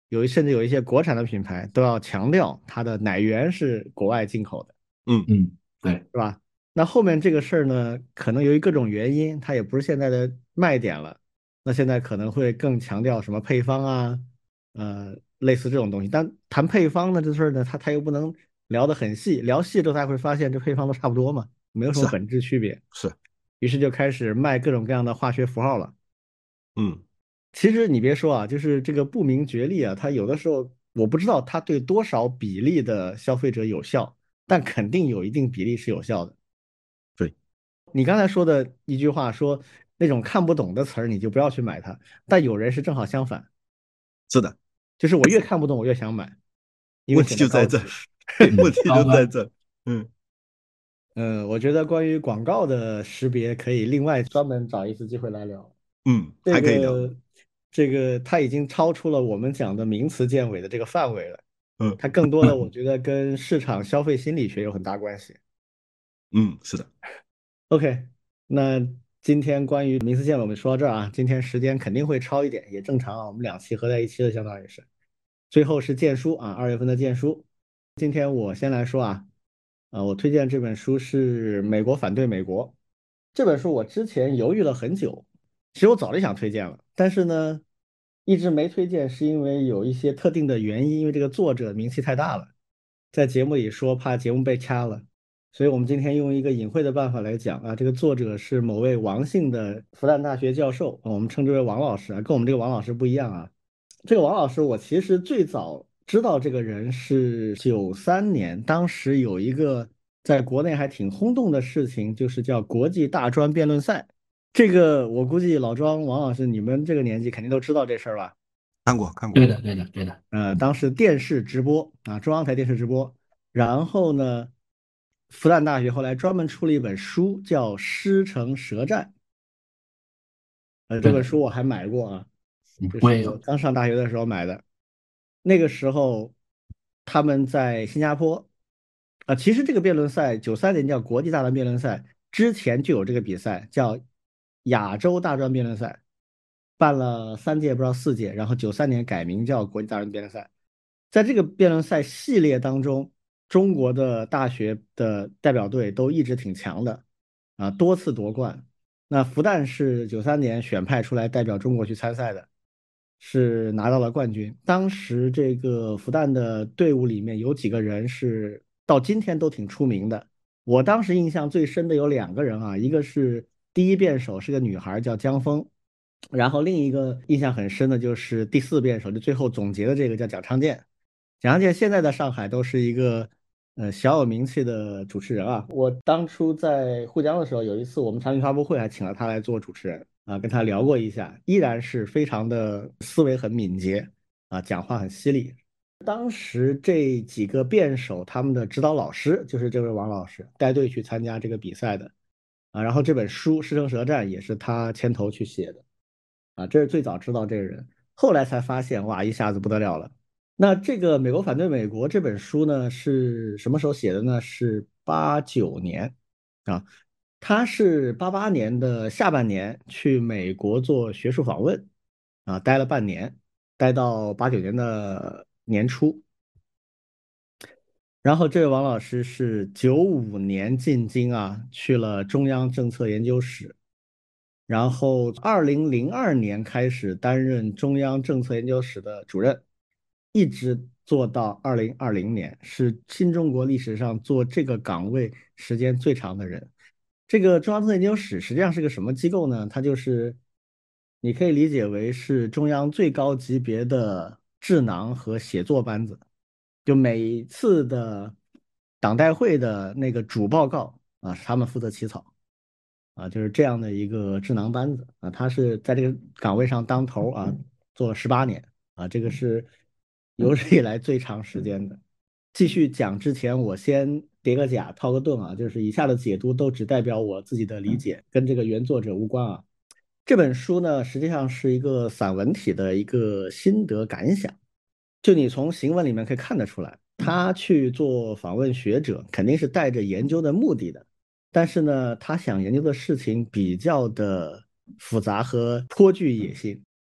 甚至有一些国产的品牌都要强调它的奶源是国外进口的， 对， 是吧？那后面这个事儿呢，可能由于各种原因，它也不是现在的卖点了。那现在可能会更强调什么配方啊，类似这种东西。但谈配方呢，这事儿呢，它又不能聊得很细，聊细之后，大家会发现这配方都差不多嘛，没有什么是啊本质区别。 是， 于是就开始卖各种各样的化学符号了。 嗯其实你别说啊，就是这个不明觉厉啊，它有的时候我不知道它对多少比例的消费者有效，但肯定有一定比例是有效的。 对， 你刚才说的一句话说，那种看不懂的词儿你就不要去买它，但有人是正好相反， 是的， 就是我越看不懂我越想买，因为问题显得就在这儿， 高级。 对，问题高端， 就在这儿，嗯我觉得关于广告的识别可以另外专门找一次机会来聊。这还可以聊， 个这个它已经超出了我们讲的名词见尾的这个范围了， 嗯它更多的我觉得跟市场消费心理学有很大关系。 是的， OK，那今天关于名词见尾我们说到这儿啊，今天时间肯定会超一点，也正常啊，我们2期合在一起的相当于是。最后是荐书啊，2月份的荐书。今天我先来说啊，我推荐这本书是《美国反对美国》这本书，我之前犹豫了很久，其实我早就想推荐了，但是呢，一直没推荐，是因为有一些特定的原因，因为这个作者名气太大了，在节目里说怕节目被掐了。所以我们今天用一个隐晦的办法来讲啊，这个作者是某位王姓的复旦大学教授，我们称之为王老师啊，跟我们这个王老师不一样啊。这个王老师，我其实最早知道这个人是93年，当时有一个在国内还挺轰动的事情，就是叫国际大专辩论赛。这个我估计老庄王老师，你们这个年纪肯定都知道这事儿吧？ 看过看过， 对的，对的，对的， 当时电视直播啊，中央台电视直播。然后呢，复旦大学后来专门出了一本书，叫《师承舌战》。这对的， 本书我还买过啊，就是我我也有， 刚上大学的时候买的。那个时候他们在新加坡其实这个辩论赛93年叫国际大专辩论赛，之前就有这个比赛叫亚洲大专辩论赛，办了3届不知道4届，然后93年改名叫国际大专辩论赛。在这个辩论赛系列当中，中国的大学的代表队都一直挺强的啊，多次夺冠。那复旦是93年选派出来代表中国去参赛的，是拿到了冠军。当时这个复旦的队伍里面有几个人是到今天都挺出名的。我当时印象最深的有2个人啊，一个是第一辩手是个女孩叫江峰，然后另一个印象很深的就是第4辩手，就最后总结的这个叫蒋昌建。蒋昌建现在在上海都是一个小有名气的主持人啊。我当初在沪江的时候，有一次我们产品发布会还请了他来做主持人啊，跟他聊过一下，依然是非常的思维很敏捷啊，讲话很犀利。当时这几个辩手他们的指导老师就是这位王老师带队去参加这个比赛的啊，然后这本书《师承舌战》也是他牵头去写的啊，这是最早知道这个人，后来才发现哇，一下子不得了了。那这个《美国反对美国》这本书呢，是什么时候写的呢？是89年啊，他是88年的下半年去美国做学术访问啊，待了半年，待到89年的年初。然后这位王老师是95年进京啊，去了中央政策研究室，然后2002年开始担任中央政策研究室的主任，一直做到2020年，是新中国历史上做这个岗位时间最长的人。这个中央政策研究室实际上是个什么机构呢？它就是你可以理解为是中央最高级别的智囊和写作班子，就每一次的党代会的那个主报告啊，是他们负责起草。啊，就是这样的一个智囊班子啊，他是在这个岗位上当头啊，做了18年啊，这个是有史以来最长时间的。继续讲之前，我先叠个甲，套个盾啊，就是以下的解读都只代表我自己的理解，跟这个原作者无关啊。这本书呢，实际上是一个散文体的一个心得感想，就你从行文里面可以看得出来，他去做访问学者，肯定是带着研究的目的的。但是呢，他想研究的事情比较的复杂和颇具野心。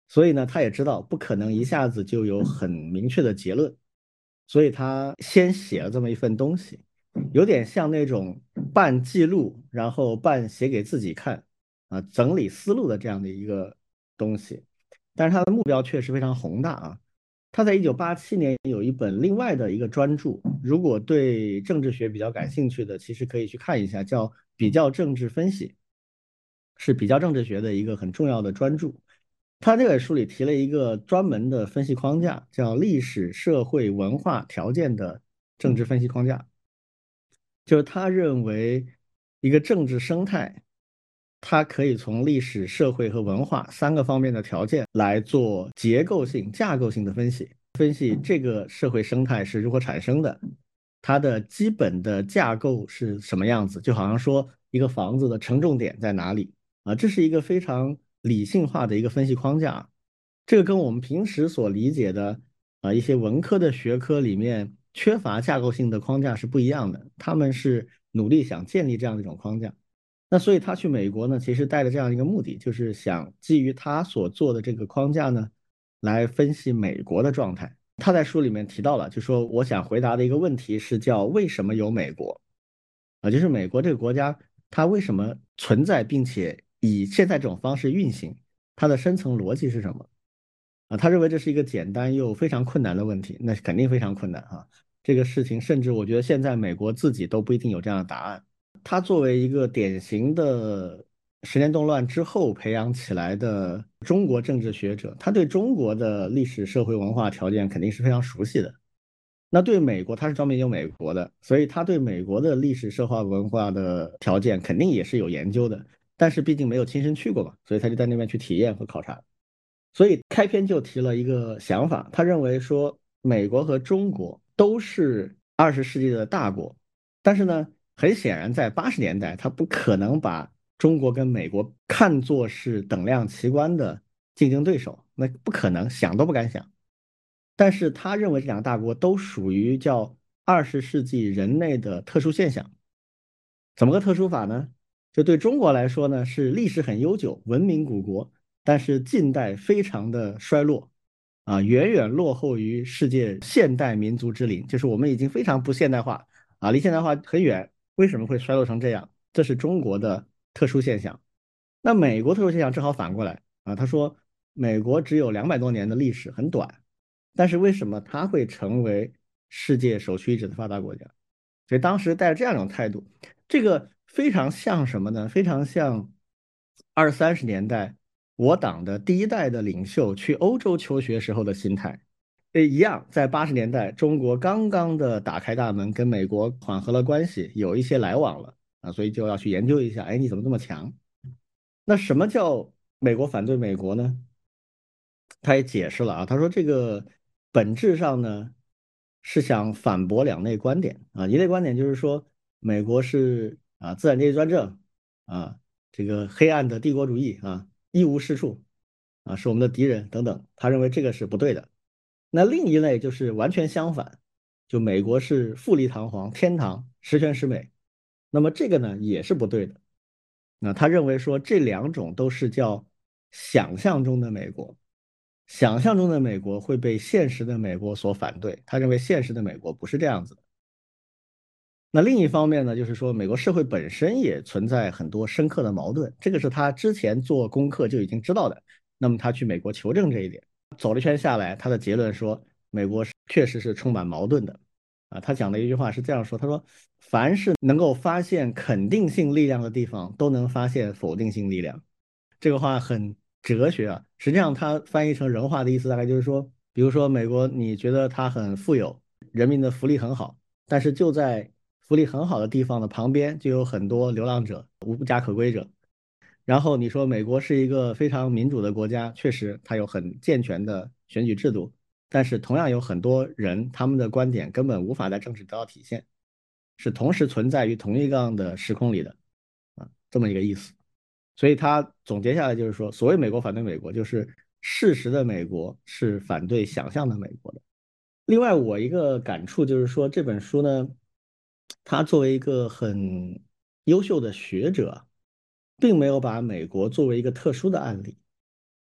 所以呢，他也知道不可能一下子就有很明确的结论，所以他先写了这么一份东西，有点像那种半记录，然后半写给自己看啊，整理思路的这样的一个东西。但是他的目标确实非常宏大啊。他在1987年有一本另外的一个专著，如果对政治学比较感兴趣的，其实可以去看一下，叫《比较政治分析》，是比较政治学的一个很重要的专著。他这本书里提了一个专门的分析框架，叫历史、社会、文化条件的政治分析框架。就是他认为一个政治生态，它可以从历史、社会和文化三个方面的条件来做结构性、架构性的分析，分析这个社会生态是如何产生的，它的基本的架构是什么样子，就好像说一个房子的承重点在哪里啊，这是一个非常理性化的一个分析框架。这个跟我们平时所理解的一些文科的学科里面缺乏架构性的框架是不一样的，他们是努力想建立这样的一种框架。那所以他去美国呢，其实带着这样一个目的，就是想基于他所做的这个框架呢，来分析美国的状态。他在书里面提到了，就说我想回答的一个问题是叫为什么有美国啊？就是美国这个国家它为什么存在，并且以现在这种方式运行，它的深层逻辑是什么？啊，他认为这是一个简单又非常困难的问题，那肯定非常困难啊。这个事情甚至我觉得现在美国自己都不一定有这样的答案。他作为一个典型的十年动乱之后培养起来的中国政治学者，他对中国的历史、社会、文化条件肯定是非常熟悉的。那对美国，他是专门研究美国的，所以他对美国的历史、社会、文化的条件肯定也是有研究的。但是毕竟没有亲身去过嘛，所以他就在那边去体验和考察。所以开篇就提了一个想法，他认为说美国和中国都是20世纪的大国，但是呢，很显然在80年代，他不可能把中国跟美国看作是等量齐观的竞争对手，那不可能，想都不敢想。但是他认为这两个大国都属于叫20世纪人类的特殊现象。怎么个特殊法呢？就对中国来说呢，是历史很悠久，文明古国，但是近代非常的衰落，啊，远远落后于世界现代民族之林，就是我们已经非常不现代化啊，离现代化很远。为什么会衰落成这样？这是中国的特殊现象。那美国特殊现象正好反过来啊，他说美国只有200多年的历史，很短，但是为什么它会成为世界首屈一指的发达国家？所以当时带着这样一种态度，这个非常像什么呢？非常像20、30年代我党的第一代的领袖去欧洲求学时候的心态。一样，在80年代，中国刚刚的打开大门，跟美国缓和了关系，有一些来往了啊，所以就要去研究一下，哎，你怎么这么强？那什么叫美国反对美国呢？他也解释了啊，他说这个本质上呢是想反驳两类观点啊，一类观点就是说美国是资产阶级专政啊，这个黑暗的帝国主义啊，一无是处啊，是我们的敌人等等，他认为这个是不对的。那另一类就是完全相反，就美国是富丽堂皇、天堂、十全十美，那么这个呢也是不对的。那他认为说这两种都是叫想象中的美国，想象中的美国会被现实的美国所反对。他认为现实的美国不是这样子的。那另一方面呢，就是说美国社会本身也存在很多深刻的矛盾，这个是他之前做功课就已经知道的。那么他去美国求证这一点，走了一圈下来，他的结论说，美国确实是充满矛盾的。啊，他讲的一句话是这样说，他说，凡是能够发现肯定性力量的地方，都能发现否定性力量。这个话很哲学啊，实际上它翻译成人话的意思大概就是说，比如说美国，你觉得它很富有，人民的福利很好，但是就在福利很好的地方的旁边，就有很多流浪者、无家可归者。然后你说美国是一个非常民主的国家，确实它有很健全的选举制度，但是同样有很多人，他们的观点根本无法在政治得到体现，是同时存在于同一个的时空里的啊，这么一个意思。所以他总结下来就是说，所谓美国反对美国，就是事实的美国是反对想象的美国的。另外，我一个感触就是说，这本书呢，他作为一个很优秀的学者，并没有把美国作为一个特殊的案例，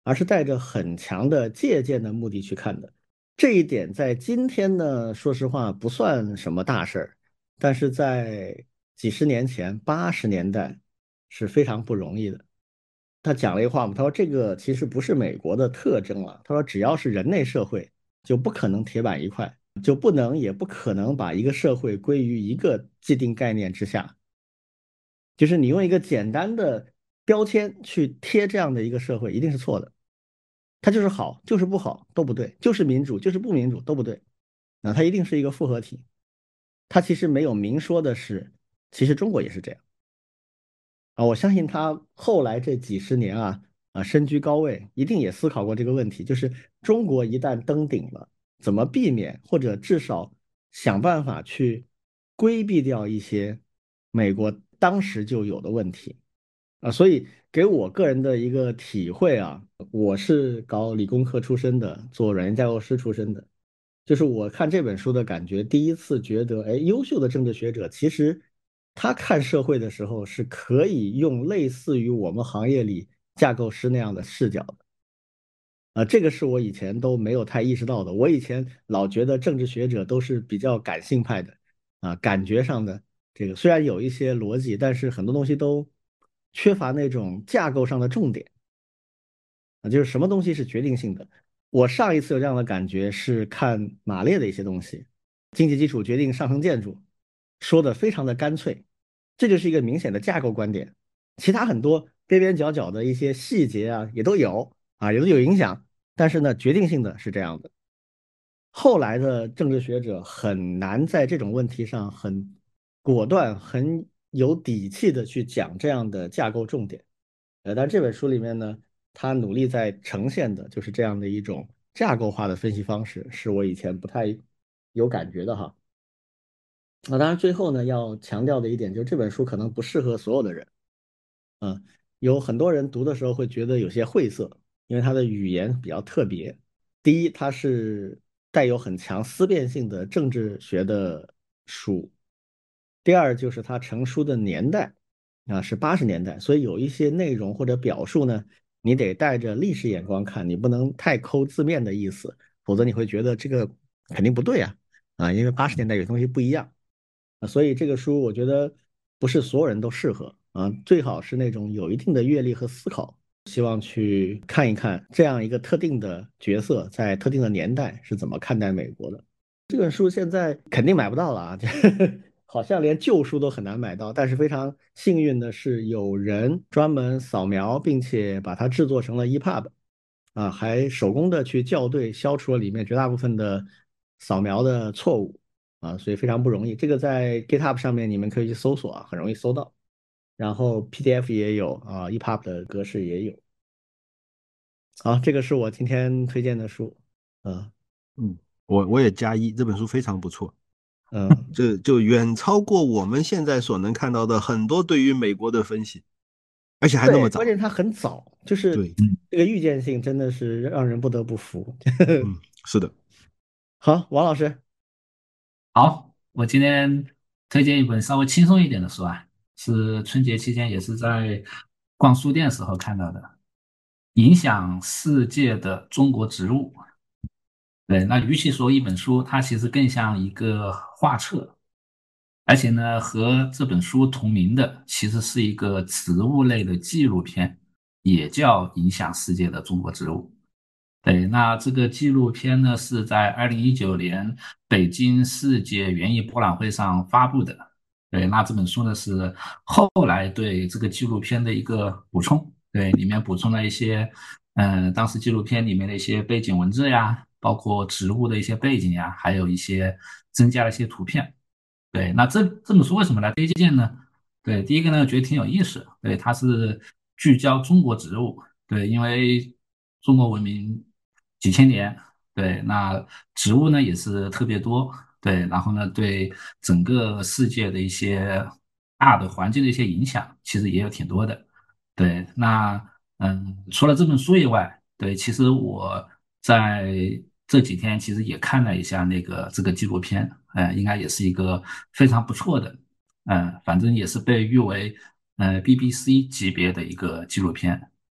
而是带着很强的借鉴的目的去看的。这一点在今天呢，说实话不算什么大事儿，但是在几十年前，80年代是非常不容易的。他讲了一话嘛，他说这个其实不是美国的特征了，他说只要是人类社会，就不可能铁板一块，就不能也不可能把一个社会归于一个既定概念之下。就是你用一个简单的标签去贴这样的一个社会，一定是错的。它就是好，就是不好，都不对；就是民主，就是不民主，都不对。它一定是一个复合体。它其实没有明说的是，其实中国也是这样我相信他后来这几十年身居高位，一定也思考过这个问题，就是中国一旦登顶了，怎么避免或者至少想办法去规避掉一些美国当时就有的问题。所以给我个人的一个体会我是搞理工科出身的，做软件架构师出身的，就是我看这本书的感觉，第一次觉得，哎，优秀的政治学者其实他看社会的时候是可以用类似于我们行业里架构师那样的视角的。这个是我以前都没有太意识到的。我以前老觉得政治学者都是比较感性派的，感觉上的这个虽然有一些逻辑，但是很多东西都缺乏那种架构上的重点就是什么东西是决定性的。我上一次有这样的感觉是看马列的一些东西，经济基础决定上层建筑，说的非常的干脆，这就是一个明显的架构观点。其他很多边边角角的一些细节也都有也都有影响，但是呢，决定性的是这样的。后来的政治学者很难在这种问题上很果断、很有底气的去讲这样的架构重点。但这本书里面呢，他努力在呈现的就是这样的一种架构化的分析方式，是我以前不太有感觉的哈。当然最后呢，要强调的一点就是这本书可能不适合所有的人。有很多人读的时候会觉得有些晦涩，因为它的语言比较特别。第一，它是带有很强思辨性的政治学的书；第二，就是它成书的年代是80年代，所以有一些内容或者表述呢，你得带着历史眼光看，你不能太抠字面的意思，否则你会觉得这个肯定不对因为80年代有东西不一样所以这个书我觉得不是所有人都适合最好是那种有一定的阅历和思考，希望去看一看这样一个特定的角色在特定的年代是怎么看待美国的。这本书现在肯定买不到了好像连旧书都很难买到。但是非常幸运的是，有人专门扫描，并且把它制作成了 EPUB，还手工的去校对，消除了里面绝大部分的扫描的错误所以非常不容易。这个在 GitHub 上面你们可以去搜索很容易搜到。然后 PDF 也有EPUB 的格式也有。好，这个是我今天推荐的书。嗯嗯，我也加一，这本书非常不错， 嗯， 这就远超过我们现在所能看到的很多对于美国的分析，而且还那么对，关早。 键它很早，就是对， 这个预见性真的是让人不得不服。 嗯，是的。 好，王老师。 好，我今天推荐一本稍微轻松一点的书是春节期间也是在逛书店时候看到的，《影响世界的中国植物》。对，那与其说一本书，它其实更像一个画册，而且呢，和这本书同名的其实是一个植物类的纪录片，也叫《影响世界的中国植物》。对，那这个纪录片呢是在2019年北京世界园艺博览会上发布的。对，那这本书呢是后来对这个纪录片的一个补充，对，里面补充了一些，当时纪录片里面的一些背景文字呀，包括植物的一些背景呀，还有一些增加了一些图片。对，那这本书为什么来推荐呢？对，第一个呢，觉得挺有意思，对，它是聚焦中国植物，对，因为中国文明几千年，对，那植物呢也是特别多，对，然后呢，对整个世界的一些大的环境的一些影响，其实也有挺多的，对，那除了这本书以外，对，其实我在这几天其实也看了一下这个纪录片，应该也是一个非常不错的，反正也是被誉为BBC 级别的一个纪录片。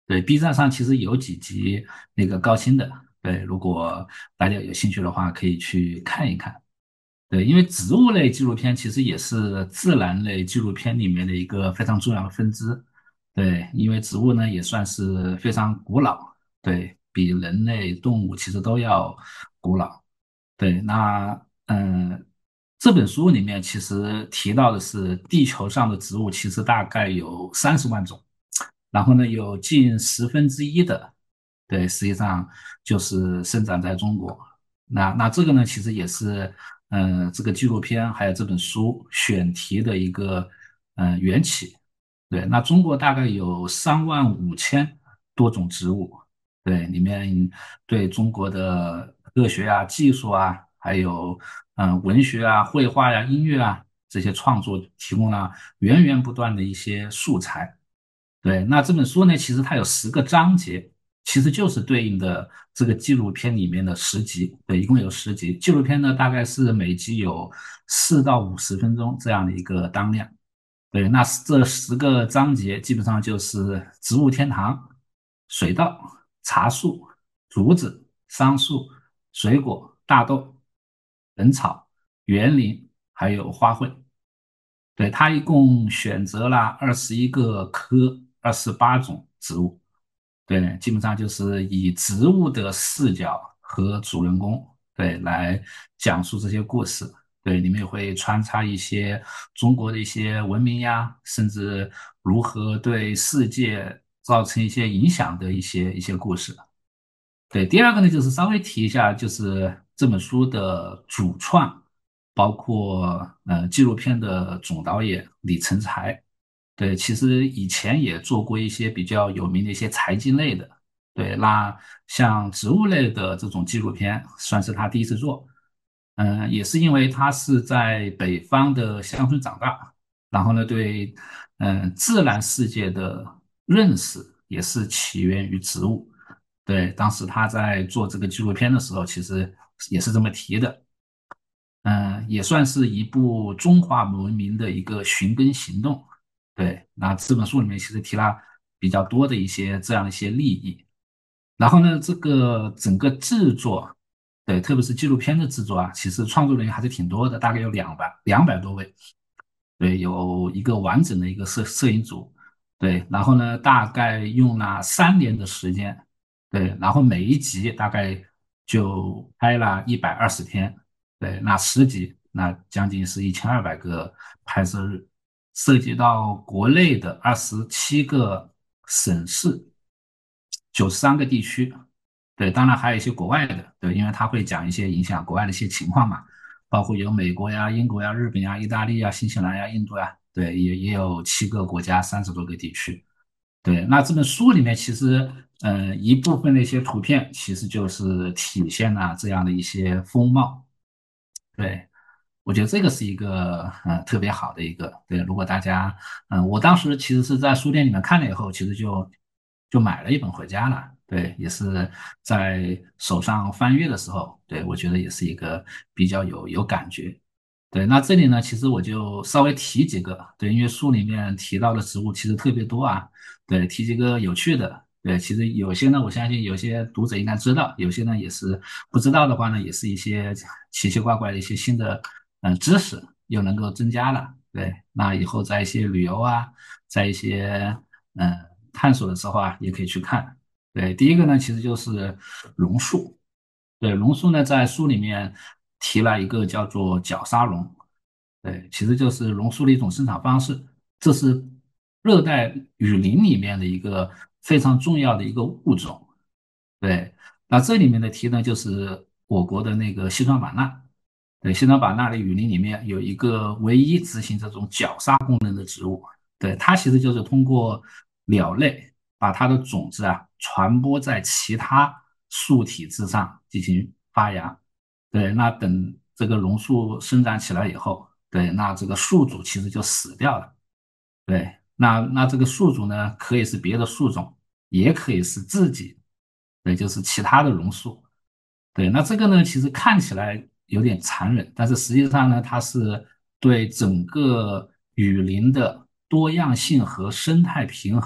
对，B 站上其实有几集那个高清的，对，如果大家有兴趣的话，可以去看一看。对，因为植物类纪录片其实也是自然类纪录片里面的一个非常重要的分支。对，因为植物呢也算是非常古老，对，比人类、动物其实都要古老。对，那这本书里面其实提到的是地球上的植物其实大概有30万种，然后呢有近1/10的，对，实际上就是生长在中国。那这个呢，其实也是这个纪录片还有这本书选题的一个缘起。对，那中国大概有35000多种植物，对，里面对中国的科学啊、技术啊，还有文学啊、绘画呀、音乐啊这些创作提供了源源不断的一些素材。对，那这本书呢，其实它有10个章节，其实就是对应的这个纪录片里面的10集。对，一共有10集。纪录片呢，大概是每集有4到50分钟这样的一个当量。对，那这10个章节基本上就是植物天堂、水稻、茶树、竹子、桑树、水果、大豆、本草、园林，还有花卉。对，它一共选择了21个科、28种植物。对，基本上就是以植物的视角和主人公对来讲述这些故事。对，里面会穿插一些中国的一些文明呀，甚至如何对世界造成一些影响的一些故事。对，第二个呢，就是稍微提一下，就是这本书的主创，包括纪录片的总导演李成才。对，其实以前也做过一些比较有名的一些财经类的。对，那像植物类的这种纪录片，算是他第一次做。也是因为他是在北方的乡村长大，然后呢，对自然世界的认识也是起源于植物。对，当时他在做这个纪录片的时候，其实也是这么提的。也算是一部中华文明的一个寻根行动。对，那这本书里面其实提了比较多的一些这样一些利益。然后呢，这个整个制作，对，特别是纪录片的制作啊，其实创作人员还是挺多的，大概有200多位。对，有一个完整的一个摄影组。对，然后呢，大概用了3年的时间。对，然后每一集大概就拍了120天。对，那10集，那将近是1200个拍摄日，涉及到国内的27个省市，93个地区。对，当然还有一些国外的。对，因为他会讲一些影响国外的一些情况嘛，包括有美国呀、英国呀、日本呀、意大利呀、新西兰呀、印度呀。对，也有7个国家、30多个地区。对，那这本书里面其实，一部分的一些图片其实就是体现了这样的一些风貌。对，我觉得这个是一个特别好的一个。对，如果大家我当时其实是在书店里面看了以后，其实就买了一本回家了。对，也是在手上翻阅的时候，对，我觉得也是一个比较有感觉。对，那这里呢，其实我就稍微提几个。对，因为书里面提到的植物其实特别多啊。对，提几个有趣的。对，其实有些呢，我相信有些读者应该知道，有些呢也是不知道的话呢，也是一些奇奇怪怪的一些新的知识，又能够增加了。对，那以后在一些旅游啊，在一些嗯探索的时候啊，也可以去看。对，第一个呢，其实就是榕树。对，榕树呢，在书里面提了一个叫做角鲨榕。对，其实就是榕树的一种生长方式。这是热带雨林里面的一个非常重要的一个物种。对，那这里面的题呢，就是我国的那个西双版纳。对，西双版纳的雨林里面有一个唯一执行这种角鲨功能的植物。对，它其实就是通过鸟类把它的种子啊传播在其他树体之上进行发芽。对，那等这个榕树生长起来以后，对，那这个宿主其实就死掉了。对，那这个宿主呢，可以是别的树种，也可以是自己。对，就是其他的榕树。对，那这个呢，其实看起来有点残忍，但是实际上呢，它是对整个雨林的多样性和生态平衡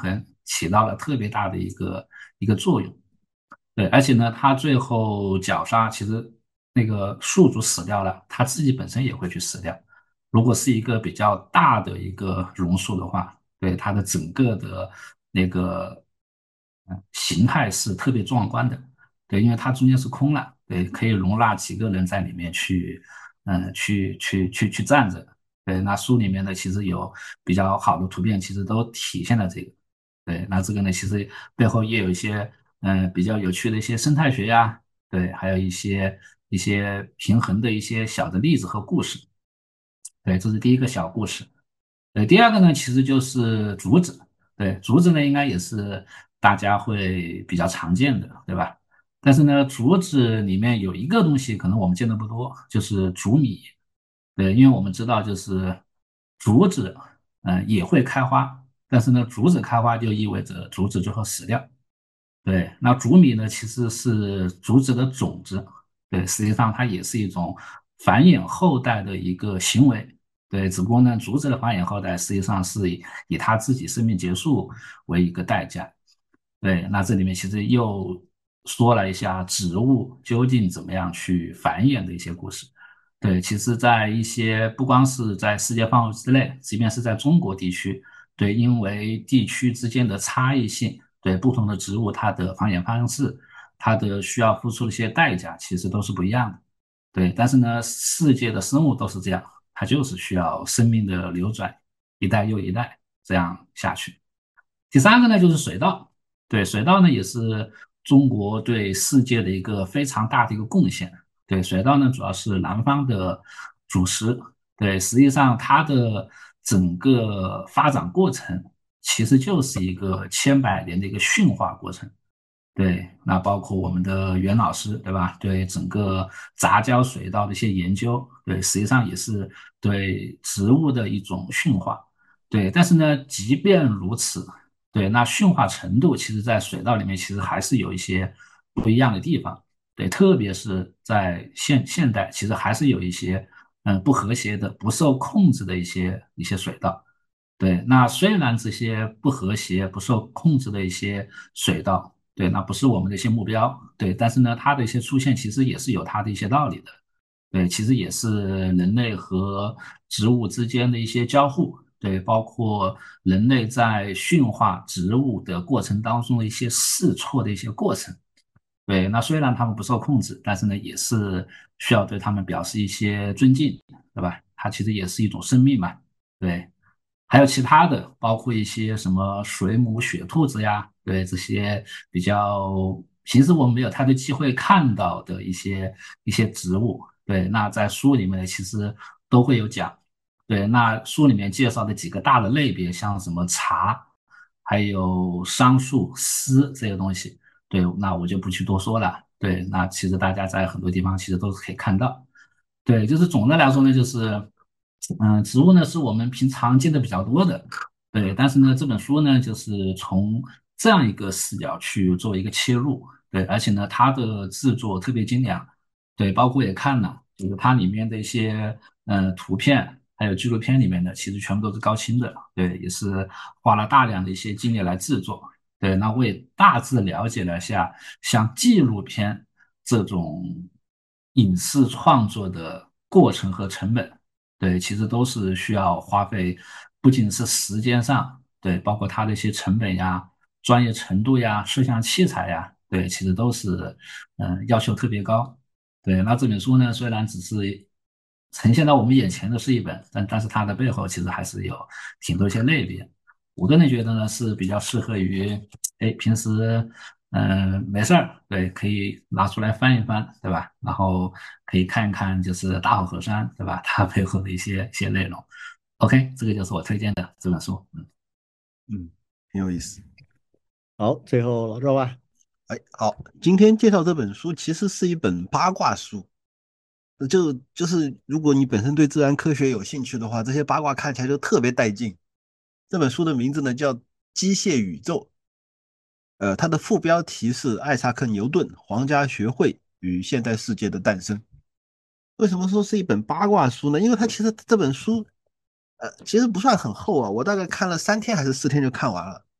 起到了特别大的一个作用。对，而且呢，他最后绞杀，其实那个宿主死掉了，他自己本身也会去死掉。如果是一个比较大的一个榕树的话，对它的整个的那个形态是特别壮观的。对，因为它中间是空了，对，可以容纳几个人在里面去，去站着。对，那书里面呢，其实有比较好的图片，其实都体现了这个。对，那这个呢，其实背后也有一些比较有趣的一些生态学呀，对，还有一些平衡的一些小的例子和故事。对，这是第一个小故事。第二个呢，其实就是竹子。对，竹子呢，应该也是大家会比较常见的，对吧？但是呢，竹子里面有一个东西，可能我们见的不多，就是竹米。对，因为我们知道，就是竹子，也会开花，但是呢，竹子开花就意味着竹子最后死掉。对，那竹米呢，其实是竹子的种子。对，实际上它也是一种繁衍后代的一个行为。对，只不过呢，竹子的繁衍后代实际上是以它自己生命结束为一个代价。对，那这里面其实又说了一下植物究竟怎么样去繁衍的一些故事。对，其实，在一些不光是在世界范围之内，即便是在中国地区，对，因为地区之间的差异性，对不同的植物它的繁衍方式，它的需要付出的一些代价，其实都是不一样的。对，但是呢，世界的生物都是这样，它就是需要生命的流转，一代又一代这样下去。第三个呢，就是水稻。对，水稻呢也是中国对世界的一个非常大的一个贡献。对，水稻呢主要是南方的主食。对，实际上它的整个发展过程其实就是一个千百年的一个驯化过程。对，那包括我们的袁老师，对吧？对整个杂交水稻的一些研究，对，实际上也是对植物的一种驯化。对，但是呢，即便如此，对，那驯化程度其实在水稻里面其实还是有一些不一样的地方。对，特别是在现代，其实还是有一些不和谐的、不受控制的一些水稻。对，那虽然这些不和谐、不受控制的一些水稻，对，那不是我们的一些目标，对，但是呢，它的一些出现其实也是有它的一些道理的。对，其实也是人类和植物之间的一些交互。对，包括人类在驯化植物的过程当中的一些试错的一些过程。对，那虽然它们不受控制，但是呢，也是需要对它们表示一些尊敬，对吧？它其实也是一种生命嘛。对，还有其他的，包括一些什么水母、雪兔子呀，对，这些比较平时我们没有太多机会看到的一些植物。对，那在书里面呢，其实都会有讲。对，那书里面介绍的几个大的类别，像什么茶，还有桑树、丝这些东西。对，那我就不去多说了。对，那其实大家在很多地方其实都是可以看到。对，就是总的来说呢，就是，植物呢是我们平常见的比较多的。对，但是呢，这本书呢就是从这样一个视角去做一个切入。对，而且呢，它的制作特别精良。对，包括也看了，就是它里面的一些图片，还有纪录片里面的，其实全部都是高清的。对，也是花了大量的一些精力来制作。对，那我也大致了解了一下，像纪录片这种影视创作的过程和成本。对，其实都是需要花费，不仅是时间上，对，包括它的一些成本呀、专业程度呀、摄像器材呀，对，其实都是要求特别高。对，那这本书呢，虽然只是呈现到我们眼前的是一本，但是它的背后其实还是有挺多一些类别。我个人觉得呢，是比较适合于平时没事儿，对，可以拿出来翻一翻，对吧？然后可以看一看就是大好河山，对吧？它背后的一些内容。OK，这个就是我推荐的这本书。 嗯，挺有意思。 好，最后老赵吧。 哎，好，今天介绍这本书其实是一本八卦书，就是如果你本身对自然科学有兴趣的话，这些八卦看起来就特别带劲。这本书的名字呢叫《机械宇宙》，它的副标题是艾萨克·牛顿皇家学会与现代世界的诞生。为什么说是一本八卦书呢？因为它其实这本书，其实不算很厚啊，我大概看了3天还是4天就看完了。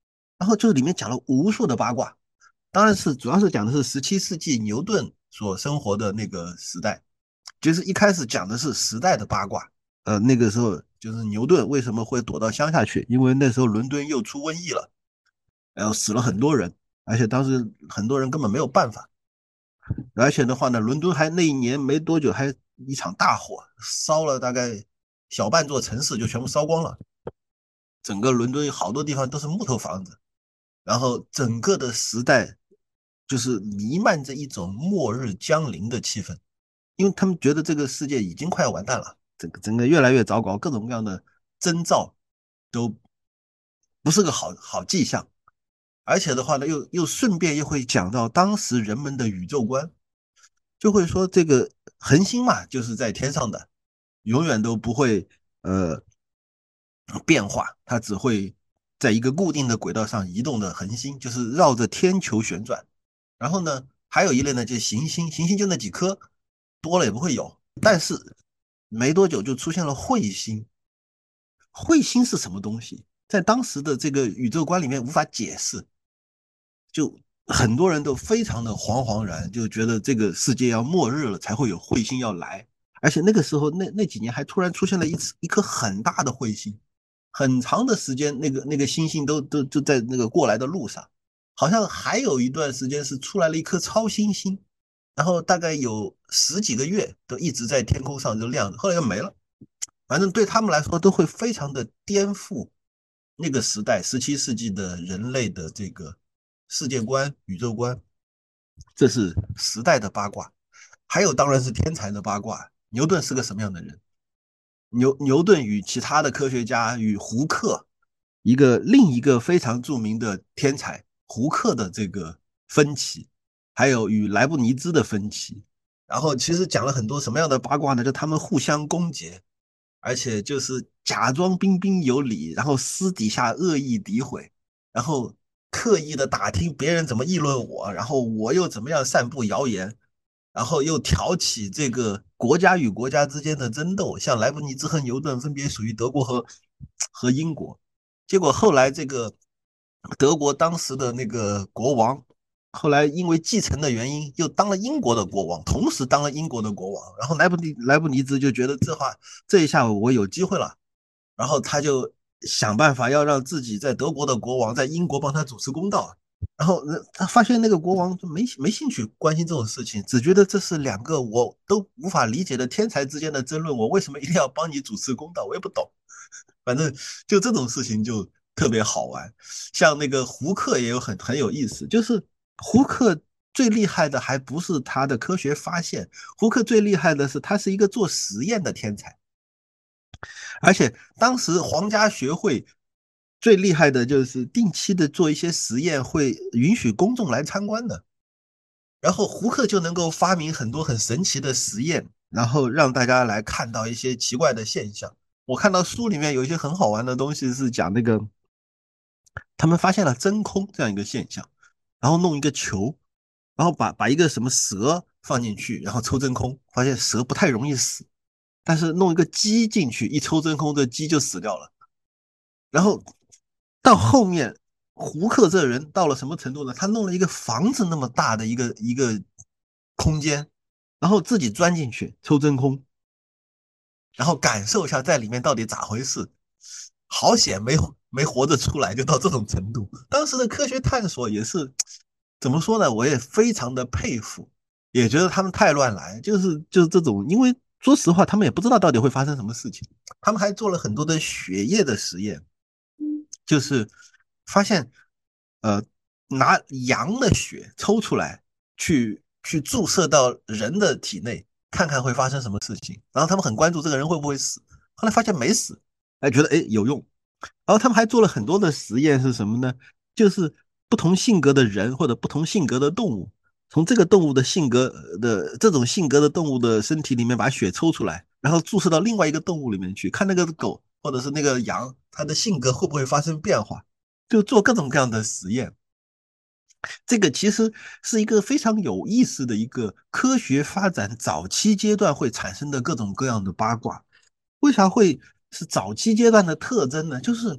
然后就是里面讲了无数的八卦，当然是主要是讲的是17世纪牛顿所生活的那个时代，就是一开始讲的是时代的八卦。那个时候就是牛顿为什么会躲到乡下去，因为那时候伦敦又出瘟疫了，然后死了很多人，而且当时很多人根本没有办法。而且的话呢，伦敦还那一年没多久还一场大火，烧了大概小半座城市就全部烧光了，整个伦敦好多地方都是木头房子，然后整个的时代就是弥漫着一种末日将临的气氛，因为他们觉得这个世界已经快要完蛋了，整个越来越糟糕，各种各样的征兆都不是个好迹象。而且的话呢，又顺便又会讲到当时人们的宇宙观，就会说这个恒星嘛，就是在天上的，永远都不会呃变化，它只会在一个固定的轨道上移动的恒星，就是绕着天球旋转。然后呢，还有一类呢，就是行星，行星就那几颗，多了也不会有。但是没多久就出现了彗星，彗星是什么东西？在当时的这个宇宙观里面无法解释，就很多人都非常的惶然，就觉得这个世界要末日了，才会有彗星要来。而且那个时候，那几年还突然出现了一颗很大的彗星，很长的时间，那个星星都就在那个过来的路上，好像还有一段时间是出来了一颗超新星，然后大概有10几个月都一直在天空上就亮着，后来又没了。反正对他们来说都会非常的颠覆那个时代17世纪的人类的这个世界观、宇宙观，这是时代的八卦。还有当然是天才的八卦，牛顿是个什么样的人？牛顿与其他的科学家与胡克，另一个非常著名的天才胡克的这个分歧，还有与莱布尼兹的分歧。然后其实讲了很多什么样的八卦呢？就他们互相攻讦，而且就是假装彬彬有礼，然后私底下恶意诋毁，然后刻意的打听别人怎么议论我，然后我又怎么样散布谣言，然后又挑起这个国家与国家之间的争斗，像莱布尼兹和牛顿分别属于德国和英国，结果后来这个德国当时的那个国王，后来因为继承的原因又当了英国的国王，同时当了英国的国王，然后莱布尼兹就觉得这一下我有机会了，然后他就想办法要让自己在德国的国王在英国帮他主持公道。然后他发现那个国王就没兴趣关心这种事情，只觉得这是两个我都无法理解的天才之间的争论，我为什么一定要帮你主持公道？我也不懂。反正就这种事情就特别好玩。像那个胡克也有很有意思，就是胡克最厉害的还不是他的科学发现，胡克最厉害的是他是一个做实验的天才。而且当时皇家学会最厉害的就是定期的做一些实验，会允许公众来参观的。然后胡克就能够发明很多很神奇的实验，然后让大家来看到一些奇怪的现象。我看到书里面有一些很好玩的东西，是讲那个他们发现了真空这样一个现象，然后弄一个球，然后把一个什么蛇放进去，然后抽真空，发现蛇不太容易死，但是弄一个鸡进去，一抽真空，这鸡就死掉了。然后到后面，胡克这人到了什么程度呢？他弄了一个房子那么大的一个空间，然后自己钻进去抽真空，然后感受一下在里面到底咋回事。好险没活着出来，就到这种程度。当时的科学探索也是怎么说呢？我也非常的佩服，也觉得他们太乱来，就是这种，因为说实话，他们也不知道到底会发生什么事情。他们还做了很多的血液的实验，就是发现，拿羊的血抽出来，去注射到人的体内，看看会发生什么事情。然后他们很关注这个人会不会死，后来发现没死，哎，觉得有用。然后他们还做了很多的实验，是什么呢？就是不同性格的人或者不同性格的动物，从这个动物的性格的这种性格的动物的身体里面把血抽出来，然后注射到另外一个动物里面去，看那个狗或者是那个羊，它的性格会不会发生变化，就做各种各样的实验。这个其实是一个非常有意思的一个科学发展早期阶段会产生的各种各样的八卦。为啥会是早期阶段的特征呢？就是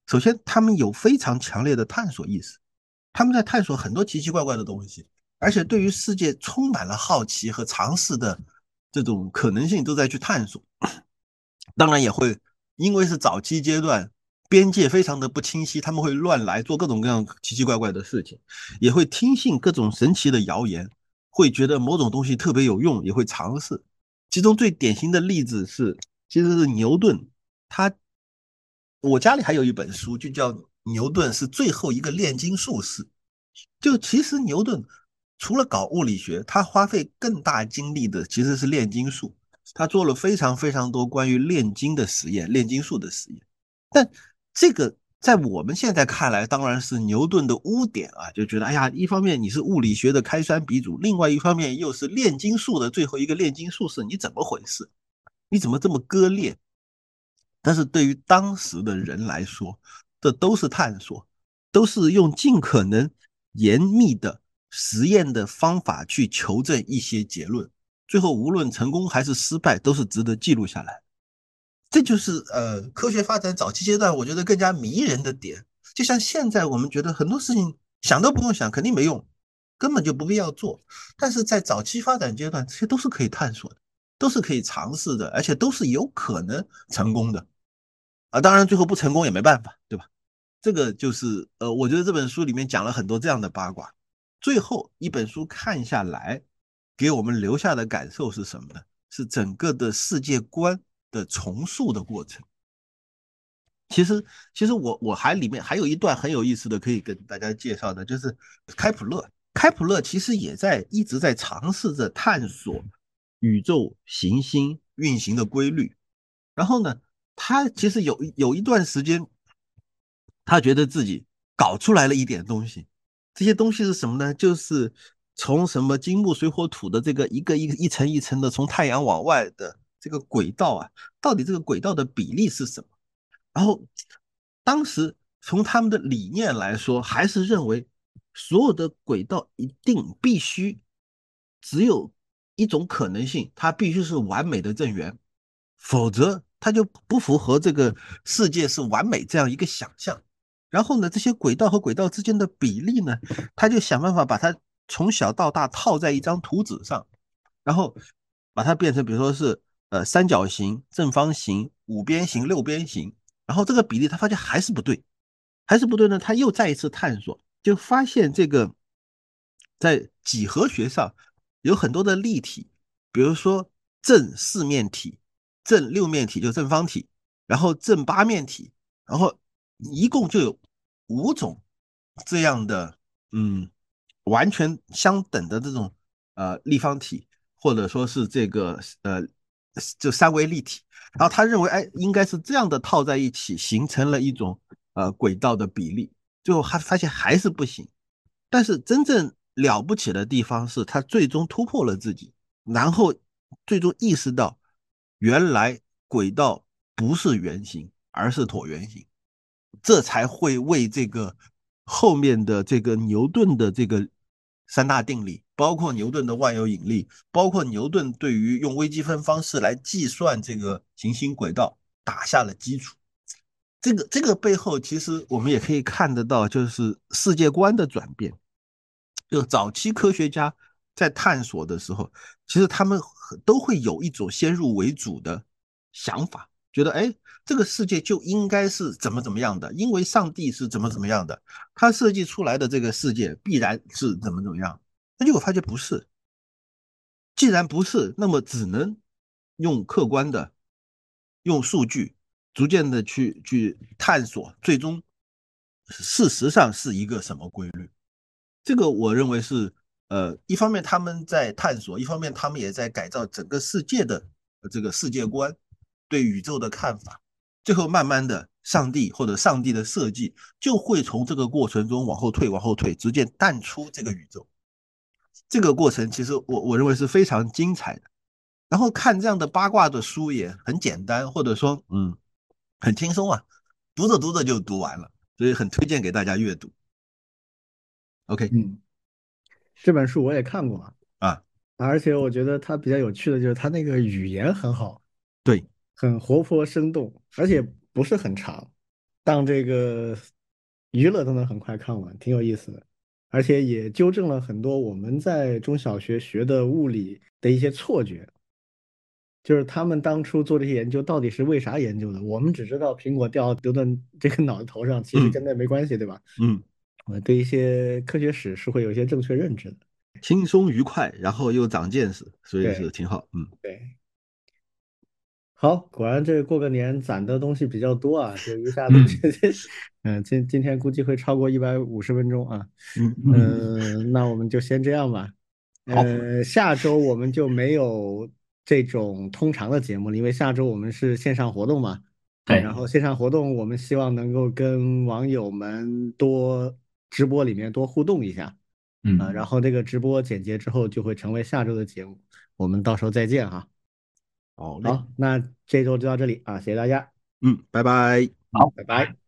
首先他们有非常强烈的探索意识，他们在探索很多奇奇怪怪的东西，而且对于世界充满了好奇和尝试的这种可能性都在去探索。当然也会因为是早期阶段，边界非常的不清晰，他们会乱来，做各种各样奇奇怪怪的事情，也会听信各种神奇的谣言，会觉得某种东西特别有用，也会尝试。其中最典型的例子其实是牛顿，我家里还有一本书，就叫《牛顿是最后一个炼金术士》。就其实牛顿除了搞物理学，他花费更大精力的其实是炼金术。他做了非常非常多关于炼金的实验，炼金术的实验。但这个在我们现在看来，当然是牛顿的污点啊，就觉得哎呀，一方面你是物理学的开山鼻祖，另外一方面又是炼金术的最后一个炼金术士，你怎么回事？你怎么这么割裂？但是对于当时的人来说，这都是探索，都是用尽可能严密的实验的方法去求证一些结论，最后无论成功还是失败，都是值得记录下来。这就是科学发展早期阶段我觉得更加迷人的点。就像现在我们觉得很多事情想都不用想，肯定没用，根本就不必要做。但是在早期发展阶段，这些都是可以探索的，都是可以尝试的，而且都是有可能成功的。当然最后不成功也没办法，对吧？这个就是我觉得这本书里面讲了很多这样的八卦。最后一本书看下来，给我们留下的感受是什么呢？是整个的世界观的重塑的过程。其实，我里面还有一段很有意思的可以跟大家介绍的，就是开普勒。开普勒其实也一直在尝试着探索宇宙行星运行的规律。然后呢，他其实有一段时间，他觉得自己搞出来了一点东西。这些东西是什么呢？就是从什么金木水火土的这个一层一层的从太阳往外的这个轨道啊，到底这个轨道的比例是什么？然后当时从他们的理念来说，还是认为所有的轨道一定必须只有一种可能性，它必须是完美的正圆，否则它就不符合这个世界是完美这样一个想象。然后呢，这些轨道和轨道之间的比例呢，他就想办法把它从小到大套在一张图纸上，然后把它变成比如说是三角形、正方形、五边形、六边形，然后这个比例他发现还是不对，还是不对呢，他又再一次探索，就发现这个在几何学上有很多的例体，比如说正四面体、正六面体就正方体，然后正八面体，然后一共就有5种这样的完全相等的这种立方体，或者说是这个就三维立体。然后他认为，哎，应该是这样的套在一起，形成了一种轨道的比例。最后他发现还是不行。但是真正了不起的地方是他最终突破了自己，然后最终意识到，原来轨道不是圆形，而是椭圆形。这才会为这个后面的这个牛顿的这个三大定理，包括牛顿的万有引力，包括牛顿对于用微积分方式来计算这个行星轨道打下了基础。这个背后，其实我们也可以看得到，就是世界观的转变。就早期科学家在探索的时候，其实他们都会有一种先入为主的想法，觉得哎，这个世界就应该是怎么怎么样的，因为上帝是怎么怎么样的，他设计出来的这个世界必然是怎么怎么样。那结果发现不是，既然不是，那么只能用客观的、用数据逐渐的去探索，最终事实上是一个什么规律。这个我认为是一方面他们在探索，一方面他们也在改造整个世界的这个世界观，对宇宙的看法。最后慢慢的，上帝或者上帝的设计就会从这个过程中往后退，往后退，逐渐淡出这个宇宙。这个过程其实我认为是非常精彩的。然后看这样的八卦的书也很简单，或者说很轻松啊，读着读着就读完了，所以很推荐给大家阅读。OK 嗯，这本书我也看过， 啊， 而且我觉得它比较有趣的就是它那个语言很好， 对。 很活泼生动，而且不是很长。 当这个娱乐都能很快看完，挺有意思的，而且也纠正了很多我们在中小学学的物理的一些错觉。就是他们当初做这些研究到底是为啥研究的？我们只知道苹果掉牛顿这个脑袋头上，其实跟嗯那没关系，对吧？ 嗯， 我对一些科学史是会有一些正确认知的。 轻松愉快，然后又长见识，所以是对挺好。 对，好，果然这过个年攒的东西比较多啊，就一下子嗯这今天估计会超过150分钟啊。 嗯， 那我们就先这样吧。 好， 下周我们就没有这种通常的节目了，因为下周我们是线上活动嘛。然对， 后线上活动，我们希望能够跟网友们多直播里面多互动一下啊。然嗯， 后这个直播剪接之后就会成为下周的节目，我们到时候再见哈。 好嘞， 好，那这周就到这里啊，谢谢大家， 拜拜。 好。 拜拜。